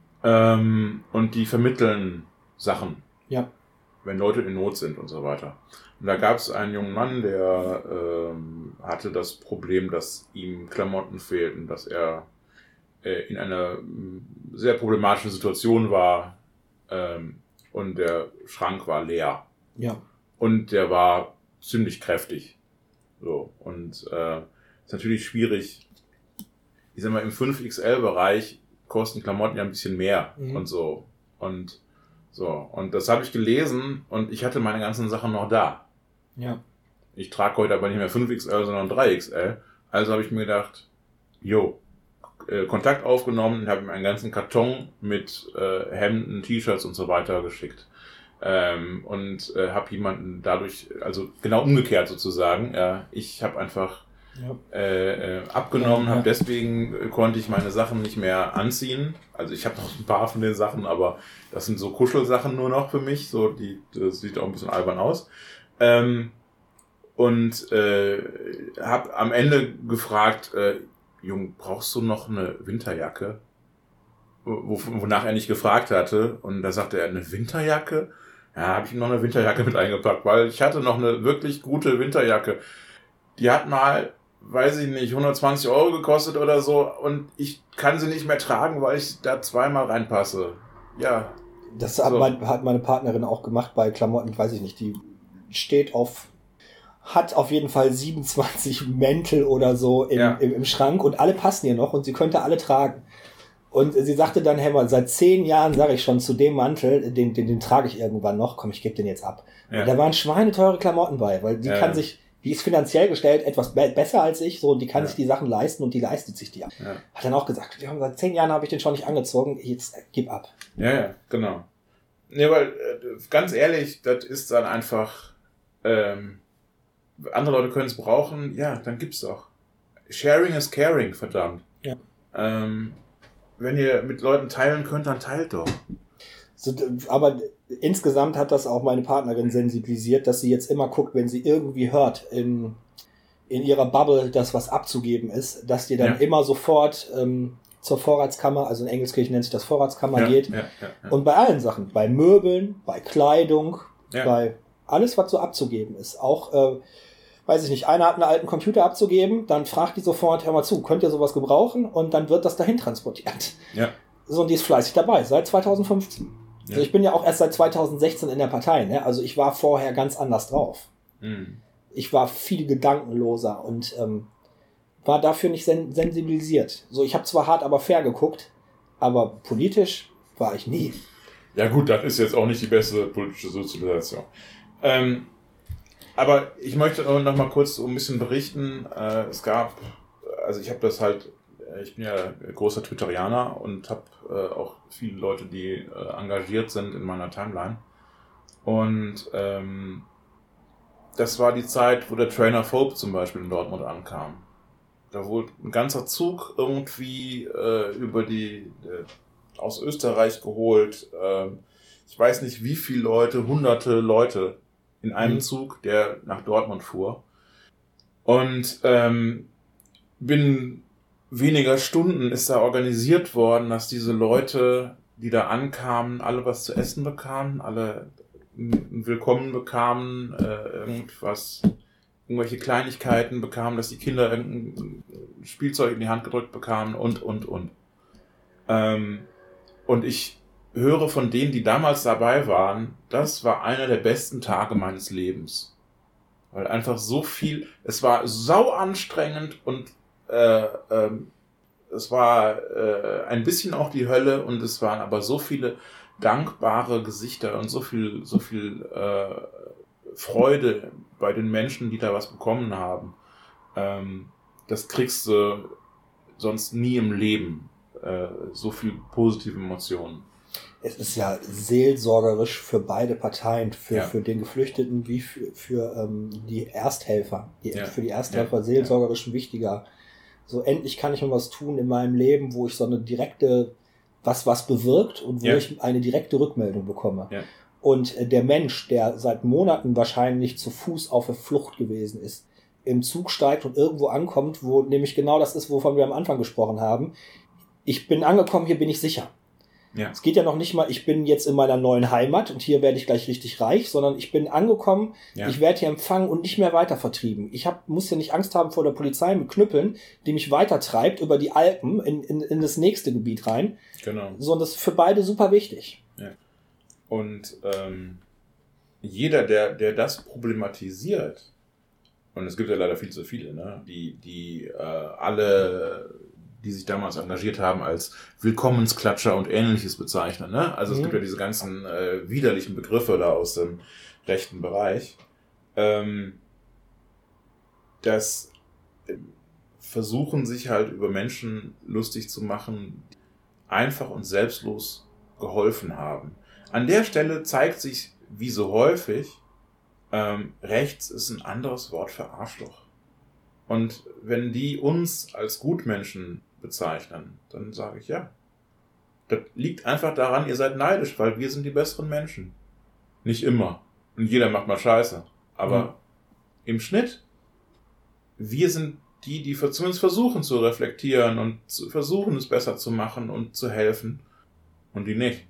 S2: Ähm, und die vermitteln Sachen,
S1: ja,
S2: wenn Leute in Not sind und so weiter. Und da gab es einen jungen Mann, der ähm, hatte das Problem, dass ihm Klamotten fehlten, dass er in einer sehr problematischen Situation war, ähm, und der Schrank war leer.
S1: Ja.
S2: Und der war ziemlich kräftig. So. Und äh, ist natürlich schwierig. Ich sag mal, im fünf X L-Bereich kosten Klamotten ja ein bisschen mehr, mhm, und so. Und so. Und das habe ich gelesen und ich hatte meine ganzen Sachen noch da.
S1: Ja.
S2: Ich trage heute aber nicht mehr fünf X L, sondern drei X L. Also habe ich mir gedacht, jo, Kontakt aufgenommen und habe ihm einen ganzen Karton mit äh, Hemden, T-Shirts und so weiter geschickt. Ähm, und äh, habe jemanden dadurch, also genau umgekehrt sozusagen, äh, ich habe einfach ja. äh, äh, abgenommen, ja, ja. habe deswegen äh, konnte ich meine Sachen nicht mehr anziehen. Also ich habe noch ein paar von den Sachen, aber das sind so Kuschelsachen nur noch für mich. So, die, das sieht auch ein bisschen albern aus. Ähm, und äh, habe am Ende gefragt, äh, Jung, brauchst du noch eine Winterjacke? Wo, wonach er nicht gefragt hatte. Und da sagte er, eine Winterjacke? Ja, habe ich ihm noch eine Winterjacke mit eingepackt, weil ich hatte noch eine wirklich gute Winterjacke. Die hat mal, weiß ich nicht, hundertzwanzig Euro gekostet oder so und ich kann sie nicht mehr tragen, weil ich da zweimal reinpasse. Ja.
S1: Das hat, so. mein, hat meine Partnerin auch gemacht bei Klamotten, weiß ich nicht, die steht auf... hat auf jeden Fall siebenundzwanzig Mäntel oder so im, ja. im, im Schrank und alle passen ihr noch und sie könnte alle tragen. Und sie sagte dann, hey mal, seit zehn Jahren sage ich schon zu dem Mantel, den, den, den trage ich irgendwann noch, komm, ich gebe den jetzt ab. Ja. Und da waren schweineteure Klamotten bei, weil die ja, kann ja. sich, die ist finanziell gestellt etwas be- besser als ich, so, und die kann ja. sich die Sachen leisten und die leistet sich die. Ja. Hat dann auch gesagt, wir haben seit zehn Jahren habe ich den schon nicht angezogen, jetzt äh, gib ab.
S2: Ja, ja, genau. Nee, weil, äh, ganz ehrlich, das ist dann einfach, ähm, andere Leute können es brauchen, ja, dann gibt's doch. Sharing is caring, verdammt.
S1: Ja.
S2: Ähm, wenn ihr mit Leuten teilen könnt, dann teilt doch.
S1: So, aber insgesamt hat das auch meine Partnerin sensibilisiert, dass sie jetzt immer guckt, wenn sie irgendwie hört, in, in ihrer Bubble, dass was abzugeben ist, dass die dann ja. immer sofort ähm, zur Vorratskammer, also in Engelskirchen nennt sich das Vorratskammer,
S2: ja,
S1: geht.
S2: Ja, ja, ja.
S1: Und bei allen Sachen, bei Möbeln, bei Kleidung,
S2: ja.
S1: bei alles, was so abzugeben ist. Auch, äh, weiß ich nicht, einer hat einen alten Computer abzugeben, dann fragt die sofort, hör mal zu, könnt ihr sowas gebrauchen? Und dann wird das dahin transportiert.
S2: Ja.
S1: So, und die ist fleißig dabei, seit zweitausendfünfzehn. Ja. Also ich bin ja auch erst seit zweitausendsechzehn in der Partei, ne? Also ich war vorher ganz anders drauf. Mhm. Ich war viel gedankenloser und ähm, war dafür nicht sen- sensibilisiert. So, ich habe zwar hart, aber fair geguckt, aber politisch war ich nie.
S2: Ja gut, das ist jetzt auch nicht die beste politische Sozialisation. Ähm, aber ich möchte noch mal kurz so ein bisschen berichten. Äh, es gab, also ich habe das halt, ich bin ja großer Twitterianer und habe äh, auch viele Leute, die äh, engagiert sind in meiner Timeline. Und ähm, das war die Zeit, wo der Trainer Phobe zum Beispiel in Dortmund ankam. Da wurde ein ganzer Zug irgendwie äh, über die äh, aus Österreich geholt. Äh, ich weiß nicht, wie viele Leute, hunderte Leute in einem mhm. Zug, der nach Dortmund fuhr. Und ähm, binnen weniger Stunden ist da organisiert worden, dass diese Leute, die da ankamen, alle was zu essen bekamen, alle ein Willkommen bekamen, äh, irgendwas, irgendwelche Kleinigkeiten bekamen, dass die Kinder irgendein Spielzeug in die Hand gedrückt bekamen und, und, und. Ähm, und ich höre von denen, die damals dabei waren, das war einer der besten Tage meines Lebens. Weil einfach so viel, es war sau anstrengend und äh, ähm, es war äh, ein bisschen auch die Hölle und es waren aber so viele dankbare Gesichter und so viel, so viel äh, Freude bei den Menschen, die da was bekommen haben. Ähm, das kriegst du sonst nie im Leben. Äh, so viel positive Emotionen.
S1: Es ist ja seelsorgerisch für beide Parteien, für,
S2: ja.
S1: für den Geflüchteten wie für, für ähm, die Ersthelfer. Die,
S2: ja.
S1: Für die Ersthelfer
S2: ja.
S1: seelsorgerisch ja. wichtiger. So, endlich kann ich mal was tun in meinem Leben, wo ich so eine direkte, was was bewirkt und wo ja. ich eine direkte Rückmeldung bekomme.
S2: Ja.
S1: Und äh, der Mensch, der seit Monaten wahrscheinlich zu Fuß auf der Flucht gewesen ist, im Zug steigt und irgendwo ankommt, wo nämlich genau das ist, wovon wir am Anfang gesprochen haben. Ich bin angekommen, hier bin ich sicher.
S2: Ja.
S1: Es geht ja noch nicht mal, ich bin jetzt in meiner neuen Heimat und hier werde ich gleich richtig reich, sondern ich bin angekommen, ja. ich werde hier empfangen und nicht mehr weiter vertrieben. Ich hab, muss ja nicht Angst haben vor der Polizei mit Knüppeln, die mich weitertreibt über die Alpen in, in, in das nächste Gebiet rein.
S2: Genau.
S1: Sondern das ist für beide super wichtig.
S2: Ja. Und ähm, jeder, der, der das problematisiert, und es gibt ja leider viel zu viele, ne, die, die äh, alle... die sich damals engagiert haben als Willkommensklatscher und Ähnliches bezeichnen. Ne? Also mhm. es gibt ja diese ganzen äh, widerlichen Begriffe da aus dem rechten Bereich. Ähm, das äh, versuchen sich halt über Menschen lustig zu machen, die einfach und selbstlos geholfen haben. An der Stelle zeigt sich, wie so häufig, ähm, rechts ist ein anderes Wort für Arschloch. Und wenn die uns als Gutmenschen bezeichnen, dann sage ich ja. Das liegt einfach daran, ihr seid neidisch, weil wir sind die besseren Menschen. Nicht immer. Und jeder macht mal Scheiße. Aber mhm. im Schnitt, wir sind die, die zumindest versuchen zu reflektieren und zu versuchen, es besser zu machen und zu helfen. Und die nicht.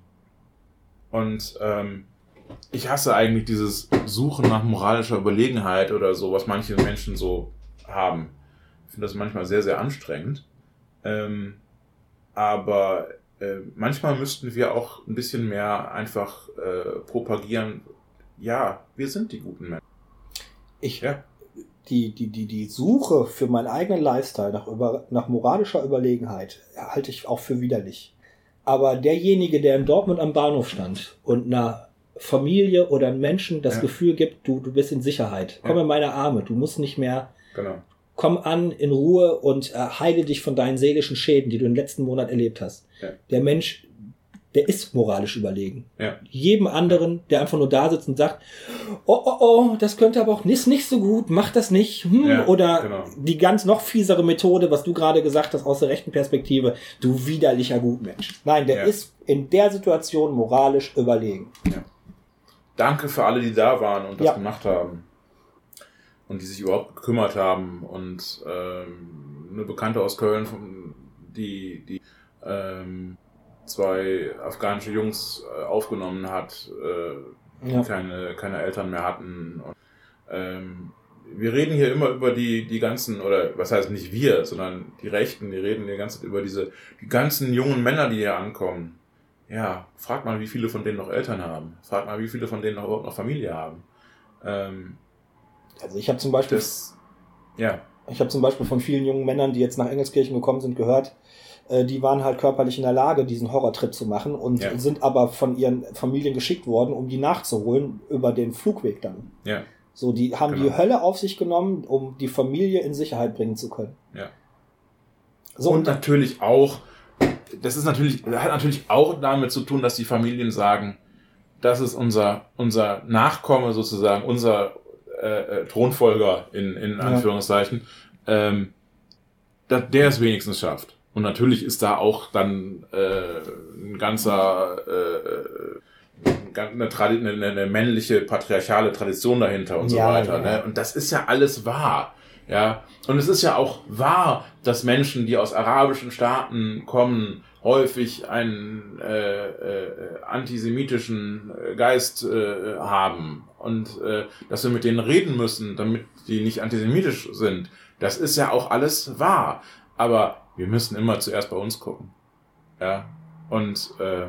S2: Und ähm, ich hasse eigentlich dieses Suchen nach moralischer Überlegenheit oder so, was manche Menschen so haben. Ich finde das manchmal sehr, sehr anstrengend. Ähm, aber äh, manchmal müssten wir auch ein bisschen mehr einfach äh, propagieren, ja, wir sind die guten Menschen.
S1: Ich, ja. die, die, die, die Suche für meinen eigenen Lifestyle nach, über, nach moralischer Überlegenheit halte ich auch für widerlich. Aber derjenige, der in Dortmund am Bahnhof stand und einer Familie oder einem Menschen das ja. Gefühl gibt, du, du bist in Sicherheit, komm ja. in meine Arme, du musst nicht mehr...
S2: Genau.
S1: Komm an in Ruhe und äh, heile dich von deinen seelischen Schäden, die du im letzten Monat erlebt hast.
S2: Ja.
S1: Der Mensch, der ist moralisch überlegen.
S2: Ja.
S1: Jedem anderen, der einfach nur da sitzt und sagt, oh, oh, oh, das könnte aber auch nicht, nicht so gut, mach das nicht. Hm.
S2: Ja,
S1: Oder
S2: genau.
S1: die ganz noch fiesere Methode, was du gerade gesagt hast aus der rechten Perspektive, du widerlicher Gutmensch. Nein, der
S2: ja. ist
S1: in der Situation moralisch überlegen.
S2: Ja. Danke für alle, die da waren und das
S1: ja.
S2: gemacht haben. Und die sich überhaupt gekümmert haben. Und ähm, eine Bekannte aus Köln, die, die ähm, zwei afghanische Jungs äh, aufgenommen hat, äh, die ja. keine, keine Eltern mehr hatten. Und, ähm, wir reden hier immer über die, die ganzen, oder was heißt nicht wir, sondern die Rechten, die reden die ganze Zeit über diese, die ganzen jungen Männer, die hier ankommen. Ja, frag mal, wie viele von denen noch Eltern haben. Frag mal, wie viele von denen noch überhaupt noch Familie haben. Ähm,
S1: also ich habe zum Beispiel,
S2: das, ja.
S1: Ich habe zum Beispiel von vielen jungen Männern, die jetzt nach Engelskirchen gekommen sind, gehört, äh, die waren halt körperlich in der Lage, diesen Horrortrip zu machen und
S2: ja.
S1: sind aber von ihren Familien geschickt worden, um die nachzuholen über den Flugweg dann.
S2: Ja.
S1: So, die haben
S2: Genau.
S1: die Hölle auf sich genommen, um die Familie in Sicherheit bringen zu können.
S2: Ja.
S1: So,
S2: und natürlich auch, das ist natürlich, das hat natürlich auch damit zu tun, dass die Familien sagen, das ist unser, unser Nachkomme sozusagen, unser äh, äh, Thronfolger in, in Anführungszeichen, ja. ähm, dass der es wenigstens schafft. Und natürlich ist da auch dann äh, ein ganzer äh, eine, Tradi- eine, eine männliche patriarchale Tradition dahinter und so
S1: ja,
S2: weiter.
S1: Ja.
S2: Ne? Und das ist ja alles wahr. Ja, und es ist ja auch wahr, dass Menschen, die aus arabischen Staaten kommen, häufig einen äh, äh, antisemitischen Geist äh, haben und äh, dass wir mit denen reden müssen, damit die nicht antisemitisch sind. Das ist ja auch alles wahr. Aber wir müssen immer zuerst bei uns gucken. Ja, und äh,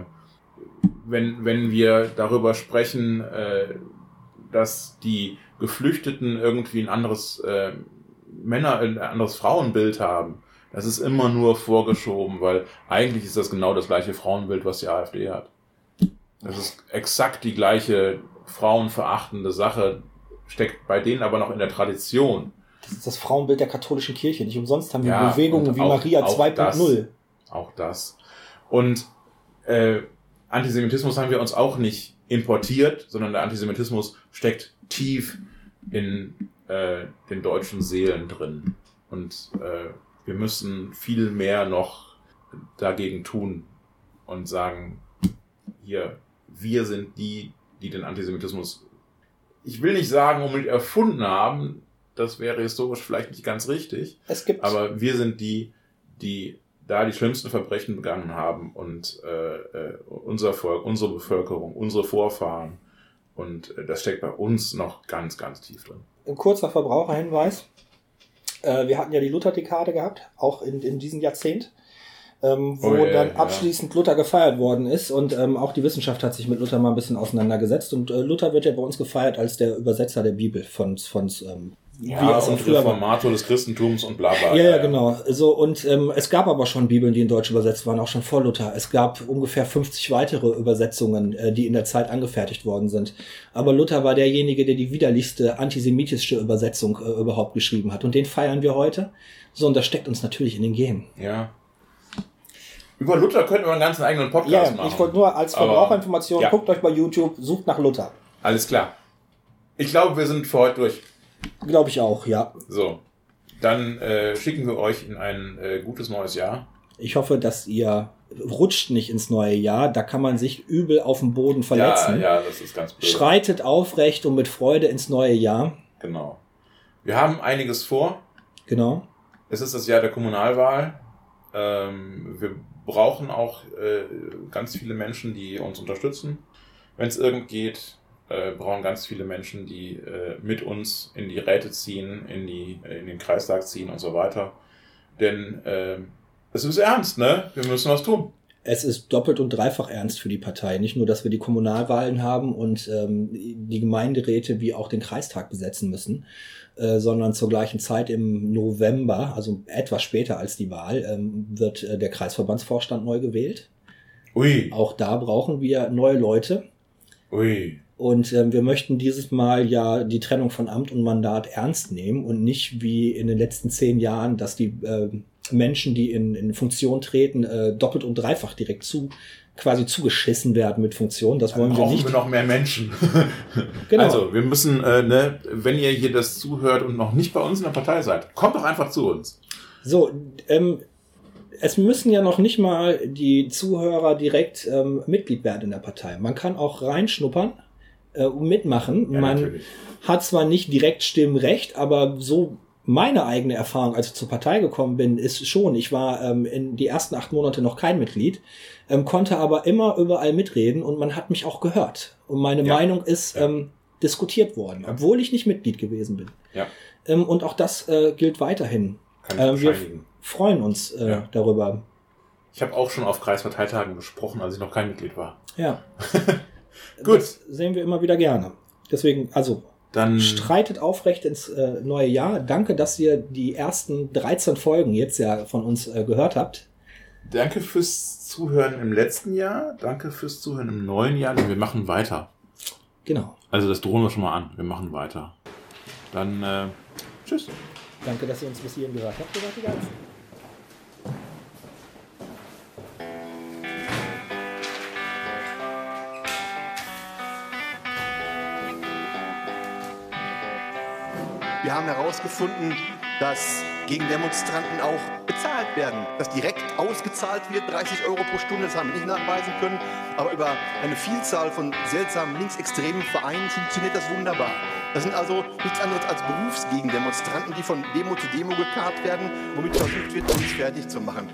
S2: wenn wenn wir darüber sprechen, äh, dass die Geflüchteten irgendwie ein anderes äh, Männer, ein anderes Frauenbild haben, das ist immer nur vorgeschoben, weil eigentlich ist das genau das gleiche Frauenbild, was die AfD hat. Das ist exakt die gleiche frauenverachtende Sache, steckt bei denen aber noch in der Tradition.
S1: Das ist das Frauenbild der katholischen Kirche. Nicht umsonst haben wir
S2: Ja,
S1: Bewegungen wie
S2: auch,
S1: Maria
S2: auch
S1: zwei Punkt null.
S2: Das, auch das. Und äh, Antisemitismus haben wir uns auch nicht importiert, sondern der Antisemitismus steckt tief in äh, den deutschen Seelen drin. Und äh, wir müssen viel mehr noch dagegen tun und sagen, hier, wir sind die, die den Antisemitismus, ich will nicht sagen, unbedingt erfunden haben, das wäre historisch vielleicht nicht ganz richtig,
S1: es gibt
S2: aber wir sind die, die da die schlimmsten Verbrechen begangen haben und äh, unser Volk, unsere Bevölkerung, unsere Vorfahren, und äh, das steckt bei uns noch ganz, ganz tief drin.
S1: Ein kurzer Verbraucherhinweis. Äh, wir hatten ja die Lutherdekade gehabt, auch in, in diesem Jahrzehnt, ähm, wo
S2: oh, yeah,
S1: dann
S2: ja.
S1: abschließend Luther gefeiert worden ist und ähm, auch die Wissenschaft hat sich mit Luther mal ein bisschen auseinandergesetzt und äh, Luther wird ja bei uns gefeiert als der Übersetzer der Bibel von, von ähm,
S2: Ja,
S1: wie es
S2: und
S1: früher war.
S2: Reformator des Christentums und bla bla.
S1: Ja, ja, genau. So, und ähm, es gab aber schon Bibeln, die in Deutsch übersetzt waren, auch schon vor Luther. Es gab ungefähr fünfzig weitere Übersetzungen, äh, die in der Zeit angefertigt worden sind. Aber Luther war derjenige, der die widerlichste antisemitische Übersetzung äh, überhaupt geschrieben hat. Und den feiern wir heute. So, und das steckt uns natürlich in den Genen.
S2: Ja. Über Luther könnten wir einen ganzen eigenen Podcast
S1: Ja,
S2: machen.
S1: ich wollte nur als
S2: Aber,
S1: Verbraucherinformation,
S2: ja.
S1: guckt euch bei YouTube, sucht nach Luther.
S2: Alles klar. Ich glaube, wir sind für heute durch.
S1: Glaube ich auch, ja.
S2: So, dann äh, schicken wir euch in ein äh, gutes neues Jahr.
S1: Ich hoffe, dass ihr rutscht nicht ins neue Jahr. Da kann man sich übel auf dem Boden verletzen.
S2: Ja, ja, das ist ganz blöd.
S1: Schreitet aufrecht und mit Freude ins neue Jahr.
S2: Genau. Wir haben einiges vor.
S1: Genau.
S2: Es ist das Jahr der Kommunalwahl. Ähm, wir brauchen auch äh, ganz viele Menschen, die uns unterstützen. Wenn es irgend geht, äh, brauchen ganz viele Menschen, die äh, mit uns in die Räte ziehen, in, die, äh, in den Kreistag ziehen und so weiter. Denn äh, es ist ernst, ne? Wir müssen was tun.
S1: Es ist doppelt und dreifach ernst für die Partei. Nicht nur, dass wir die Kommunalwahlen haben und ähm, die Gemeinderäte wie auch den Kreistag besetzen müssen, äh, sondern zur gleichen Zeit im November, also etwas später als die Wahl, ähm, wird äh, der Kreisverbandsvorstand neu gewählt.
S2: Ui.
S1: Auch da brauchen wir neue Leute.
S2: Ui.
S1: Und ähm, wir möchten dieses Mal ja die Trennung von Amt und Mandat ernst nehmen und nicht wie in den letzten zehn Jahren, dass die äh, Menschen, die in, in Funktion treten, äh, doppelt und dreifach direkt zu quasi zugeschissen werden mit Funktion. Das wollen
S2: Dann
S1: wir
S2: brauchen
S1: nicht.
S2: wir noch mehr Menschen.
S1: Genau.
S2: Also, wir müssen, äh, ne, wenn ihr hier das zuhört und noch nicht bei uns in der Partei seid, kommt doch einfach zu uns.
S1: So, ähm, es müssen ja noch nicht mal die Zuhörer direkt ähm, Mitglied werden in der Partei. Man kann auch reinschnuppern äh, und mitmachen.
S2: Ja,
S1: Man
S2: natürlich.
S1: hat zwar nicht direkt Stimmrecht, aber so meine eigene Erfahrung, als ich zur Partei gekommen bin, ist schon, ich war ähm, in die ersten acht Monate noch kein Mitglied, ähm, konnte aber immer überall mitreden und man hat mich auch gehört. Und meine
S2: Ja.
S1: Meinung ist,
S2: Ja.
S1: ähm, diskutiert worden, ja. obwohl ich nicht Mitglied gewesen bin.
S2: Ja.
S1: Ähm, und auch das äh, gilt weiterhin.
S2: Kann ich
S1: äh, wir f-
S2: bescheinigen.
S1: freuen uns äh,
S2: Ja.
S1: darüber.
S2: Ich habe auch schon auf Kreisparteitagen gesprochen, als ich noch kein Mitglied war.
S1: Ja.
S2: Gut.
S1: Das sehen wir immer wieder gerne. Deswegen, also
S2: Dann
S1: streitet aufrecht ins äh, neue Jahr. Danke, dass ihr die ersten dreizehn Folgen jetzt ja von uns äh, gehört habt.
S2: danke fürs Zuhören im letzten Jahr. Danke fürs Zuhören im neuen Jahr. Und wir machen weiter.
S1: Genau.
S2: Also das drohen wir schon mal an. Wir machen weiter. Dann äh, tschüss.
S1: Danke, dass ihr uns bis hierhin gehört habt. Ihr seid die Geilsten.
S3: Wir haben herausgefunden, dass Gegendemonstranten auch bezahlt werden, dass direkt ausgezahlt wird, dreißig Euro pro Stunde, das haben wir nicht nachweisen können, aber über eine Vielzahl von seltsamen linksextremen Vereinen funktioniert das wunderbar. Das sind also nichts anderes als Berufsgegendemonstranten, die von Demo zu Demo gekarrt werden, womit versucht wird, uns fertig zu machen.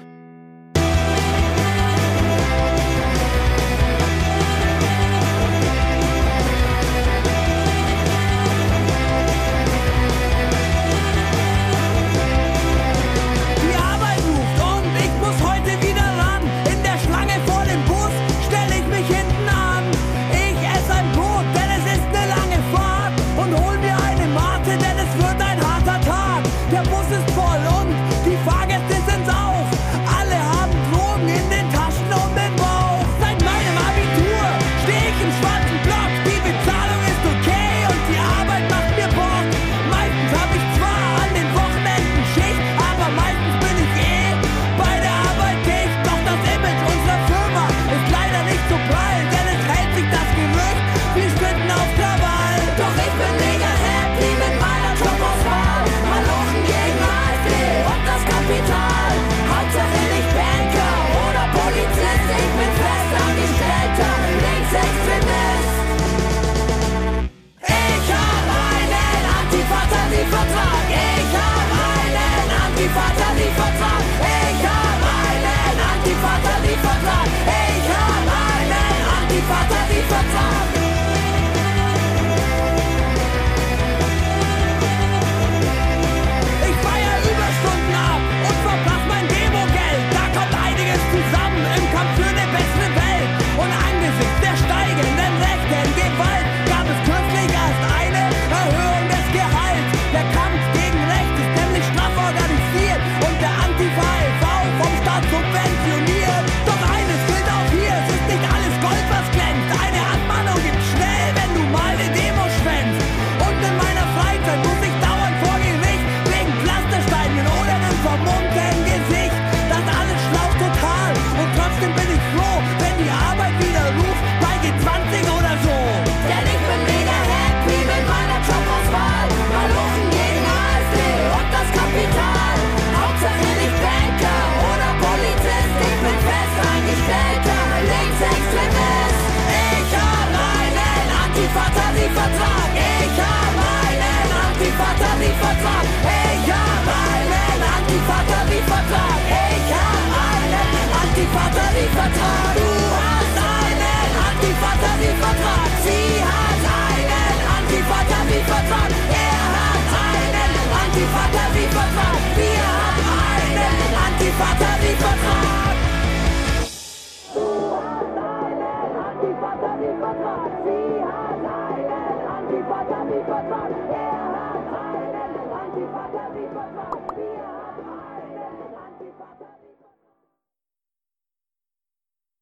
S4: Die Arbeit ruft und ich muss heute wieder ran. In der Schlange vor dem Bus stelle ich mich hinten an. Ich esse ein Brot, denn es ist eine lange Fahrt. Und hol mir eine Mate, denn es wird ein harter Tag. Der Bus ist voll und die Fahrgäste sind's auch. Alle haben Drogen in den Taschen und den Bauch. Seit meinem Abitur stehe ich im schwarzen Block. Die Bezahlung ist okay und die Arbeit macht mir Bock. Meistens hab ich zwar an den Wochenenden Schicht, aber meistens bin ich eh bei der Arbeit dicht. Doch das Image unserer Firma ist leider nicht so prall, denn es hält sich das Gerücht wie Schlitten auf Krawall. Doch ich bin mega happy mit meiner Jobauswahl. Malochen gegen AfD und das Kapital. Hauptsache nicht Banker oder Polizist, ich bin Festangestellter, Linksextremist. Ich hab einen Antifa-Tarifvertrag. Ich hab einen Antifa-Tarifvertrag. Ich hab einen Antifa-Tarifvertrag. Ich hab einen Antifa-Tarifvertrag. Ich feier Überstunden ab und verpass mein Demogeld. Da kommt einiges zusammen im Kampf für eine bessere Welt. Und angesichts der steigenden rechten Gewalt gab es kürzlich erst eine Erhöhung des Gehalts. Der Kampf gegen rechts ist nämlich straff organisiert und der Antifa-L V vom Staat subventioniert. Doch eines gilt auch hier, es ist nicht alles Gold, was glänzt. Eine Abmahnung gibt's schnell, wenn du mal eine Demo schwänzt. Und in meiner Freizeit muss ich dauernd vor Gericht wegen Pflastersteinen oder einem vermummten Gesicht. Das alles schlaucht total und trotzdem bin ich froh, wenn die Arbeit wieder ruft bei G zwanzig oder so. Denn ich bin mega happy mit meiner Jobauswahl. Malochen gegen AfD und das Kapital. Hauptsache nicht Banker oder Polizist, ich bin Festangestellter, Linksextremist. Ich hab einen Antifa-Tarifvertrag. Ich hab einen Antifa-Tarifvertrag. Ich hab einen Antifa-Tarifvertrag. Ich hab einen Antifa-Tarifvertrag. Du hast einen Antifa-Tarifvertrag. Sie hat einen Antifa-Tarifvertrag. Er hat einen Antifa-Tarifvertrag. Wir haben einen Antifa-Tarifvertrag. Du hast einen Antifa-Tarifvertrag. Sie hat einen Antifa-Tarifvertrag.